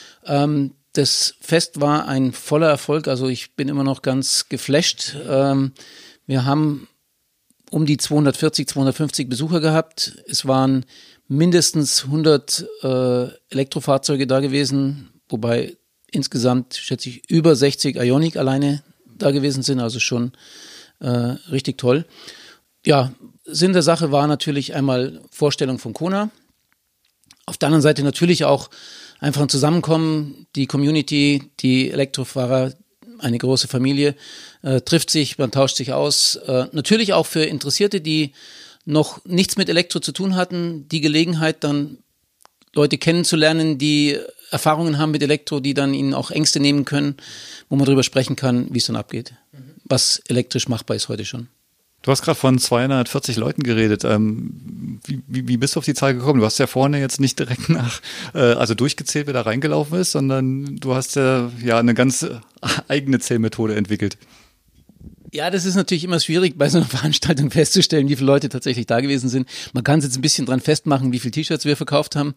S8: Das Fest war ein voller Erfolg, also ich bin immer noch ganz geflasht. Wir haben um die 240, 250 Besucher gehabt. Es waren mindestens 100 Elektrofahrzeuge da gewesen, wobei insgesamt, schätze ich, über 60 Ioniq alleine da gewesen sind, also schon richtig toll. Ja, Sinn der Sache war natürlich einmal Vorstellung von Kona. Auf der anderen Seite natürlich auch einfach ein Zusammenkommen, die Community, die Elektrofahrer, eine große Familie, trifft sich, man tauscht sich aus. Natürlich auch für Interessierte, die noch nichts mit Elektro zu tun hatten, die Gelegenheit dann Leute kennenzulernen, die Erfahrungen haben mit Elektro, die dann ihnen auch Ängste nehmen können, wo man darüber sprechen kann, wie es dann abgeht, was elektrisch machbar ist heute schon.
S2: Du hast gerade von 240 Leuten geredet. Wie bist du auf die Zahl gekommen? Du hast ja vorne jetzt nicht direkt also durchgezählt, wer da reingelaufen ist, sondern du hast ja eine ganz eigene Zählmethode entwickelt.
S8: Ja, das ist natürlich immer schwierig, bei so einer Veranstaltung festzustellen, wie viele Leute tatsächlich da gewesen sind. Man kann es jetzt ein bisschen dran festmachen, wie viele T-Shirts wir verkauft haben.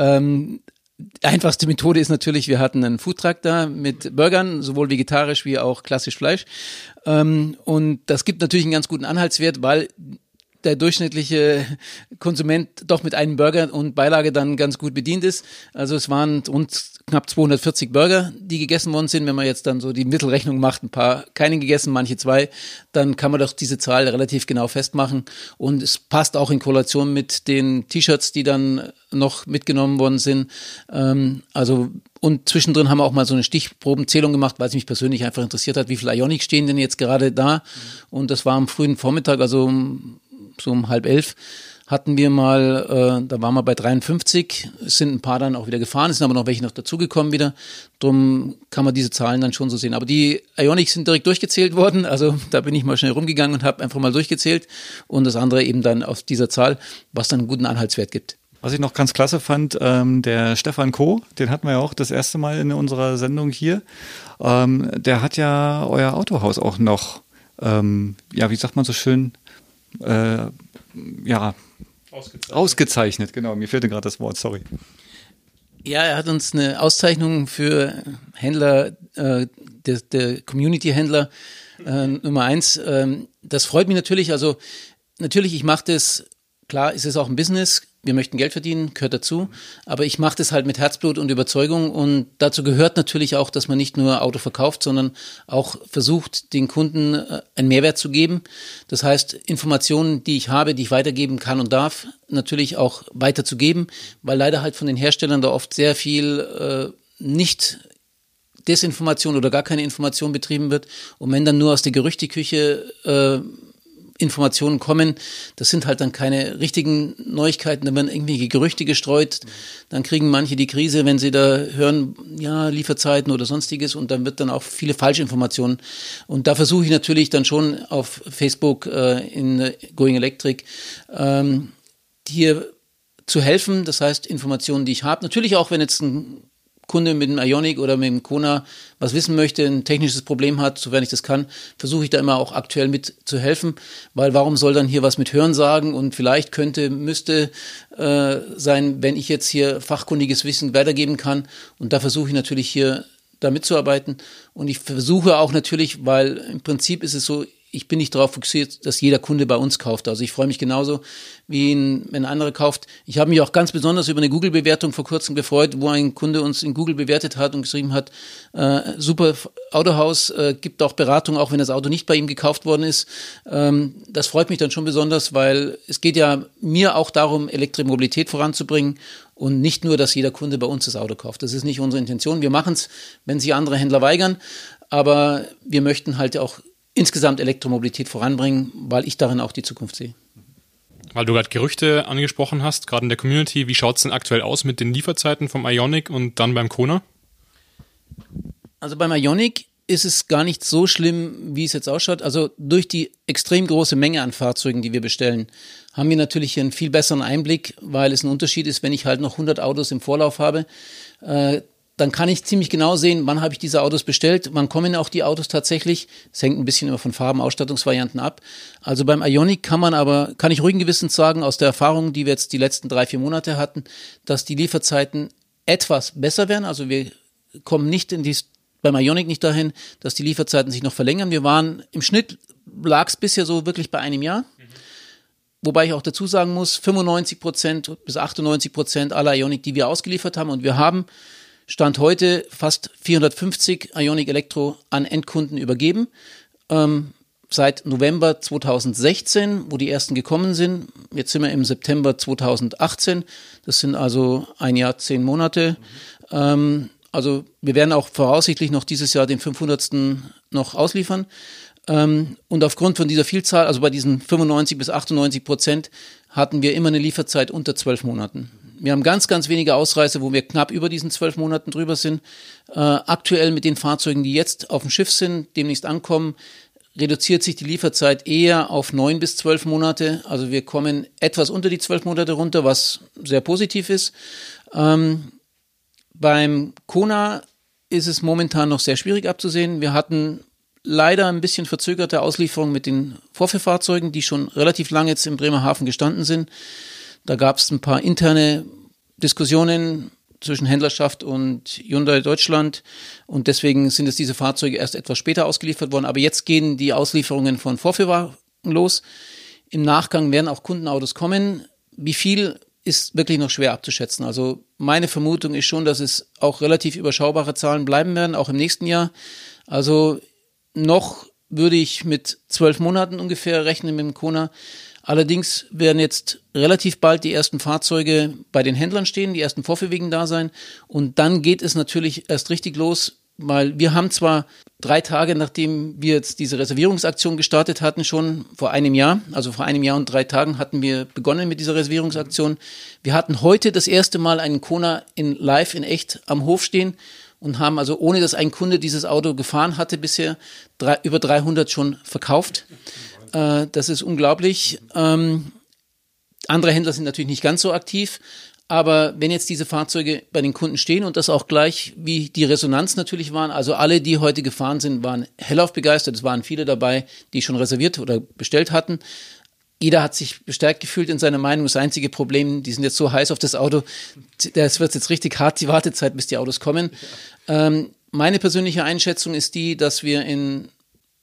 S8: Einfachste Methode ist natürlich, wir hatten einen Foodtruck da mit Burgern, sowohl vegetarisch wie auch klassisch Fleisch. Und das gibt natürlich einen ganz guten Anhaltswert, weil der durchschnittliche Konsument doch mit einem Burger und Beilage dann ganz gut bedient ist. Also es waren rund knapp 240 Burger, die gegessen worden sind. Wenn man jetzt dann so die Mittelrechnung macht, ein paar keine gegessen, manche 2, dann kann man doch diese Zahl relativ genau festmachen. Und es passt auch in Korrelation mit den T-Shirts, die dann noch mitgenommen worden sind. Und zwischendrin haben wir auch mal so eine Stichprobenzählung gemacht, weil es mich persönlich einfach interessiert hat, wie viele Ioniq stehen denn jetzt gerade da. Und das war am frühen Vormittag, also so um 10:30 hatten wir mal, da waren wir bei 53, es sind ein paar dann auch wieder gefahren, es sind aber noch welche noch dazugekommen wieder, drum kann man diese Zahlen dann schon so sehen. Aber die Ioniq sind direkt durchgezählt worden, also da bin ich mal schnell rumgegangen und habe einfach mal durchgezählt und das andere eben dann auf dieser Zahl, was dann einen guten Anhaltswert gibt.
S2: Was ich noch ganz klasse fand, der Stefan Koh, den hatten wir ja auch das erste Mal in unserer Sendung hier, der hat ja euer Autohaus auch noch, wie sagt man so schön, ausgezeichnet, genau, mir fehlte gerade das Wort, sorry.
S8: Ja, er hat uns eine Auszeichnung für Händler, der Community-Händler Nummer 1. Das freut mich natürlich. Also natürlich, ich mache das, klar ist es auch ein Business, wir möchten Geld verdienen, gehört dazu, aber ich mache das halt mit Herzblut und Überzeugung und dazu gehört natürlich auch, dass man nicht nur Auto verkauft, sondern auch versucht, den Kunden einen Mehrwert zu geben. Das heißt, Informationen, die ich habe, die ich weitergeben kann und darf, natürlich auch weiterzugeben, weil leider halt von den Herstellern da oft sehr viel nicht Desinformation oder gar keine Information betrieben wird und wenn dann nur aus der Gerüchteküche Informationen kommen, das sind halt dann keine richtigen Neuigkeiten, da werden irgendwelche Gerüchte gestreut, dann kriegen manche die Krise, wenn sie da hören, ja, Lieferzeiten oder sonstiges und dann wird dann auch viele Falschinformationen und da versuche ich natürlich dann schon auf Facebook in Going Electric hier zu helfen, das heißt Informationen, die ich habe, natürlich auch, wenn jetzt ein Kunde mit dem Ioniq oder mit dem Kona was wissen möchte, ein technisches Problem hat, sofern ich das kann, versuche ich da immer auch aktuell mit zu helfen, weil warum soll dann hier was mit Hören sagen und vielleicht müsste sein, wenn ich jetzt hier fachkundiges Wissen weitergeben kann und da versuche ich natürlich hier da mitzuarbeiten und ich versuche auch natürlich, weil im Prinzip ist es so, ich bin nicht darauf fokussiert, dass jeder Kunde bei uns kauft. Also ich freue mich genauso, wie wenn ein anderer kauft. Ich habe mich auch ganz besonders über eine Google-Bewertung vor kurzem gefreut, wo ein Kunde uns in Google bewertet hat und geschrieben hat, super Autohaus, gibt auch Beratung, auch wenn das Auto nicht bei ihm gekauft worden ist. Das freut mich dann schon besonders, weil es geht ja mir auch darum, Elektromobilität voranzubringen und nicht nur, dass jeder Kunde bei uns das Auto kauft. Das ist nicht unsere Intention. Wir machen es, wenn sich andere Händler weigern, aber wir möchten halt auch insgesamt Elektromobilität voranbringen, weil ich darin auch die Zukunft sehe.
S3: Weil du gerade Gerüchte angesprochen hast, gerade in der Community, wie schaut es denn aktuell aus mit den Lieferzeiten vom Ioniq und dann beim Kona?
S8: Also beim Ioniq ist es gar nicht so schlimm, wie es jetzt ausschaut. Also durch die extrem große Menge an Fahrzeugen, die wir bestellen, haben wir natürlich hier einen viel besseren Einblick, weil es ein Unterschied ist, wenn ich halt noch 100 Autos im Vorlauf habe, dann kann ich ziemlich genau sehen, wann habe ich diese Autos bestellt, wann kommen auch die Autos tatsächlich. Es hängt ein bisschen immer von Farben, Ausstattungsvarianten ab. Also beim Ioniq kann ich ruhigen Gewissens sagen, aus der Erfahrung, die wir jetzt die letzten 3-4 Monate hatten, dass die Lieferzeiten etwas besser werden. Also wir kommen nicht beim Ioniq nicht dahin, dass die Lieferzeiten sich noch verlängern. Im Schnitt lag es bisher so wirklich bei einem Jahr. Wobei ich auch dazu sagen muss, 95% bis 98% aller Ioniq, die wir ausgeliefert haben, und wir haben Stand heute fast 450 Ioniq Elektro an Endkunden übergeben. Seit November 2016, wo die ersten gekommen sind. Jetzt sind wir im September 2018. Das sind also ein Jahr, 10 Monate. Also wir werden auch voraussichtlich noch dieses Jahr den 500. noch ausliefern. Und aufgrund von dieser Vielzahl, also bei diesen 95 bis 98%, hatten wir immer eine Lieferzeit unter 12 Monaten. Wir haben ganz, ganz wenige Ausreißer, wo wir knapp über diesen 12 Monaten drüber sind. Aktuell mit den Fahrzeugen, die jetzt auf dem Schiff sind, demnächst ankommen, reduziert sich die Lieferzeit eher auf 9 bis 12 Monate. Also wir kommen etwas unter die 12 Monate runter, was sehr positiv ist. Beim Kona ist es momentan noch sehr schwierig abzusehen. Wir hatten leider ein bisschen verzögerte Auslieferung mit den Vorführfahrzeugen, die schon relativ lange jetzt im Bremerhaven gestanden sind. Da gab es ein paar interne Diskussionen zwischen Händlerschaft und Hyundai Deutschland und deswegen sind es diese Fahrzeuge erst etwas später ausgeliefert worden. Aber jetzt gehen die Auslieferungen von Vorführwagen los. Im Nachgang werden auch Kundenautos kommen. Wie viel ist wirklich noch schwer abzuschätzen. Also meine Vermutung ist schon, dass es auch relativ überschaubare Zahlen bleiben werden, auch im nächsten Jahr. Also noch würde ich mit 12 Monaten ungefähr rechnen mit dem Kona. Allerdings werden jetzt relativ bald die ersten Fahrzeuge bei den Händlern stehen, die ersten Vorführwagen da sein. Und dann geht es natürlich erst richtig los, weil wir haben zwar 3 Tage, nachdem wir jetzt diese Reservierungsaktion gestartet hatten, schon vor einem Jahr, also vor einem Jahr und 3 Tagen hatten wir begonnen mit dieser Reservierungsaktion. Wir hatten heute das erste Mal einen Kona live in echt am Hof stehen und haben also, ohne dass ein Kunde dieses Auto gefahren hatte, bisher über 300 schon verkauft. Das ist unglaublich. Andere Händler sind natürlich nicht ganz so aktiv, aber wenn jetzt diese Fahrzeuge bei den Kunden stehen und das auch gleich, wie die Resonanz natürlich waren, also alle, die heute gefahren sind, waren hellauf begeistert. Es waren viele dabei, die schon reserviert oder bestellt hatten. Jeder hat sich bestärkt gefühlt in seiner Meinung. Das einzige Problem, die sind jetzt so heiß auf das Auto, das wird jetzt richtig hart, die Wartezeit, bis die Autos kommen. Meine persönliche Einschätzung ist die, dass wir in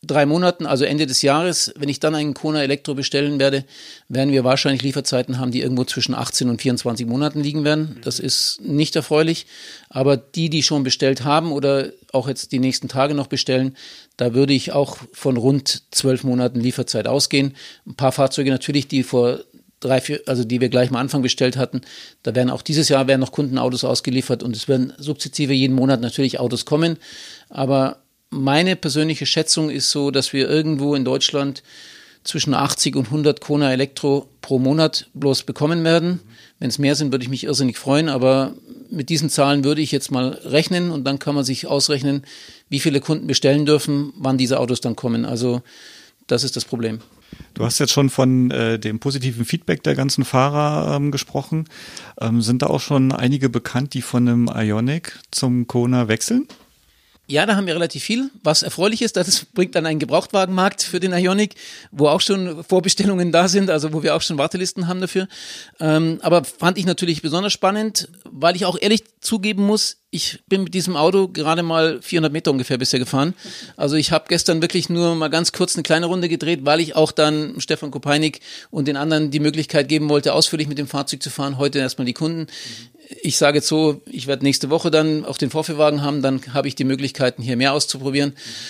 S8: 3 Monaten, also Ende des Jahres, wenn ich dann einen Kona Elektro bestellen werde, werden wir wahrscheinlich Lieferzeiten haben, die irgendwo zwischen 18 und 24 Monaten liegen werden. Das ist nicht erfreulich, aber die schon bestellt haben oder auch jetzt die nächsten Tage noch bestellen, da würde ich auch von rund 12 Monaten Lieferzeit ausgehen. Ein paar Fahrzeuge natürlich, die vor 3, 4, also die wir gleich am Anfang bestellt hatten, da werden auch dieses Jahr noch Kundenautos ausgeliefert und es werden sukzessive jeden Monat natürlich Autos kommen, aber meine persönliche Schätzung ist so, dass wir irgendwo in Deutschland zwischen 80 und 100 Kona Elektro pro Monat bloß bekommen werden. Wenn es mehr sind, würde ich mich irrsinnig freuen, aber mit diesen Zahlen würde ich jetzt mal rechnen und dann kann man sich ausrechnen, wie viele Kunden bestellen dürfen, wann diese Autos dann kommen. Also das ist das Problem.
S2: Du hast jetzt schon von dem positiven Feedback der ganzen Fahrer gesprochen. Sind da auch schon einige bekannt, die von einem Ioniq zum Kona wechseln?
S8: Ja, da haben wir relativ viel, was erfreulich ist. Das bringt dann einen Gebrauchtwagenmarkt für den Ioniq, wo auch schon Vorbestellungen da sind, also wo wir auch schon Wartelisten haben dafür. Aber fand ich natürlich besonders spannend, weil ich auch ehrlich zugeben muss, ich bin mit diesem Auto gerade mal 400 Meter ungefähr bisher gefahren. Also ich habe gestern wirklich nur mal ganz kurz eine kleine Runde gedreht, weil ich auch dann Stefan Kopeinik und den anderen die Möglichkeit geben wollte, ausführlich mit dem Fahrzeug zu fahren. Heute erstmal die Kunden. Ich sage jetzt so, ich werde nächste Woche dann auch den Vorführwagen haben, dann habe ich die Möglichkeiten, hier mehr auszuprobieren.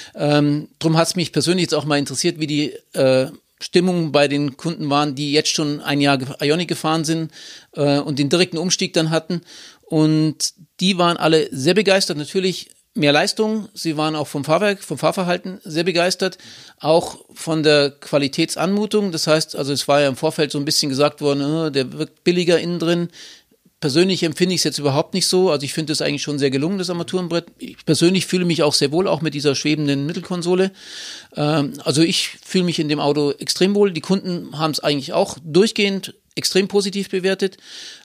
S8: Drum hat es mich persönlich jetzt auch mal interessiert, wie die Stimmung bei den Kunden waren, die jetzt schon ein Jahr Ioniq gefahren sind und den direkten Umstieg dann hatten. Und die waren alle sehr begeistert, natürlich mehr Leistung. Sie waren auch vom Fahrwerk, vom Fahrverhalten sehr begeistert, auch von der Qualitätsanmutung. Das heißt, also es war ja im Vorfeld so ein bisschen gesagt worden, der wirkt billiger innen drin. Persönlich empfinde ich es jetzt überhaupt nicht so. Also ich finde es eigentlich schon sehr gelungen, das Armaturenbrett. Ich persönlich fühle mich auch sehr wohl, auch mit dieser schwebenden Mittelkonsole. Also ich fühle mich in dem Auto extrem wohl. Die Kunden haben es eigentlich auch durchgehend extrem positiv bewertet.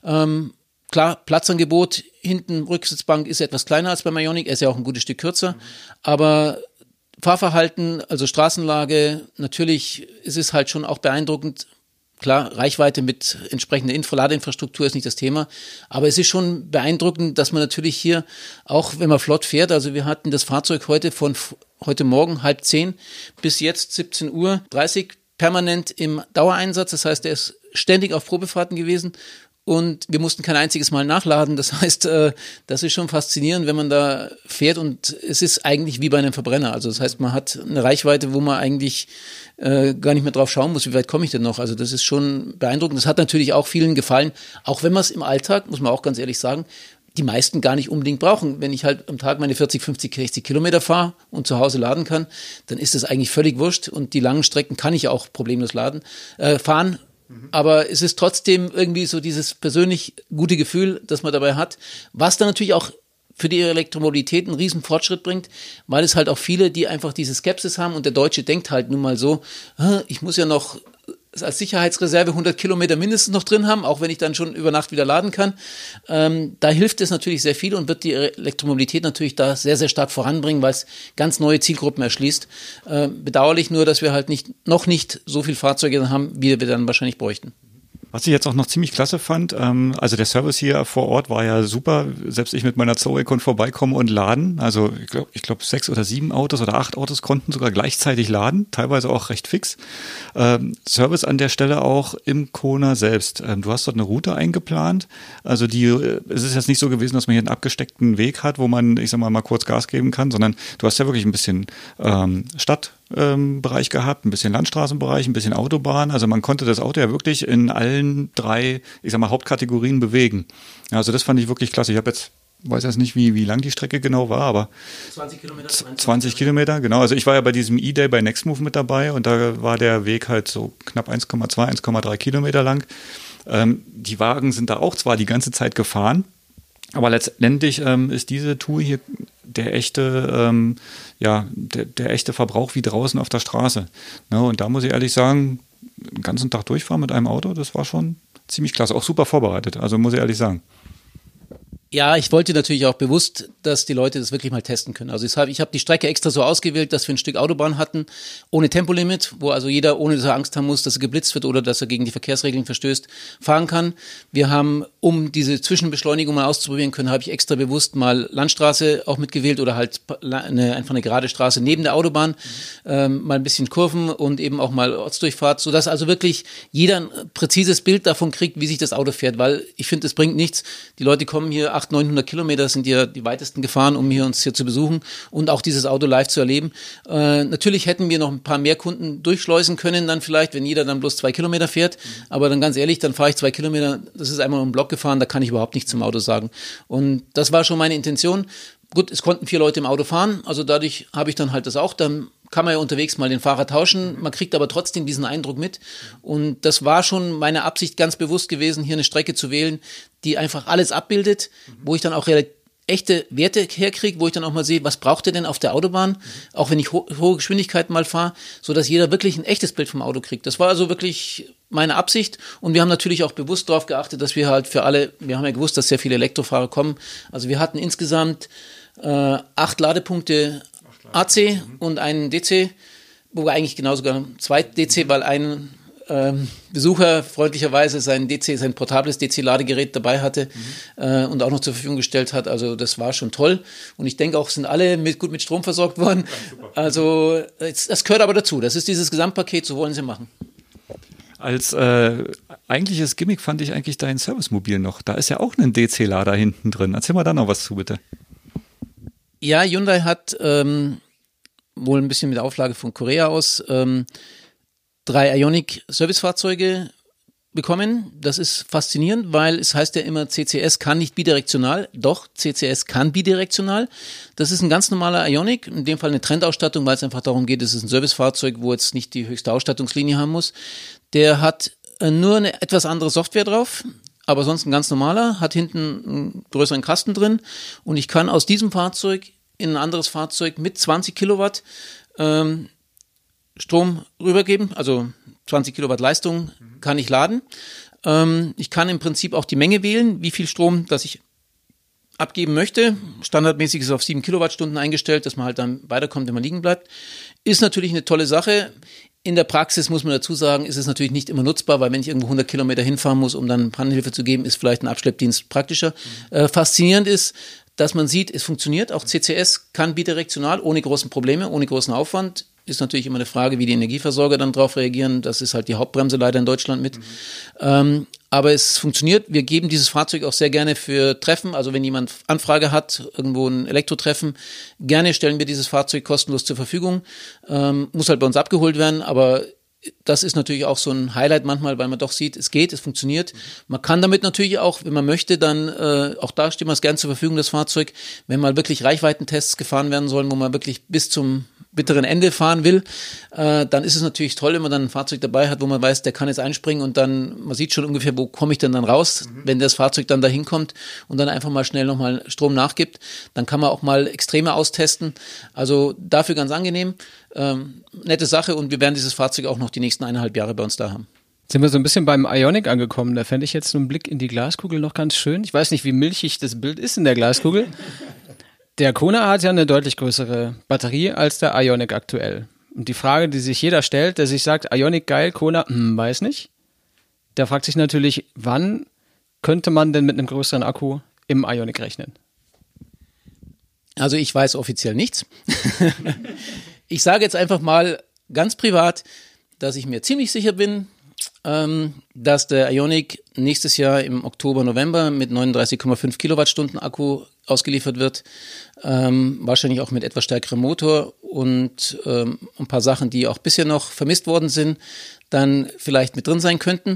S8: Klar, Platzangebot hinten, Rücksitzbank ist etwas kleiner als beim Ioniq. Er ist ja auch ein gutes Stück kürzer. Aber Fahrverhalten, also Straßenlage, natürlich ist es halt schon auch beeindruckend. Klar, Reichweite mit entsprechender Ladeinfrastruktur ist nicht das Thema, aber es ist schon beeindruckend, dass man natürlich hier, auch wenn man flott fährt, also wir hatten das Fahrzeug heute Morgen 9:30 bis jetzt 17:30 Uhr permanent im Dauereinsatz, das heißt, er ist ständig auf Probefahrten gewesen und wir mussten kein einziges Mal nachladen, das heißt, das ist schon faszinierend, wenn man da fährt und es ist eigentlich wie bei einem Verbrenner, also das heißt, man hat eine Reichweite, wo man eigentlich gar nicht mehr drauf schauen muss, wie weit komme ich denn noch, also das ist schon beeindruckend, das hat natürlich auch vielen gefallen, auch wenn man es im Alltag, muss man auch ganz ehrlich sagen, die meisten gar nicht unbedingt brauchen. Wenn ich halt am Tag meine 40, 50, 60 Kilometer fahre und zu Hause laden kann, dann ist das eigentlich völlig wurscht und die langen Strecken kann ich auch problemlos fahren. Aber es ist trotzdem irgendwie so dieses persönlich gute Gefühl, das man dabei hat, was dann natürlich auch für die Elektromobilität einen riesen Fortschritt bringt, weil es halt auch viele, die einfach diese Skepsis haben und der Deutsche denkt halt nun mal so, ich muss ja noch als Sicherheitsreserve 100 Kilometer mindestens noch drin haben, auch wenn ich dann schon über Nacht wieder laden kann. Da hilft es natürlich sehr viel und wird die Elektromobilität natürlich da sehr, sehr stark voranbringen, weil es ganz neue Zielgruppen erschließt. Bedauerlich nur, dass wir halt noch nicht so viele Fahrzeuge haben, wie wir dann wahrscheinlich bräuchten.
S2: Was ich jetzt auch noch ziemlich klasse fand, also der Service hier vor Ort war ja super. Selbst ich mit meiner Zoe konnte vorbeikommen und laden. Also ich glaube 6 oder 7 Autos oder 8 Autos konnten sogar gleichzeitig laden, teilweise auch recht fix. Service an der Stelle auch im Kona selbst. Du hast dort eine Route eingeplant. Also es ist jetzt nicht so gewesen, dass man hier einen abgesteckten Weg hat, wo man, ich sag mal kurz Gas geben kann, sondern du hast ja wirklich ein bisschen Stadtbereich gehabt, ein bisschen Landstraßenbereich, ein bisschen Autobahn. Also man konnte das Auto ja wirklich in allen 3, ich sag mal, Hauptkategorien bewegen. Also das fand ich wirklich klasse. Ich weiß jetzt nicht, wie lang die Strecke genau war, aber
S8: 20 Kilometer.
S2: 20 Kilometer, genau. Also ich war ja bei diesem E-Day bei Nextmove mit dabei und da war der Weg halt so knapp 1,2, 1,3 Kilometer lang. Die Wagen sind da auch zwar die ganze Zeit gefahren, aber letztendlich ist diese Tour hier der echte Verbrauch wie draußen auf der Straße. Ne, und da muss ich ehrlich sagen, den ganzen Tag durchfahren mit einem Auto, das war schon ziemlich klasse. Auch super vorbereitet, also muss ich ehrlich sagen.
S8: Ja, ich wollte natürlich auch bewusst, dass die Leute das wirklich mal testen können. Also ich hab die Strecke extra so ausgewählt, dass wir ein Stück Autobahn hatten, ohne Tempolimit, wo also jeder, ohne dass er Angst haben muss, dass er geblitzt wird oder dass er gegen die Verkehrsregeln verstößt, fahren kann. Wir haben, um diese Zwischenbeschleunigung mal auszuprobieren können, habe ich extra bewusst mal Landstraße auch mitgewählt oder halt einfach eine gerade Straße neben der Autobahn, mal ein bisschen Kurven und eben auch mal Ortsdurchfahrt, sodass also wirklich jeder ein präzises Bild davon kriegt, wie sich das Auto fährt, weil ich finde, es bringt nichts. Die Leute kommen hier 800-900 Kilometer sind ja die weitesten gefahren, um uns hier zu besuchen und auch dieses Auto live zu erleben. Natürlich hätten wir noch ein paar mehr Kunden durchschleusen können dann vielleicht, wenn jeder dann bloß 2 Kilometer fährt. Aber dann ganz ehrlich, dann fahre ich 2 Kilometer, das ist einmal um den Block gefahren, da kann ich überhaupt nichts zum Auto sagen. Und das war schon meine Intention. Gut, es konnten 4 Leute im Auto fahren, also dadurch habe ich dann halt das auch, dann kann man ja unterwegs mal den Fahrer tauschen, man kriegt aber trotzdem diesen Eindruck mit und das war schon meine Absicht ganz bewusst gewesen, hier eine Strecke zu wählen, die einfach alles abbildet, wo ich dann auch echte Werte herkriege, wo ich dann auch mal sehe, was braucht ihr denn auf der Autobahn, auch wenn ich hohe Geschwindigkeiten mal fahre, so dass jeder wirklich ein echtes Bild vom Auto kriegt. Das war also wirklich meine Absicht und wir haben natürlich auch bewusst darauf geachtet, dass wir halt für alle, wir haben ja gewusst, dass sehr viele Elektrofahrer kommen, also wir hatten insgesamt 8 Ladepunkte AC und einen DC, wobei eigentlich genau sogar 2 DC, weil ein Besucher freundlicherweise sein portables DC-Ladegerät dabei hatte und auch noch zur Verfügung gestellt hat. Also das war schon toll. Und ich denke auch, sind alle gut mit Strom versorgt worden. Also das gehört aber dazu. Das ist dieses Gesamtpaket, so wollen sie machen.
S2: Als eigentliches Gimmick fand ich eigentlich dein Servicemobil noch. Da ist ja auch ein DC-Lader hinten drin. Erzähl mal da noch was zu, bitte.
S8: Ja, Hyundai hat wohl ein bisschen mit Auflage von Korea aus 3 Ioniq-Servicefahrzeuge bekommen. Das ist faszinierend, weil es heißt ja immer, CCS kann nicht bidirektional. Doch, CCS kann bidirektional. Das ist ein ganz normaler Ioniq, in dem Fall eine Trendausstattung, weil es einfach darum geht, es ist ein Servicefahrzeug, wo jetzt nicht die höchste Ausstattungslinie haben muss. Der hat nur eine etwas andere Software drauf, aber sonst ein ganz normaler, hat hinten einen größeren Kasten drin und ich kann aus diesem Fahrzeug in ein anderes Fahrzeug mit 20 Kilowatt Strom rübergeben, also 20 Kilowatt Leistung kann ich laden. Ich kann im Prinzip auch die Menge wählen, wie viel Strom, das ich abgeben möchte. Standardmäßig ist es auf 7 Kilowattstunden eingestellt, dass man halt dann weiterkommt, wenn man liegen bleibt. Ist natürlich eine tolle Sache. In der Praxis muss man dazu sagen, ist es natürlich nicht immer nutzbar, weil wenn ich irgendwo 100 Kilometer hinfahren muss, um dann Pannenhilfe zu geben, ist vielleicht ein Abschleppdienst praktischer. Faszinierend ist, dass man sieht, es funktioniert. Auch CCS kann bidirektional, ohne großen Probleme, ohne großen Aufwand. Ist natürlich immer eine Frage, wie die Energieversorger dann drauf reagieren. Das ist halt die Hauptbremse leider in Deutschland mit. Aber es funktioniert. Wir geben dieses Fahrzeug auch sehr gerne für Treffen. Also wenn jemand Anfrage hat, irgendwo ein Elektrotreffen, gerne stellen wir dieses Fahrzeug kostenlos zur Verfügung. Muss halt bei uns abgeholt werden, aber das ist natürlich auch so ein Highlight manchmal, weil man doch sieht, es geht, es funktioniert. Man kann damit natürlich auch, wenn man möchte, dann auch da stehen wir es gern zur Verfügung, das Fahrzeug. Wenn mal wirklich Reichweitentests gefahren werden sollen, wo man wirklich bis zum bitteren Ende fahren will, dann ist es natürlich toll, wenn man dann ein Fahrzeug dabei hat, wo man weiß, der kann jetzt einspringen und dann, man sieht schon ungefähr, wo komme ich denn dann raus, wenn das Fahrzeug dann da hinkommt und dann einfach mal schnell nochmal Strom nachgibt. Dann kann man auch mal Extreme austesten. Also dafür ganz angenehm. Nette Sache und wir werden dieses Fahrzeug auch noch die nächsten 1,5 Jahre bei uns da haben.
S1: Sind wir so ein bisschen beim Ioniq angekommen. Da fände ich jetzt so einen Blick in die Glaskugel noch ganz schön. Ich weiß nicht, wie milchig das Bild ist in der Glaskugel. Der Kona hat ja eine deutlich größere Batterie als der Ioniq aktuell. Und die Frage, die sich jeder stellt, der sich sagt, Ioniq geil, Kona, weiß nicht. Der fragt sich natürlich, wann könnte man denn mit einem größeren Akku im Ioniq rechnen?
S8: Also ich weiß offiziell nichts. Ich sage jetzt einfach mal ganz privat, dass ich mir ziemlich sicher bin, dass der Ioniq nächstes Jahr im Oktober, November mit 39,5 Kilowattstunden Akku ausgeliefert wird. Wahrscheinlich auch mit etwas stärkerem Motor und ein paar Sachen, die auch bisher noch vermisst worden sind, dann vielleicht mit drin sein könnten.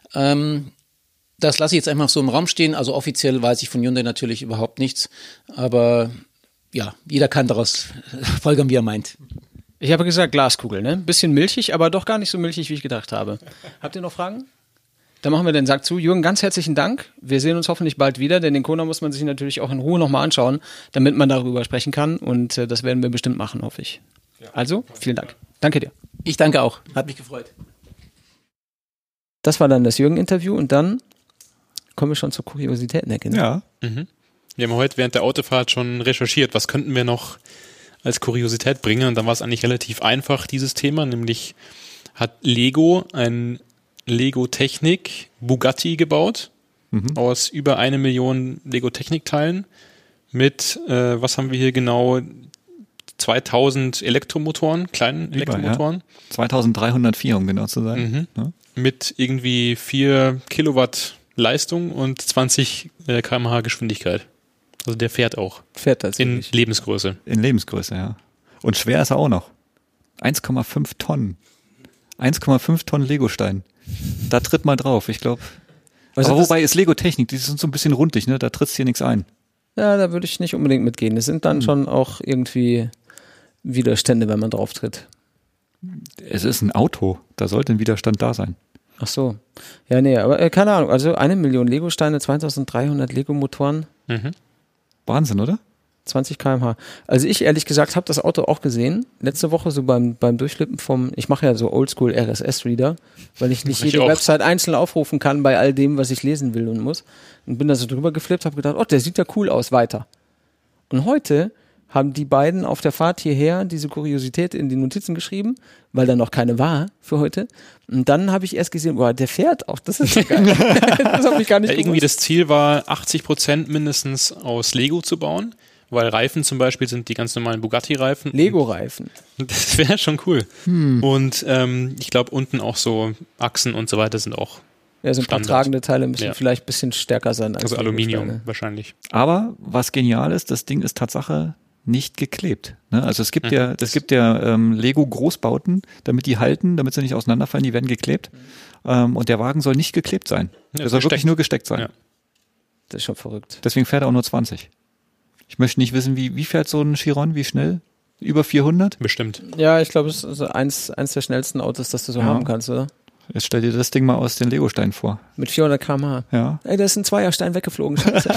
S8: Das lasse ich jetzt einfach so im Raum stehen. Also offiziell weiß ich von Hyundai natürlich überhaupt nichts. Aber ja, jeder kann daraus folgern, wie er meint.
S1: Ich habe gesagt Glaskugel, ne? Bisschen milchig, aber doch gar nicht so milchig, wie ich gedacht habe. Habt ihr noch Fragen? Dann machen wir den Sack zu. Jürgen, ganz herzlichen Dank. Wir sehen uns hoffentlich bald wieder, denn den Kona muss man sich natürlich auch in Ruhe nochmal anschauen, damit man darüber sprechen kann. Und das werden wir bestimmt machen, hoffe ich. Also, vielen Dank. Danke dir.
S8: Ich danke auch. Hat mich gefreut.
S1: Das war dann das Jürgen-Interview und dann kommen wir schon zur Kuriositäten-Ecke. Ne?
S2: Ja.
S3: Wir haben heute während der Autofahrt schon recherchiert, was könnten wir noch als Kuriosität bringen. Und dann war es eigentlich relativ einfach, dieses Thema. Nämlich hat Lego ein Lego-Technik Bugatti gebaut aus über 1 Million Lego-Technik-Teilen mit, was haben wir hier genau, 2000 Elektromotoren, kleinen Elektromotoren.
S2: Ja. 2304, um genau zu sein. Ja.
S3: Mit irgendwie 4 Kilowatt Leistung und 20 km/h Geschwindigkeit. Also der fährt auch.
S1: Fährt tatsächlich.
S3: In Lebensgröße.
S2: In Lebensgröße, ja. Und schwer ist er auch noch. 1,5 Tonnen. 1,5 Tonnen Legostein. Da tritt mal drauf, ich glaube. Aber wobei ist Lego-Technik, die sind so ein bisschen rundlich, ne? Da trittst hier nichts ein.
S1: Ja, da würde ich nicht unbedingt mitgehen. Es sind dann schon auch irgendwie Widerstände, wenn man drauf tritt.
S2: Es ist ein Auto, da sollte ein Widerstand da sein.
S1: Ach so. Ja, nee, aber keine Ahnung. Also 1 Million Lego-Steine, 2300 Lego-Motoren.
S2: Wahnsinn, oder?
S1: 20 km/h. Also ich ehrlich gesagt habe das Auto auch gesehen. Letzte Woche so beim Durchflippen ich mache ja so Oldschool RSS-Reader, weil ich nicht jede Website einzeln aufrufen kann bei all dem, was ich lesen will und muss. Und bin da so drüber geflippt, habe gedacht, oh, der sieht ja cool aus, weiter. Und heute haben die beiden auf der Fahrt hierher diese Kuriosität in die Notizen geschrieben, weil da noch keine war für heute. Und dann habe ich erst gesehen, boah, der fährt auch, das ist so geil. Das habe ich gar nicht gewusst.
S3: Irgendwie das Ziel war, 80% mindestens aus Lego zu bauen, weil Reifen zum Beispiel sind die ganz normalen Bugatti-Reifen.
S1: Lego-Reifen.
S3: Das wäre schon cool. Und ich glaube, unten auch so Achsen und so weiter sind auch
S1: ja, so ein paar tragende Teile müssen vielleicht ein bisschen stärker sein als
S3: also Aluminium wahrscheinlich.
S2: Aber was genial ist, das Ding ist Tatsache nicht geklebt. Ne? Also es gibt ja Lego Großbauten, damit die halten, damit sie nicht auseinanderfallen, die werden geklebt. Und der Wagen soll nicht geklebt sein.
S3: Ja,
S2: der soll wirklich nur gesteckt sein.
S3: Ja.
S1: Das ist schon verrückt.
S2: Deswegen fährt er auch nur 20. Ich möchte nicht wissen, wie fährt so ein Chiron, wie schnell? Über 400?
S3: Bestimmt.
S1: Ja, ich glaube, es ist also eins der schnellsten Autos, das du so haben kannst, oder?
S2: Jetzt stell dir das Ding mal aus den Lego-Steinen vor.
S1: Mit 400 km/h.
S2: Ja.
S1: Ey, da ist ein Zweierstein weggeflogen. Scheiße.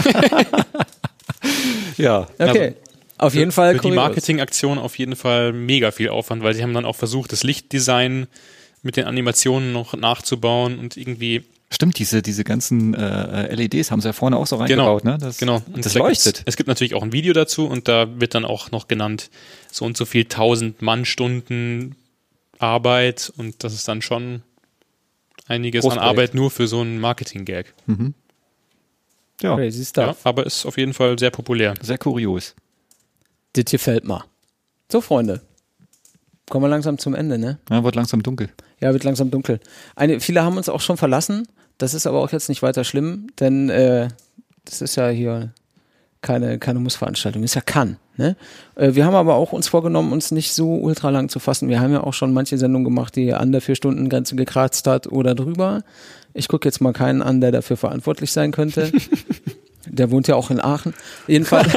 S2: Ja.
S1: Okay. Auf jeden Fall
S3: für die Marketingaktion auf jeden Fall mega viel Aufwand, weil sie haben dann auch versucht, das Lichtdesign mit den Animationen noch nachzubauen und irgendwie...
S2: Stimmt, diese ganzen LEDs haben sie ja vorne auch so reingebaut, ne?
S3: Genau. Und das leuchtet. Es gibt natürlich auch ein Video dazu und da wird dann auch noch genannt, so und so viel 1000 Mannstunden Arbeit und das ist dann schon einiges an Arbeit nur für so einen Marketing-Gag.
S2: Ja.
S1: Crazy stuff.
S3: Ja, aber ist auf jeden Fall sehr populär.
S2: Sehr kurios.
S1: Das gefällt mir. So, Freunde. Kommen wir langsam zum Ende, ne?
S2: Ja, wird langsam dunkel.
S1: Ja, wird langsam dunkel. Viele haben uns auch schon verlassen. Das ist aber auch jetzt nicht weiter schlimm, denn das ist ja hier keine Mussveranstaltung, das ist ja Cannes. Ne? Wir haben aber auch uns vorgenommen, uns nicht so ultra lang zu fassen. Wir haben ja auch schon manche Sendungen gemacht, die an der 4-Stunden-Grenze gekratzt hat oder drüber. Ich gucke jetzt mal keinen an, der dafür verantwortlich sein könnte. Der wohnt ja auch in Aachen. Jedenfalls.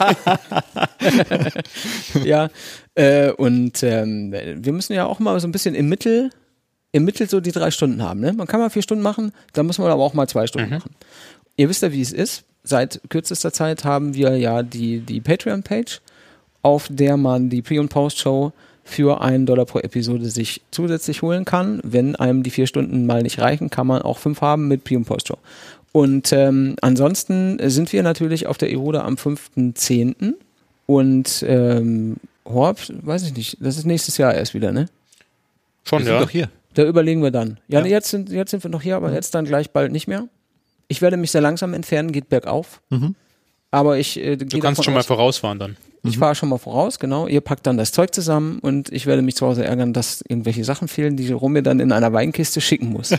S1: Ja. Und wir müssen ja auch mal so ein bisschen im Mittel so die 3 Stunden haben. Ne? Man kann mal 4 Stunden machen, dann muss man aber auch mal 2 Stunden machen. Ihr wisst ja, wie es ist. Seit kürzester Zeit haben wir ja die Patreon-Page, auf der man die Pre- und Post-Show für $1 pro Episode sich zusätzlich holen kann. Wenn einem die 4 Stunden mal nicht reichen, kann man auch 5 haben mit Pre- und Post-Show. Und ansonsten sind wir natürlich auf der Eroda am 5.10. Und Horb, weiß ich nicht, das ist nächstes Jahr erst wieder, ne?
S3: Schon,
S2: wir sind doch hier.
S1: Da überlegen wir dann. Ja, nee, jetzt sind wir noch hier, aber jetzt dann gleich bald nicht mehr. Ich werde mich sehr langsam entfernen, geht bergauf. Aber ich
S3: Du kannst schon mal vorausfahren dann.
S1: Ich fahre schon mal voraus, genau. Ihr packt dann das Zeug zusammen und ich werde mich zu Hause ärgern, dass irgendwelche Sachen fehlen, die Rom mir dann in einer Weinkiste schicken muss.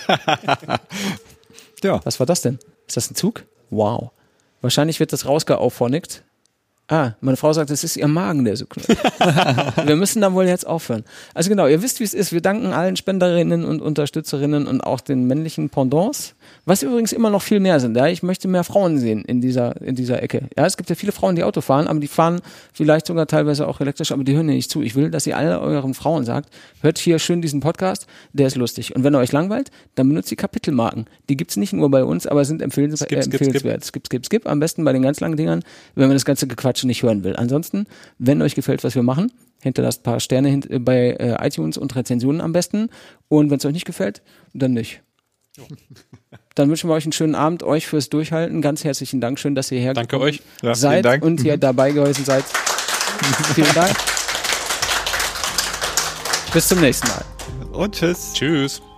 S2: Ja.
S1: Was war das denn? Ist das ein Zug? Wow. Wahrscheinlich wird das rausgeauphonikt. Meine Frau sagt, es ist ihr Magen, der so knurrt. Wir müssen dann wohl jetzt aufhören. Also genau, ihr wisst, wie es ist. Wir danken allen Spenderinnen und Unterstützerinnen und auch den männlichen Pendants, was übrigens immer noch viel mehr sind. Ja? Ich möchte mehr Frauen sehen in dieser Ecke. Ja, es gibt ja viele Frauen, die Auto fahren, aber die fahren vielleicht sogar teilweise auch elektrisch, aber die hören ja nicht zu. Ich will, dass ihr alle euren Frauen sagt, hört hier schön diesen Podcast, der ist lustig. Und wenn ihr euch langweilt, dann benutzt die Kapitelmarken. Die gibt's nicht nur bei uns, aber sind empfehlenswert. Skip. Am besten bei den ganz langen Dingern, wenn man das ganze Gequatsch nicht hören will. Ansonsten, wenn euch gefällt, was wir machen, hinterlasst ein paar Sterne bei iTunes und Rezensionen am besten. Und wenn es euch nicht gefällt, dann nicht. Dann wünschen wir euch einen schönen Abend, euch fürs Durchhalten. Ganz herzlichen Dank, schön, dass ihr hergekommen
S3: seid
S1: Dank. Und hier dabei gewesen seid. Vielen Dank. Bis zum nächsten Mal.
S2: Und tschüss.
S3: Tschüss.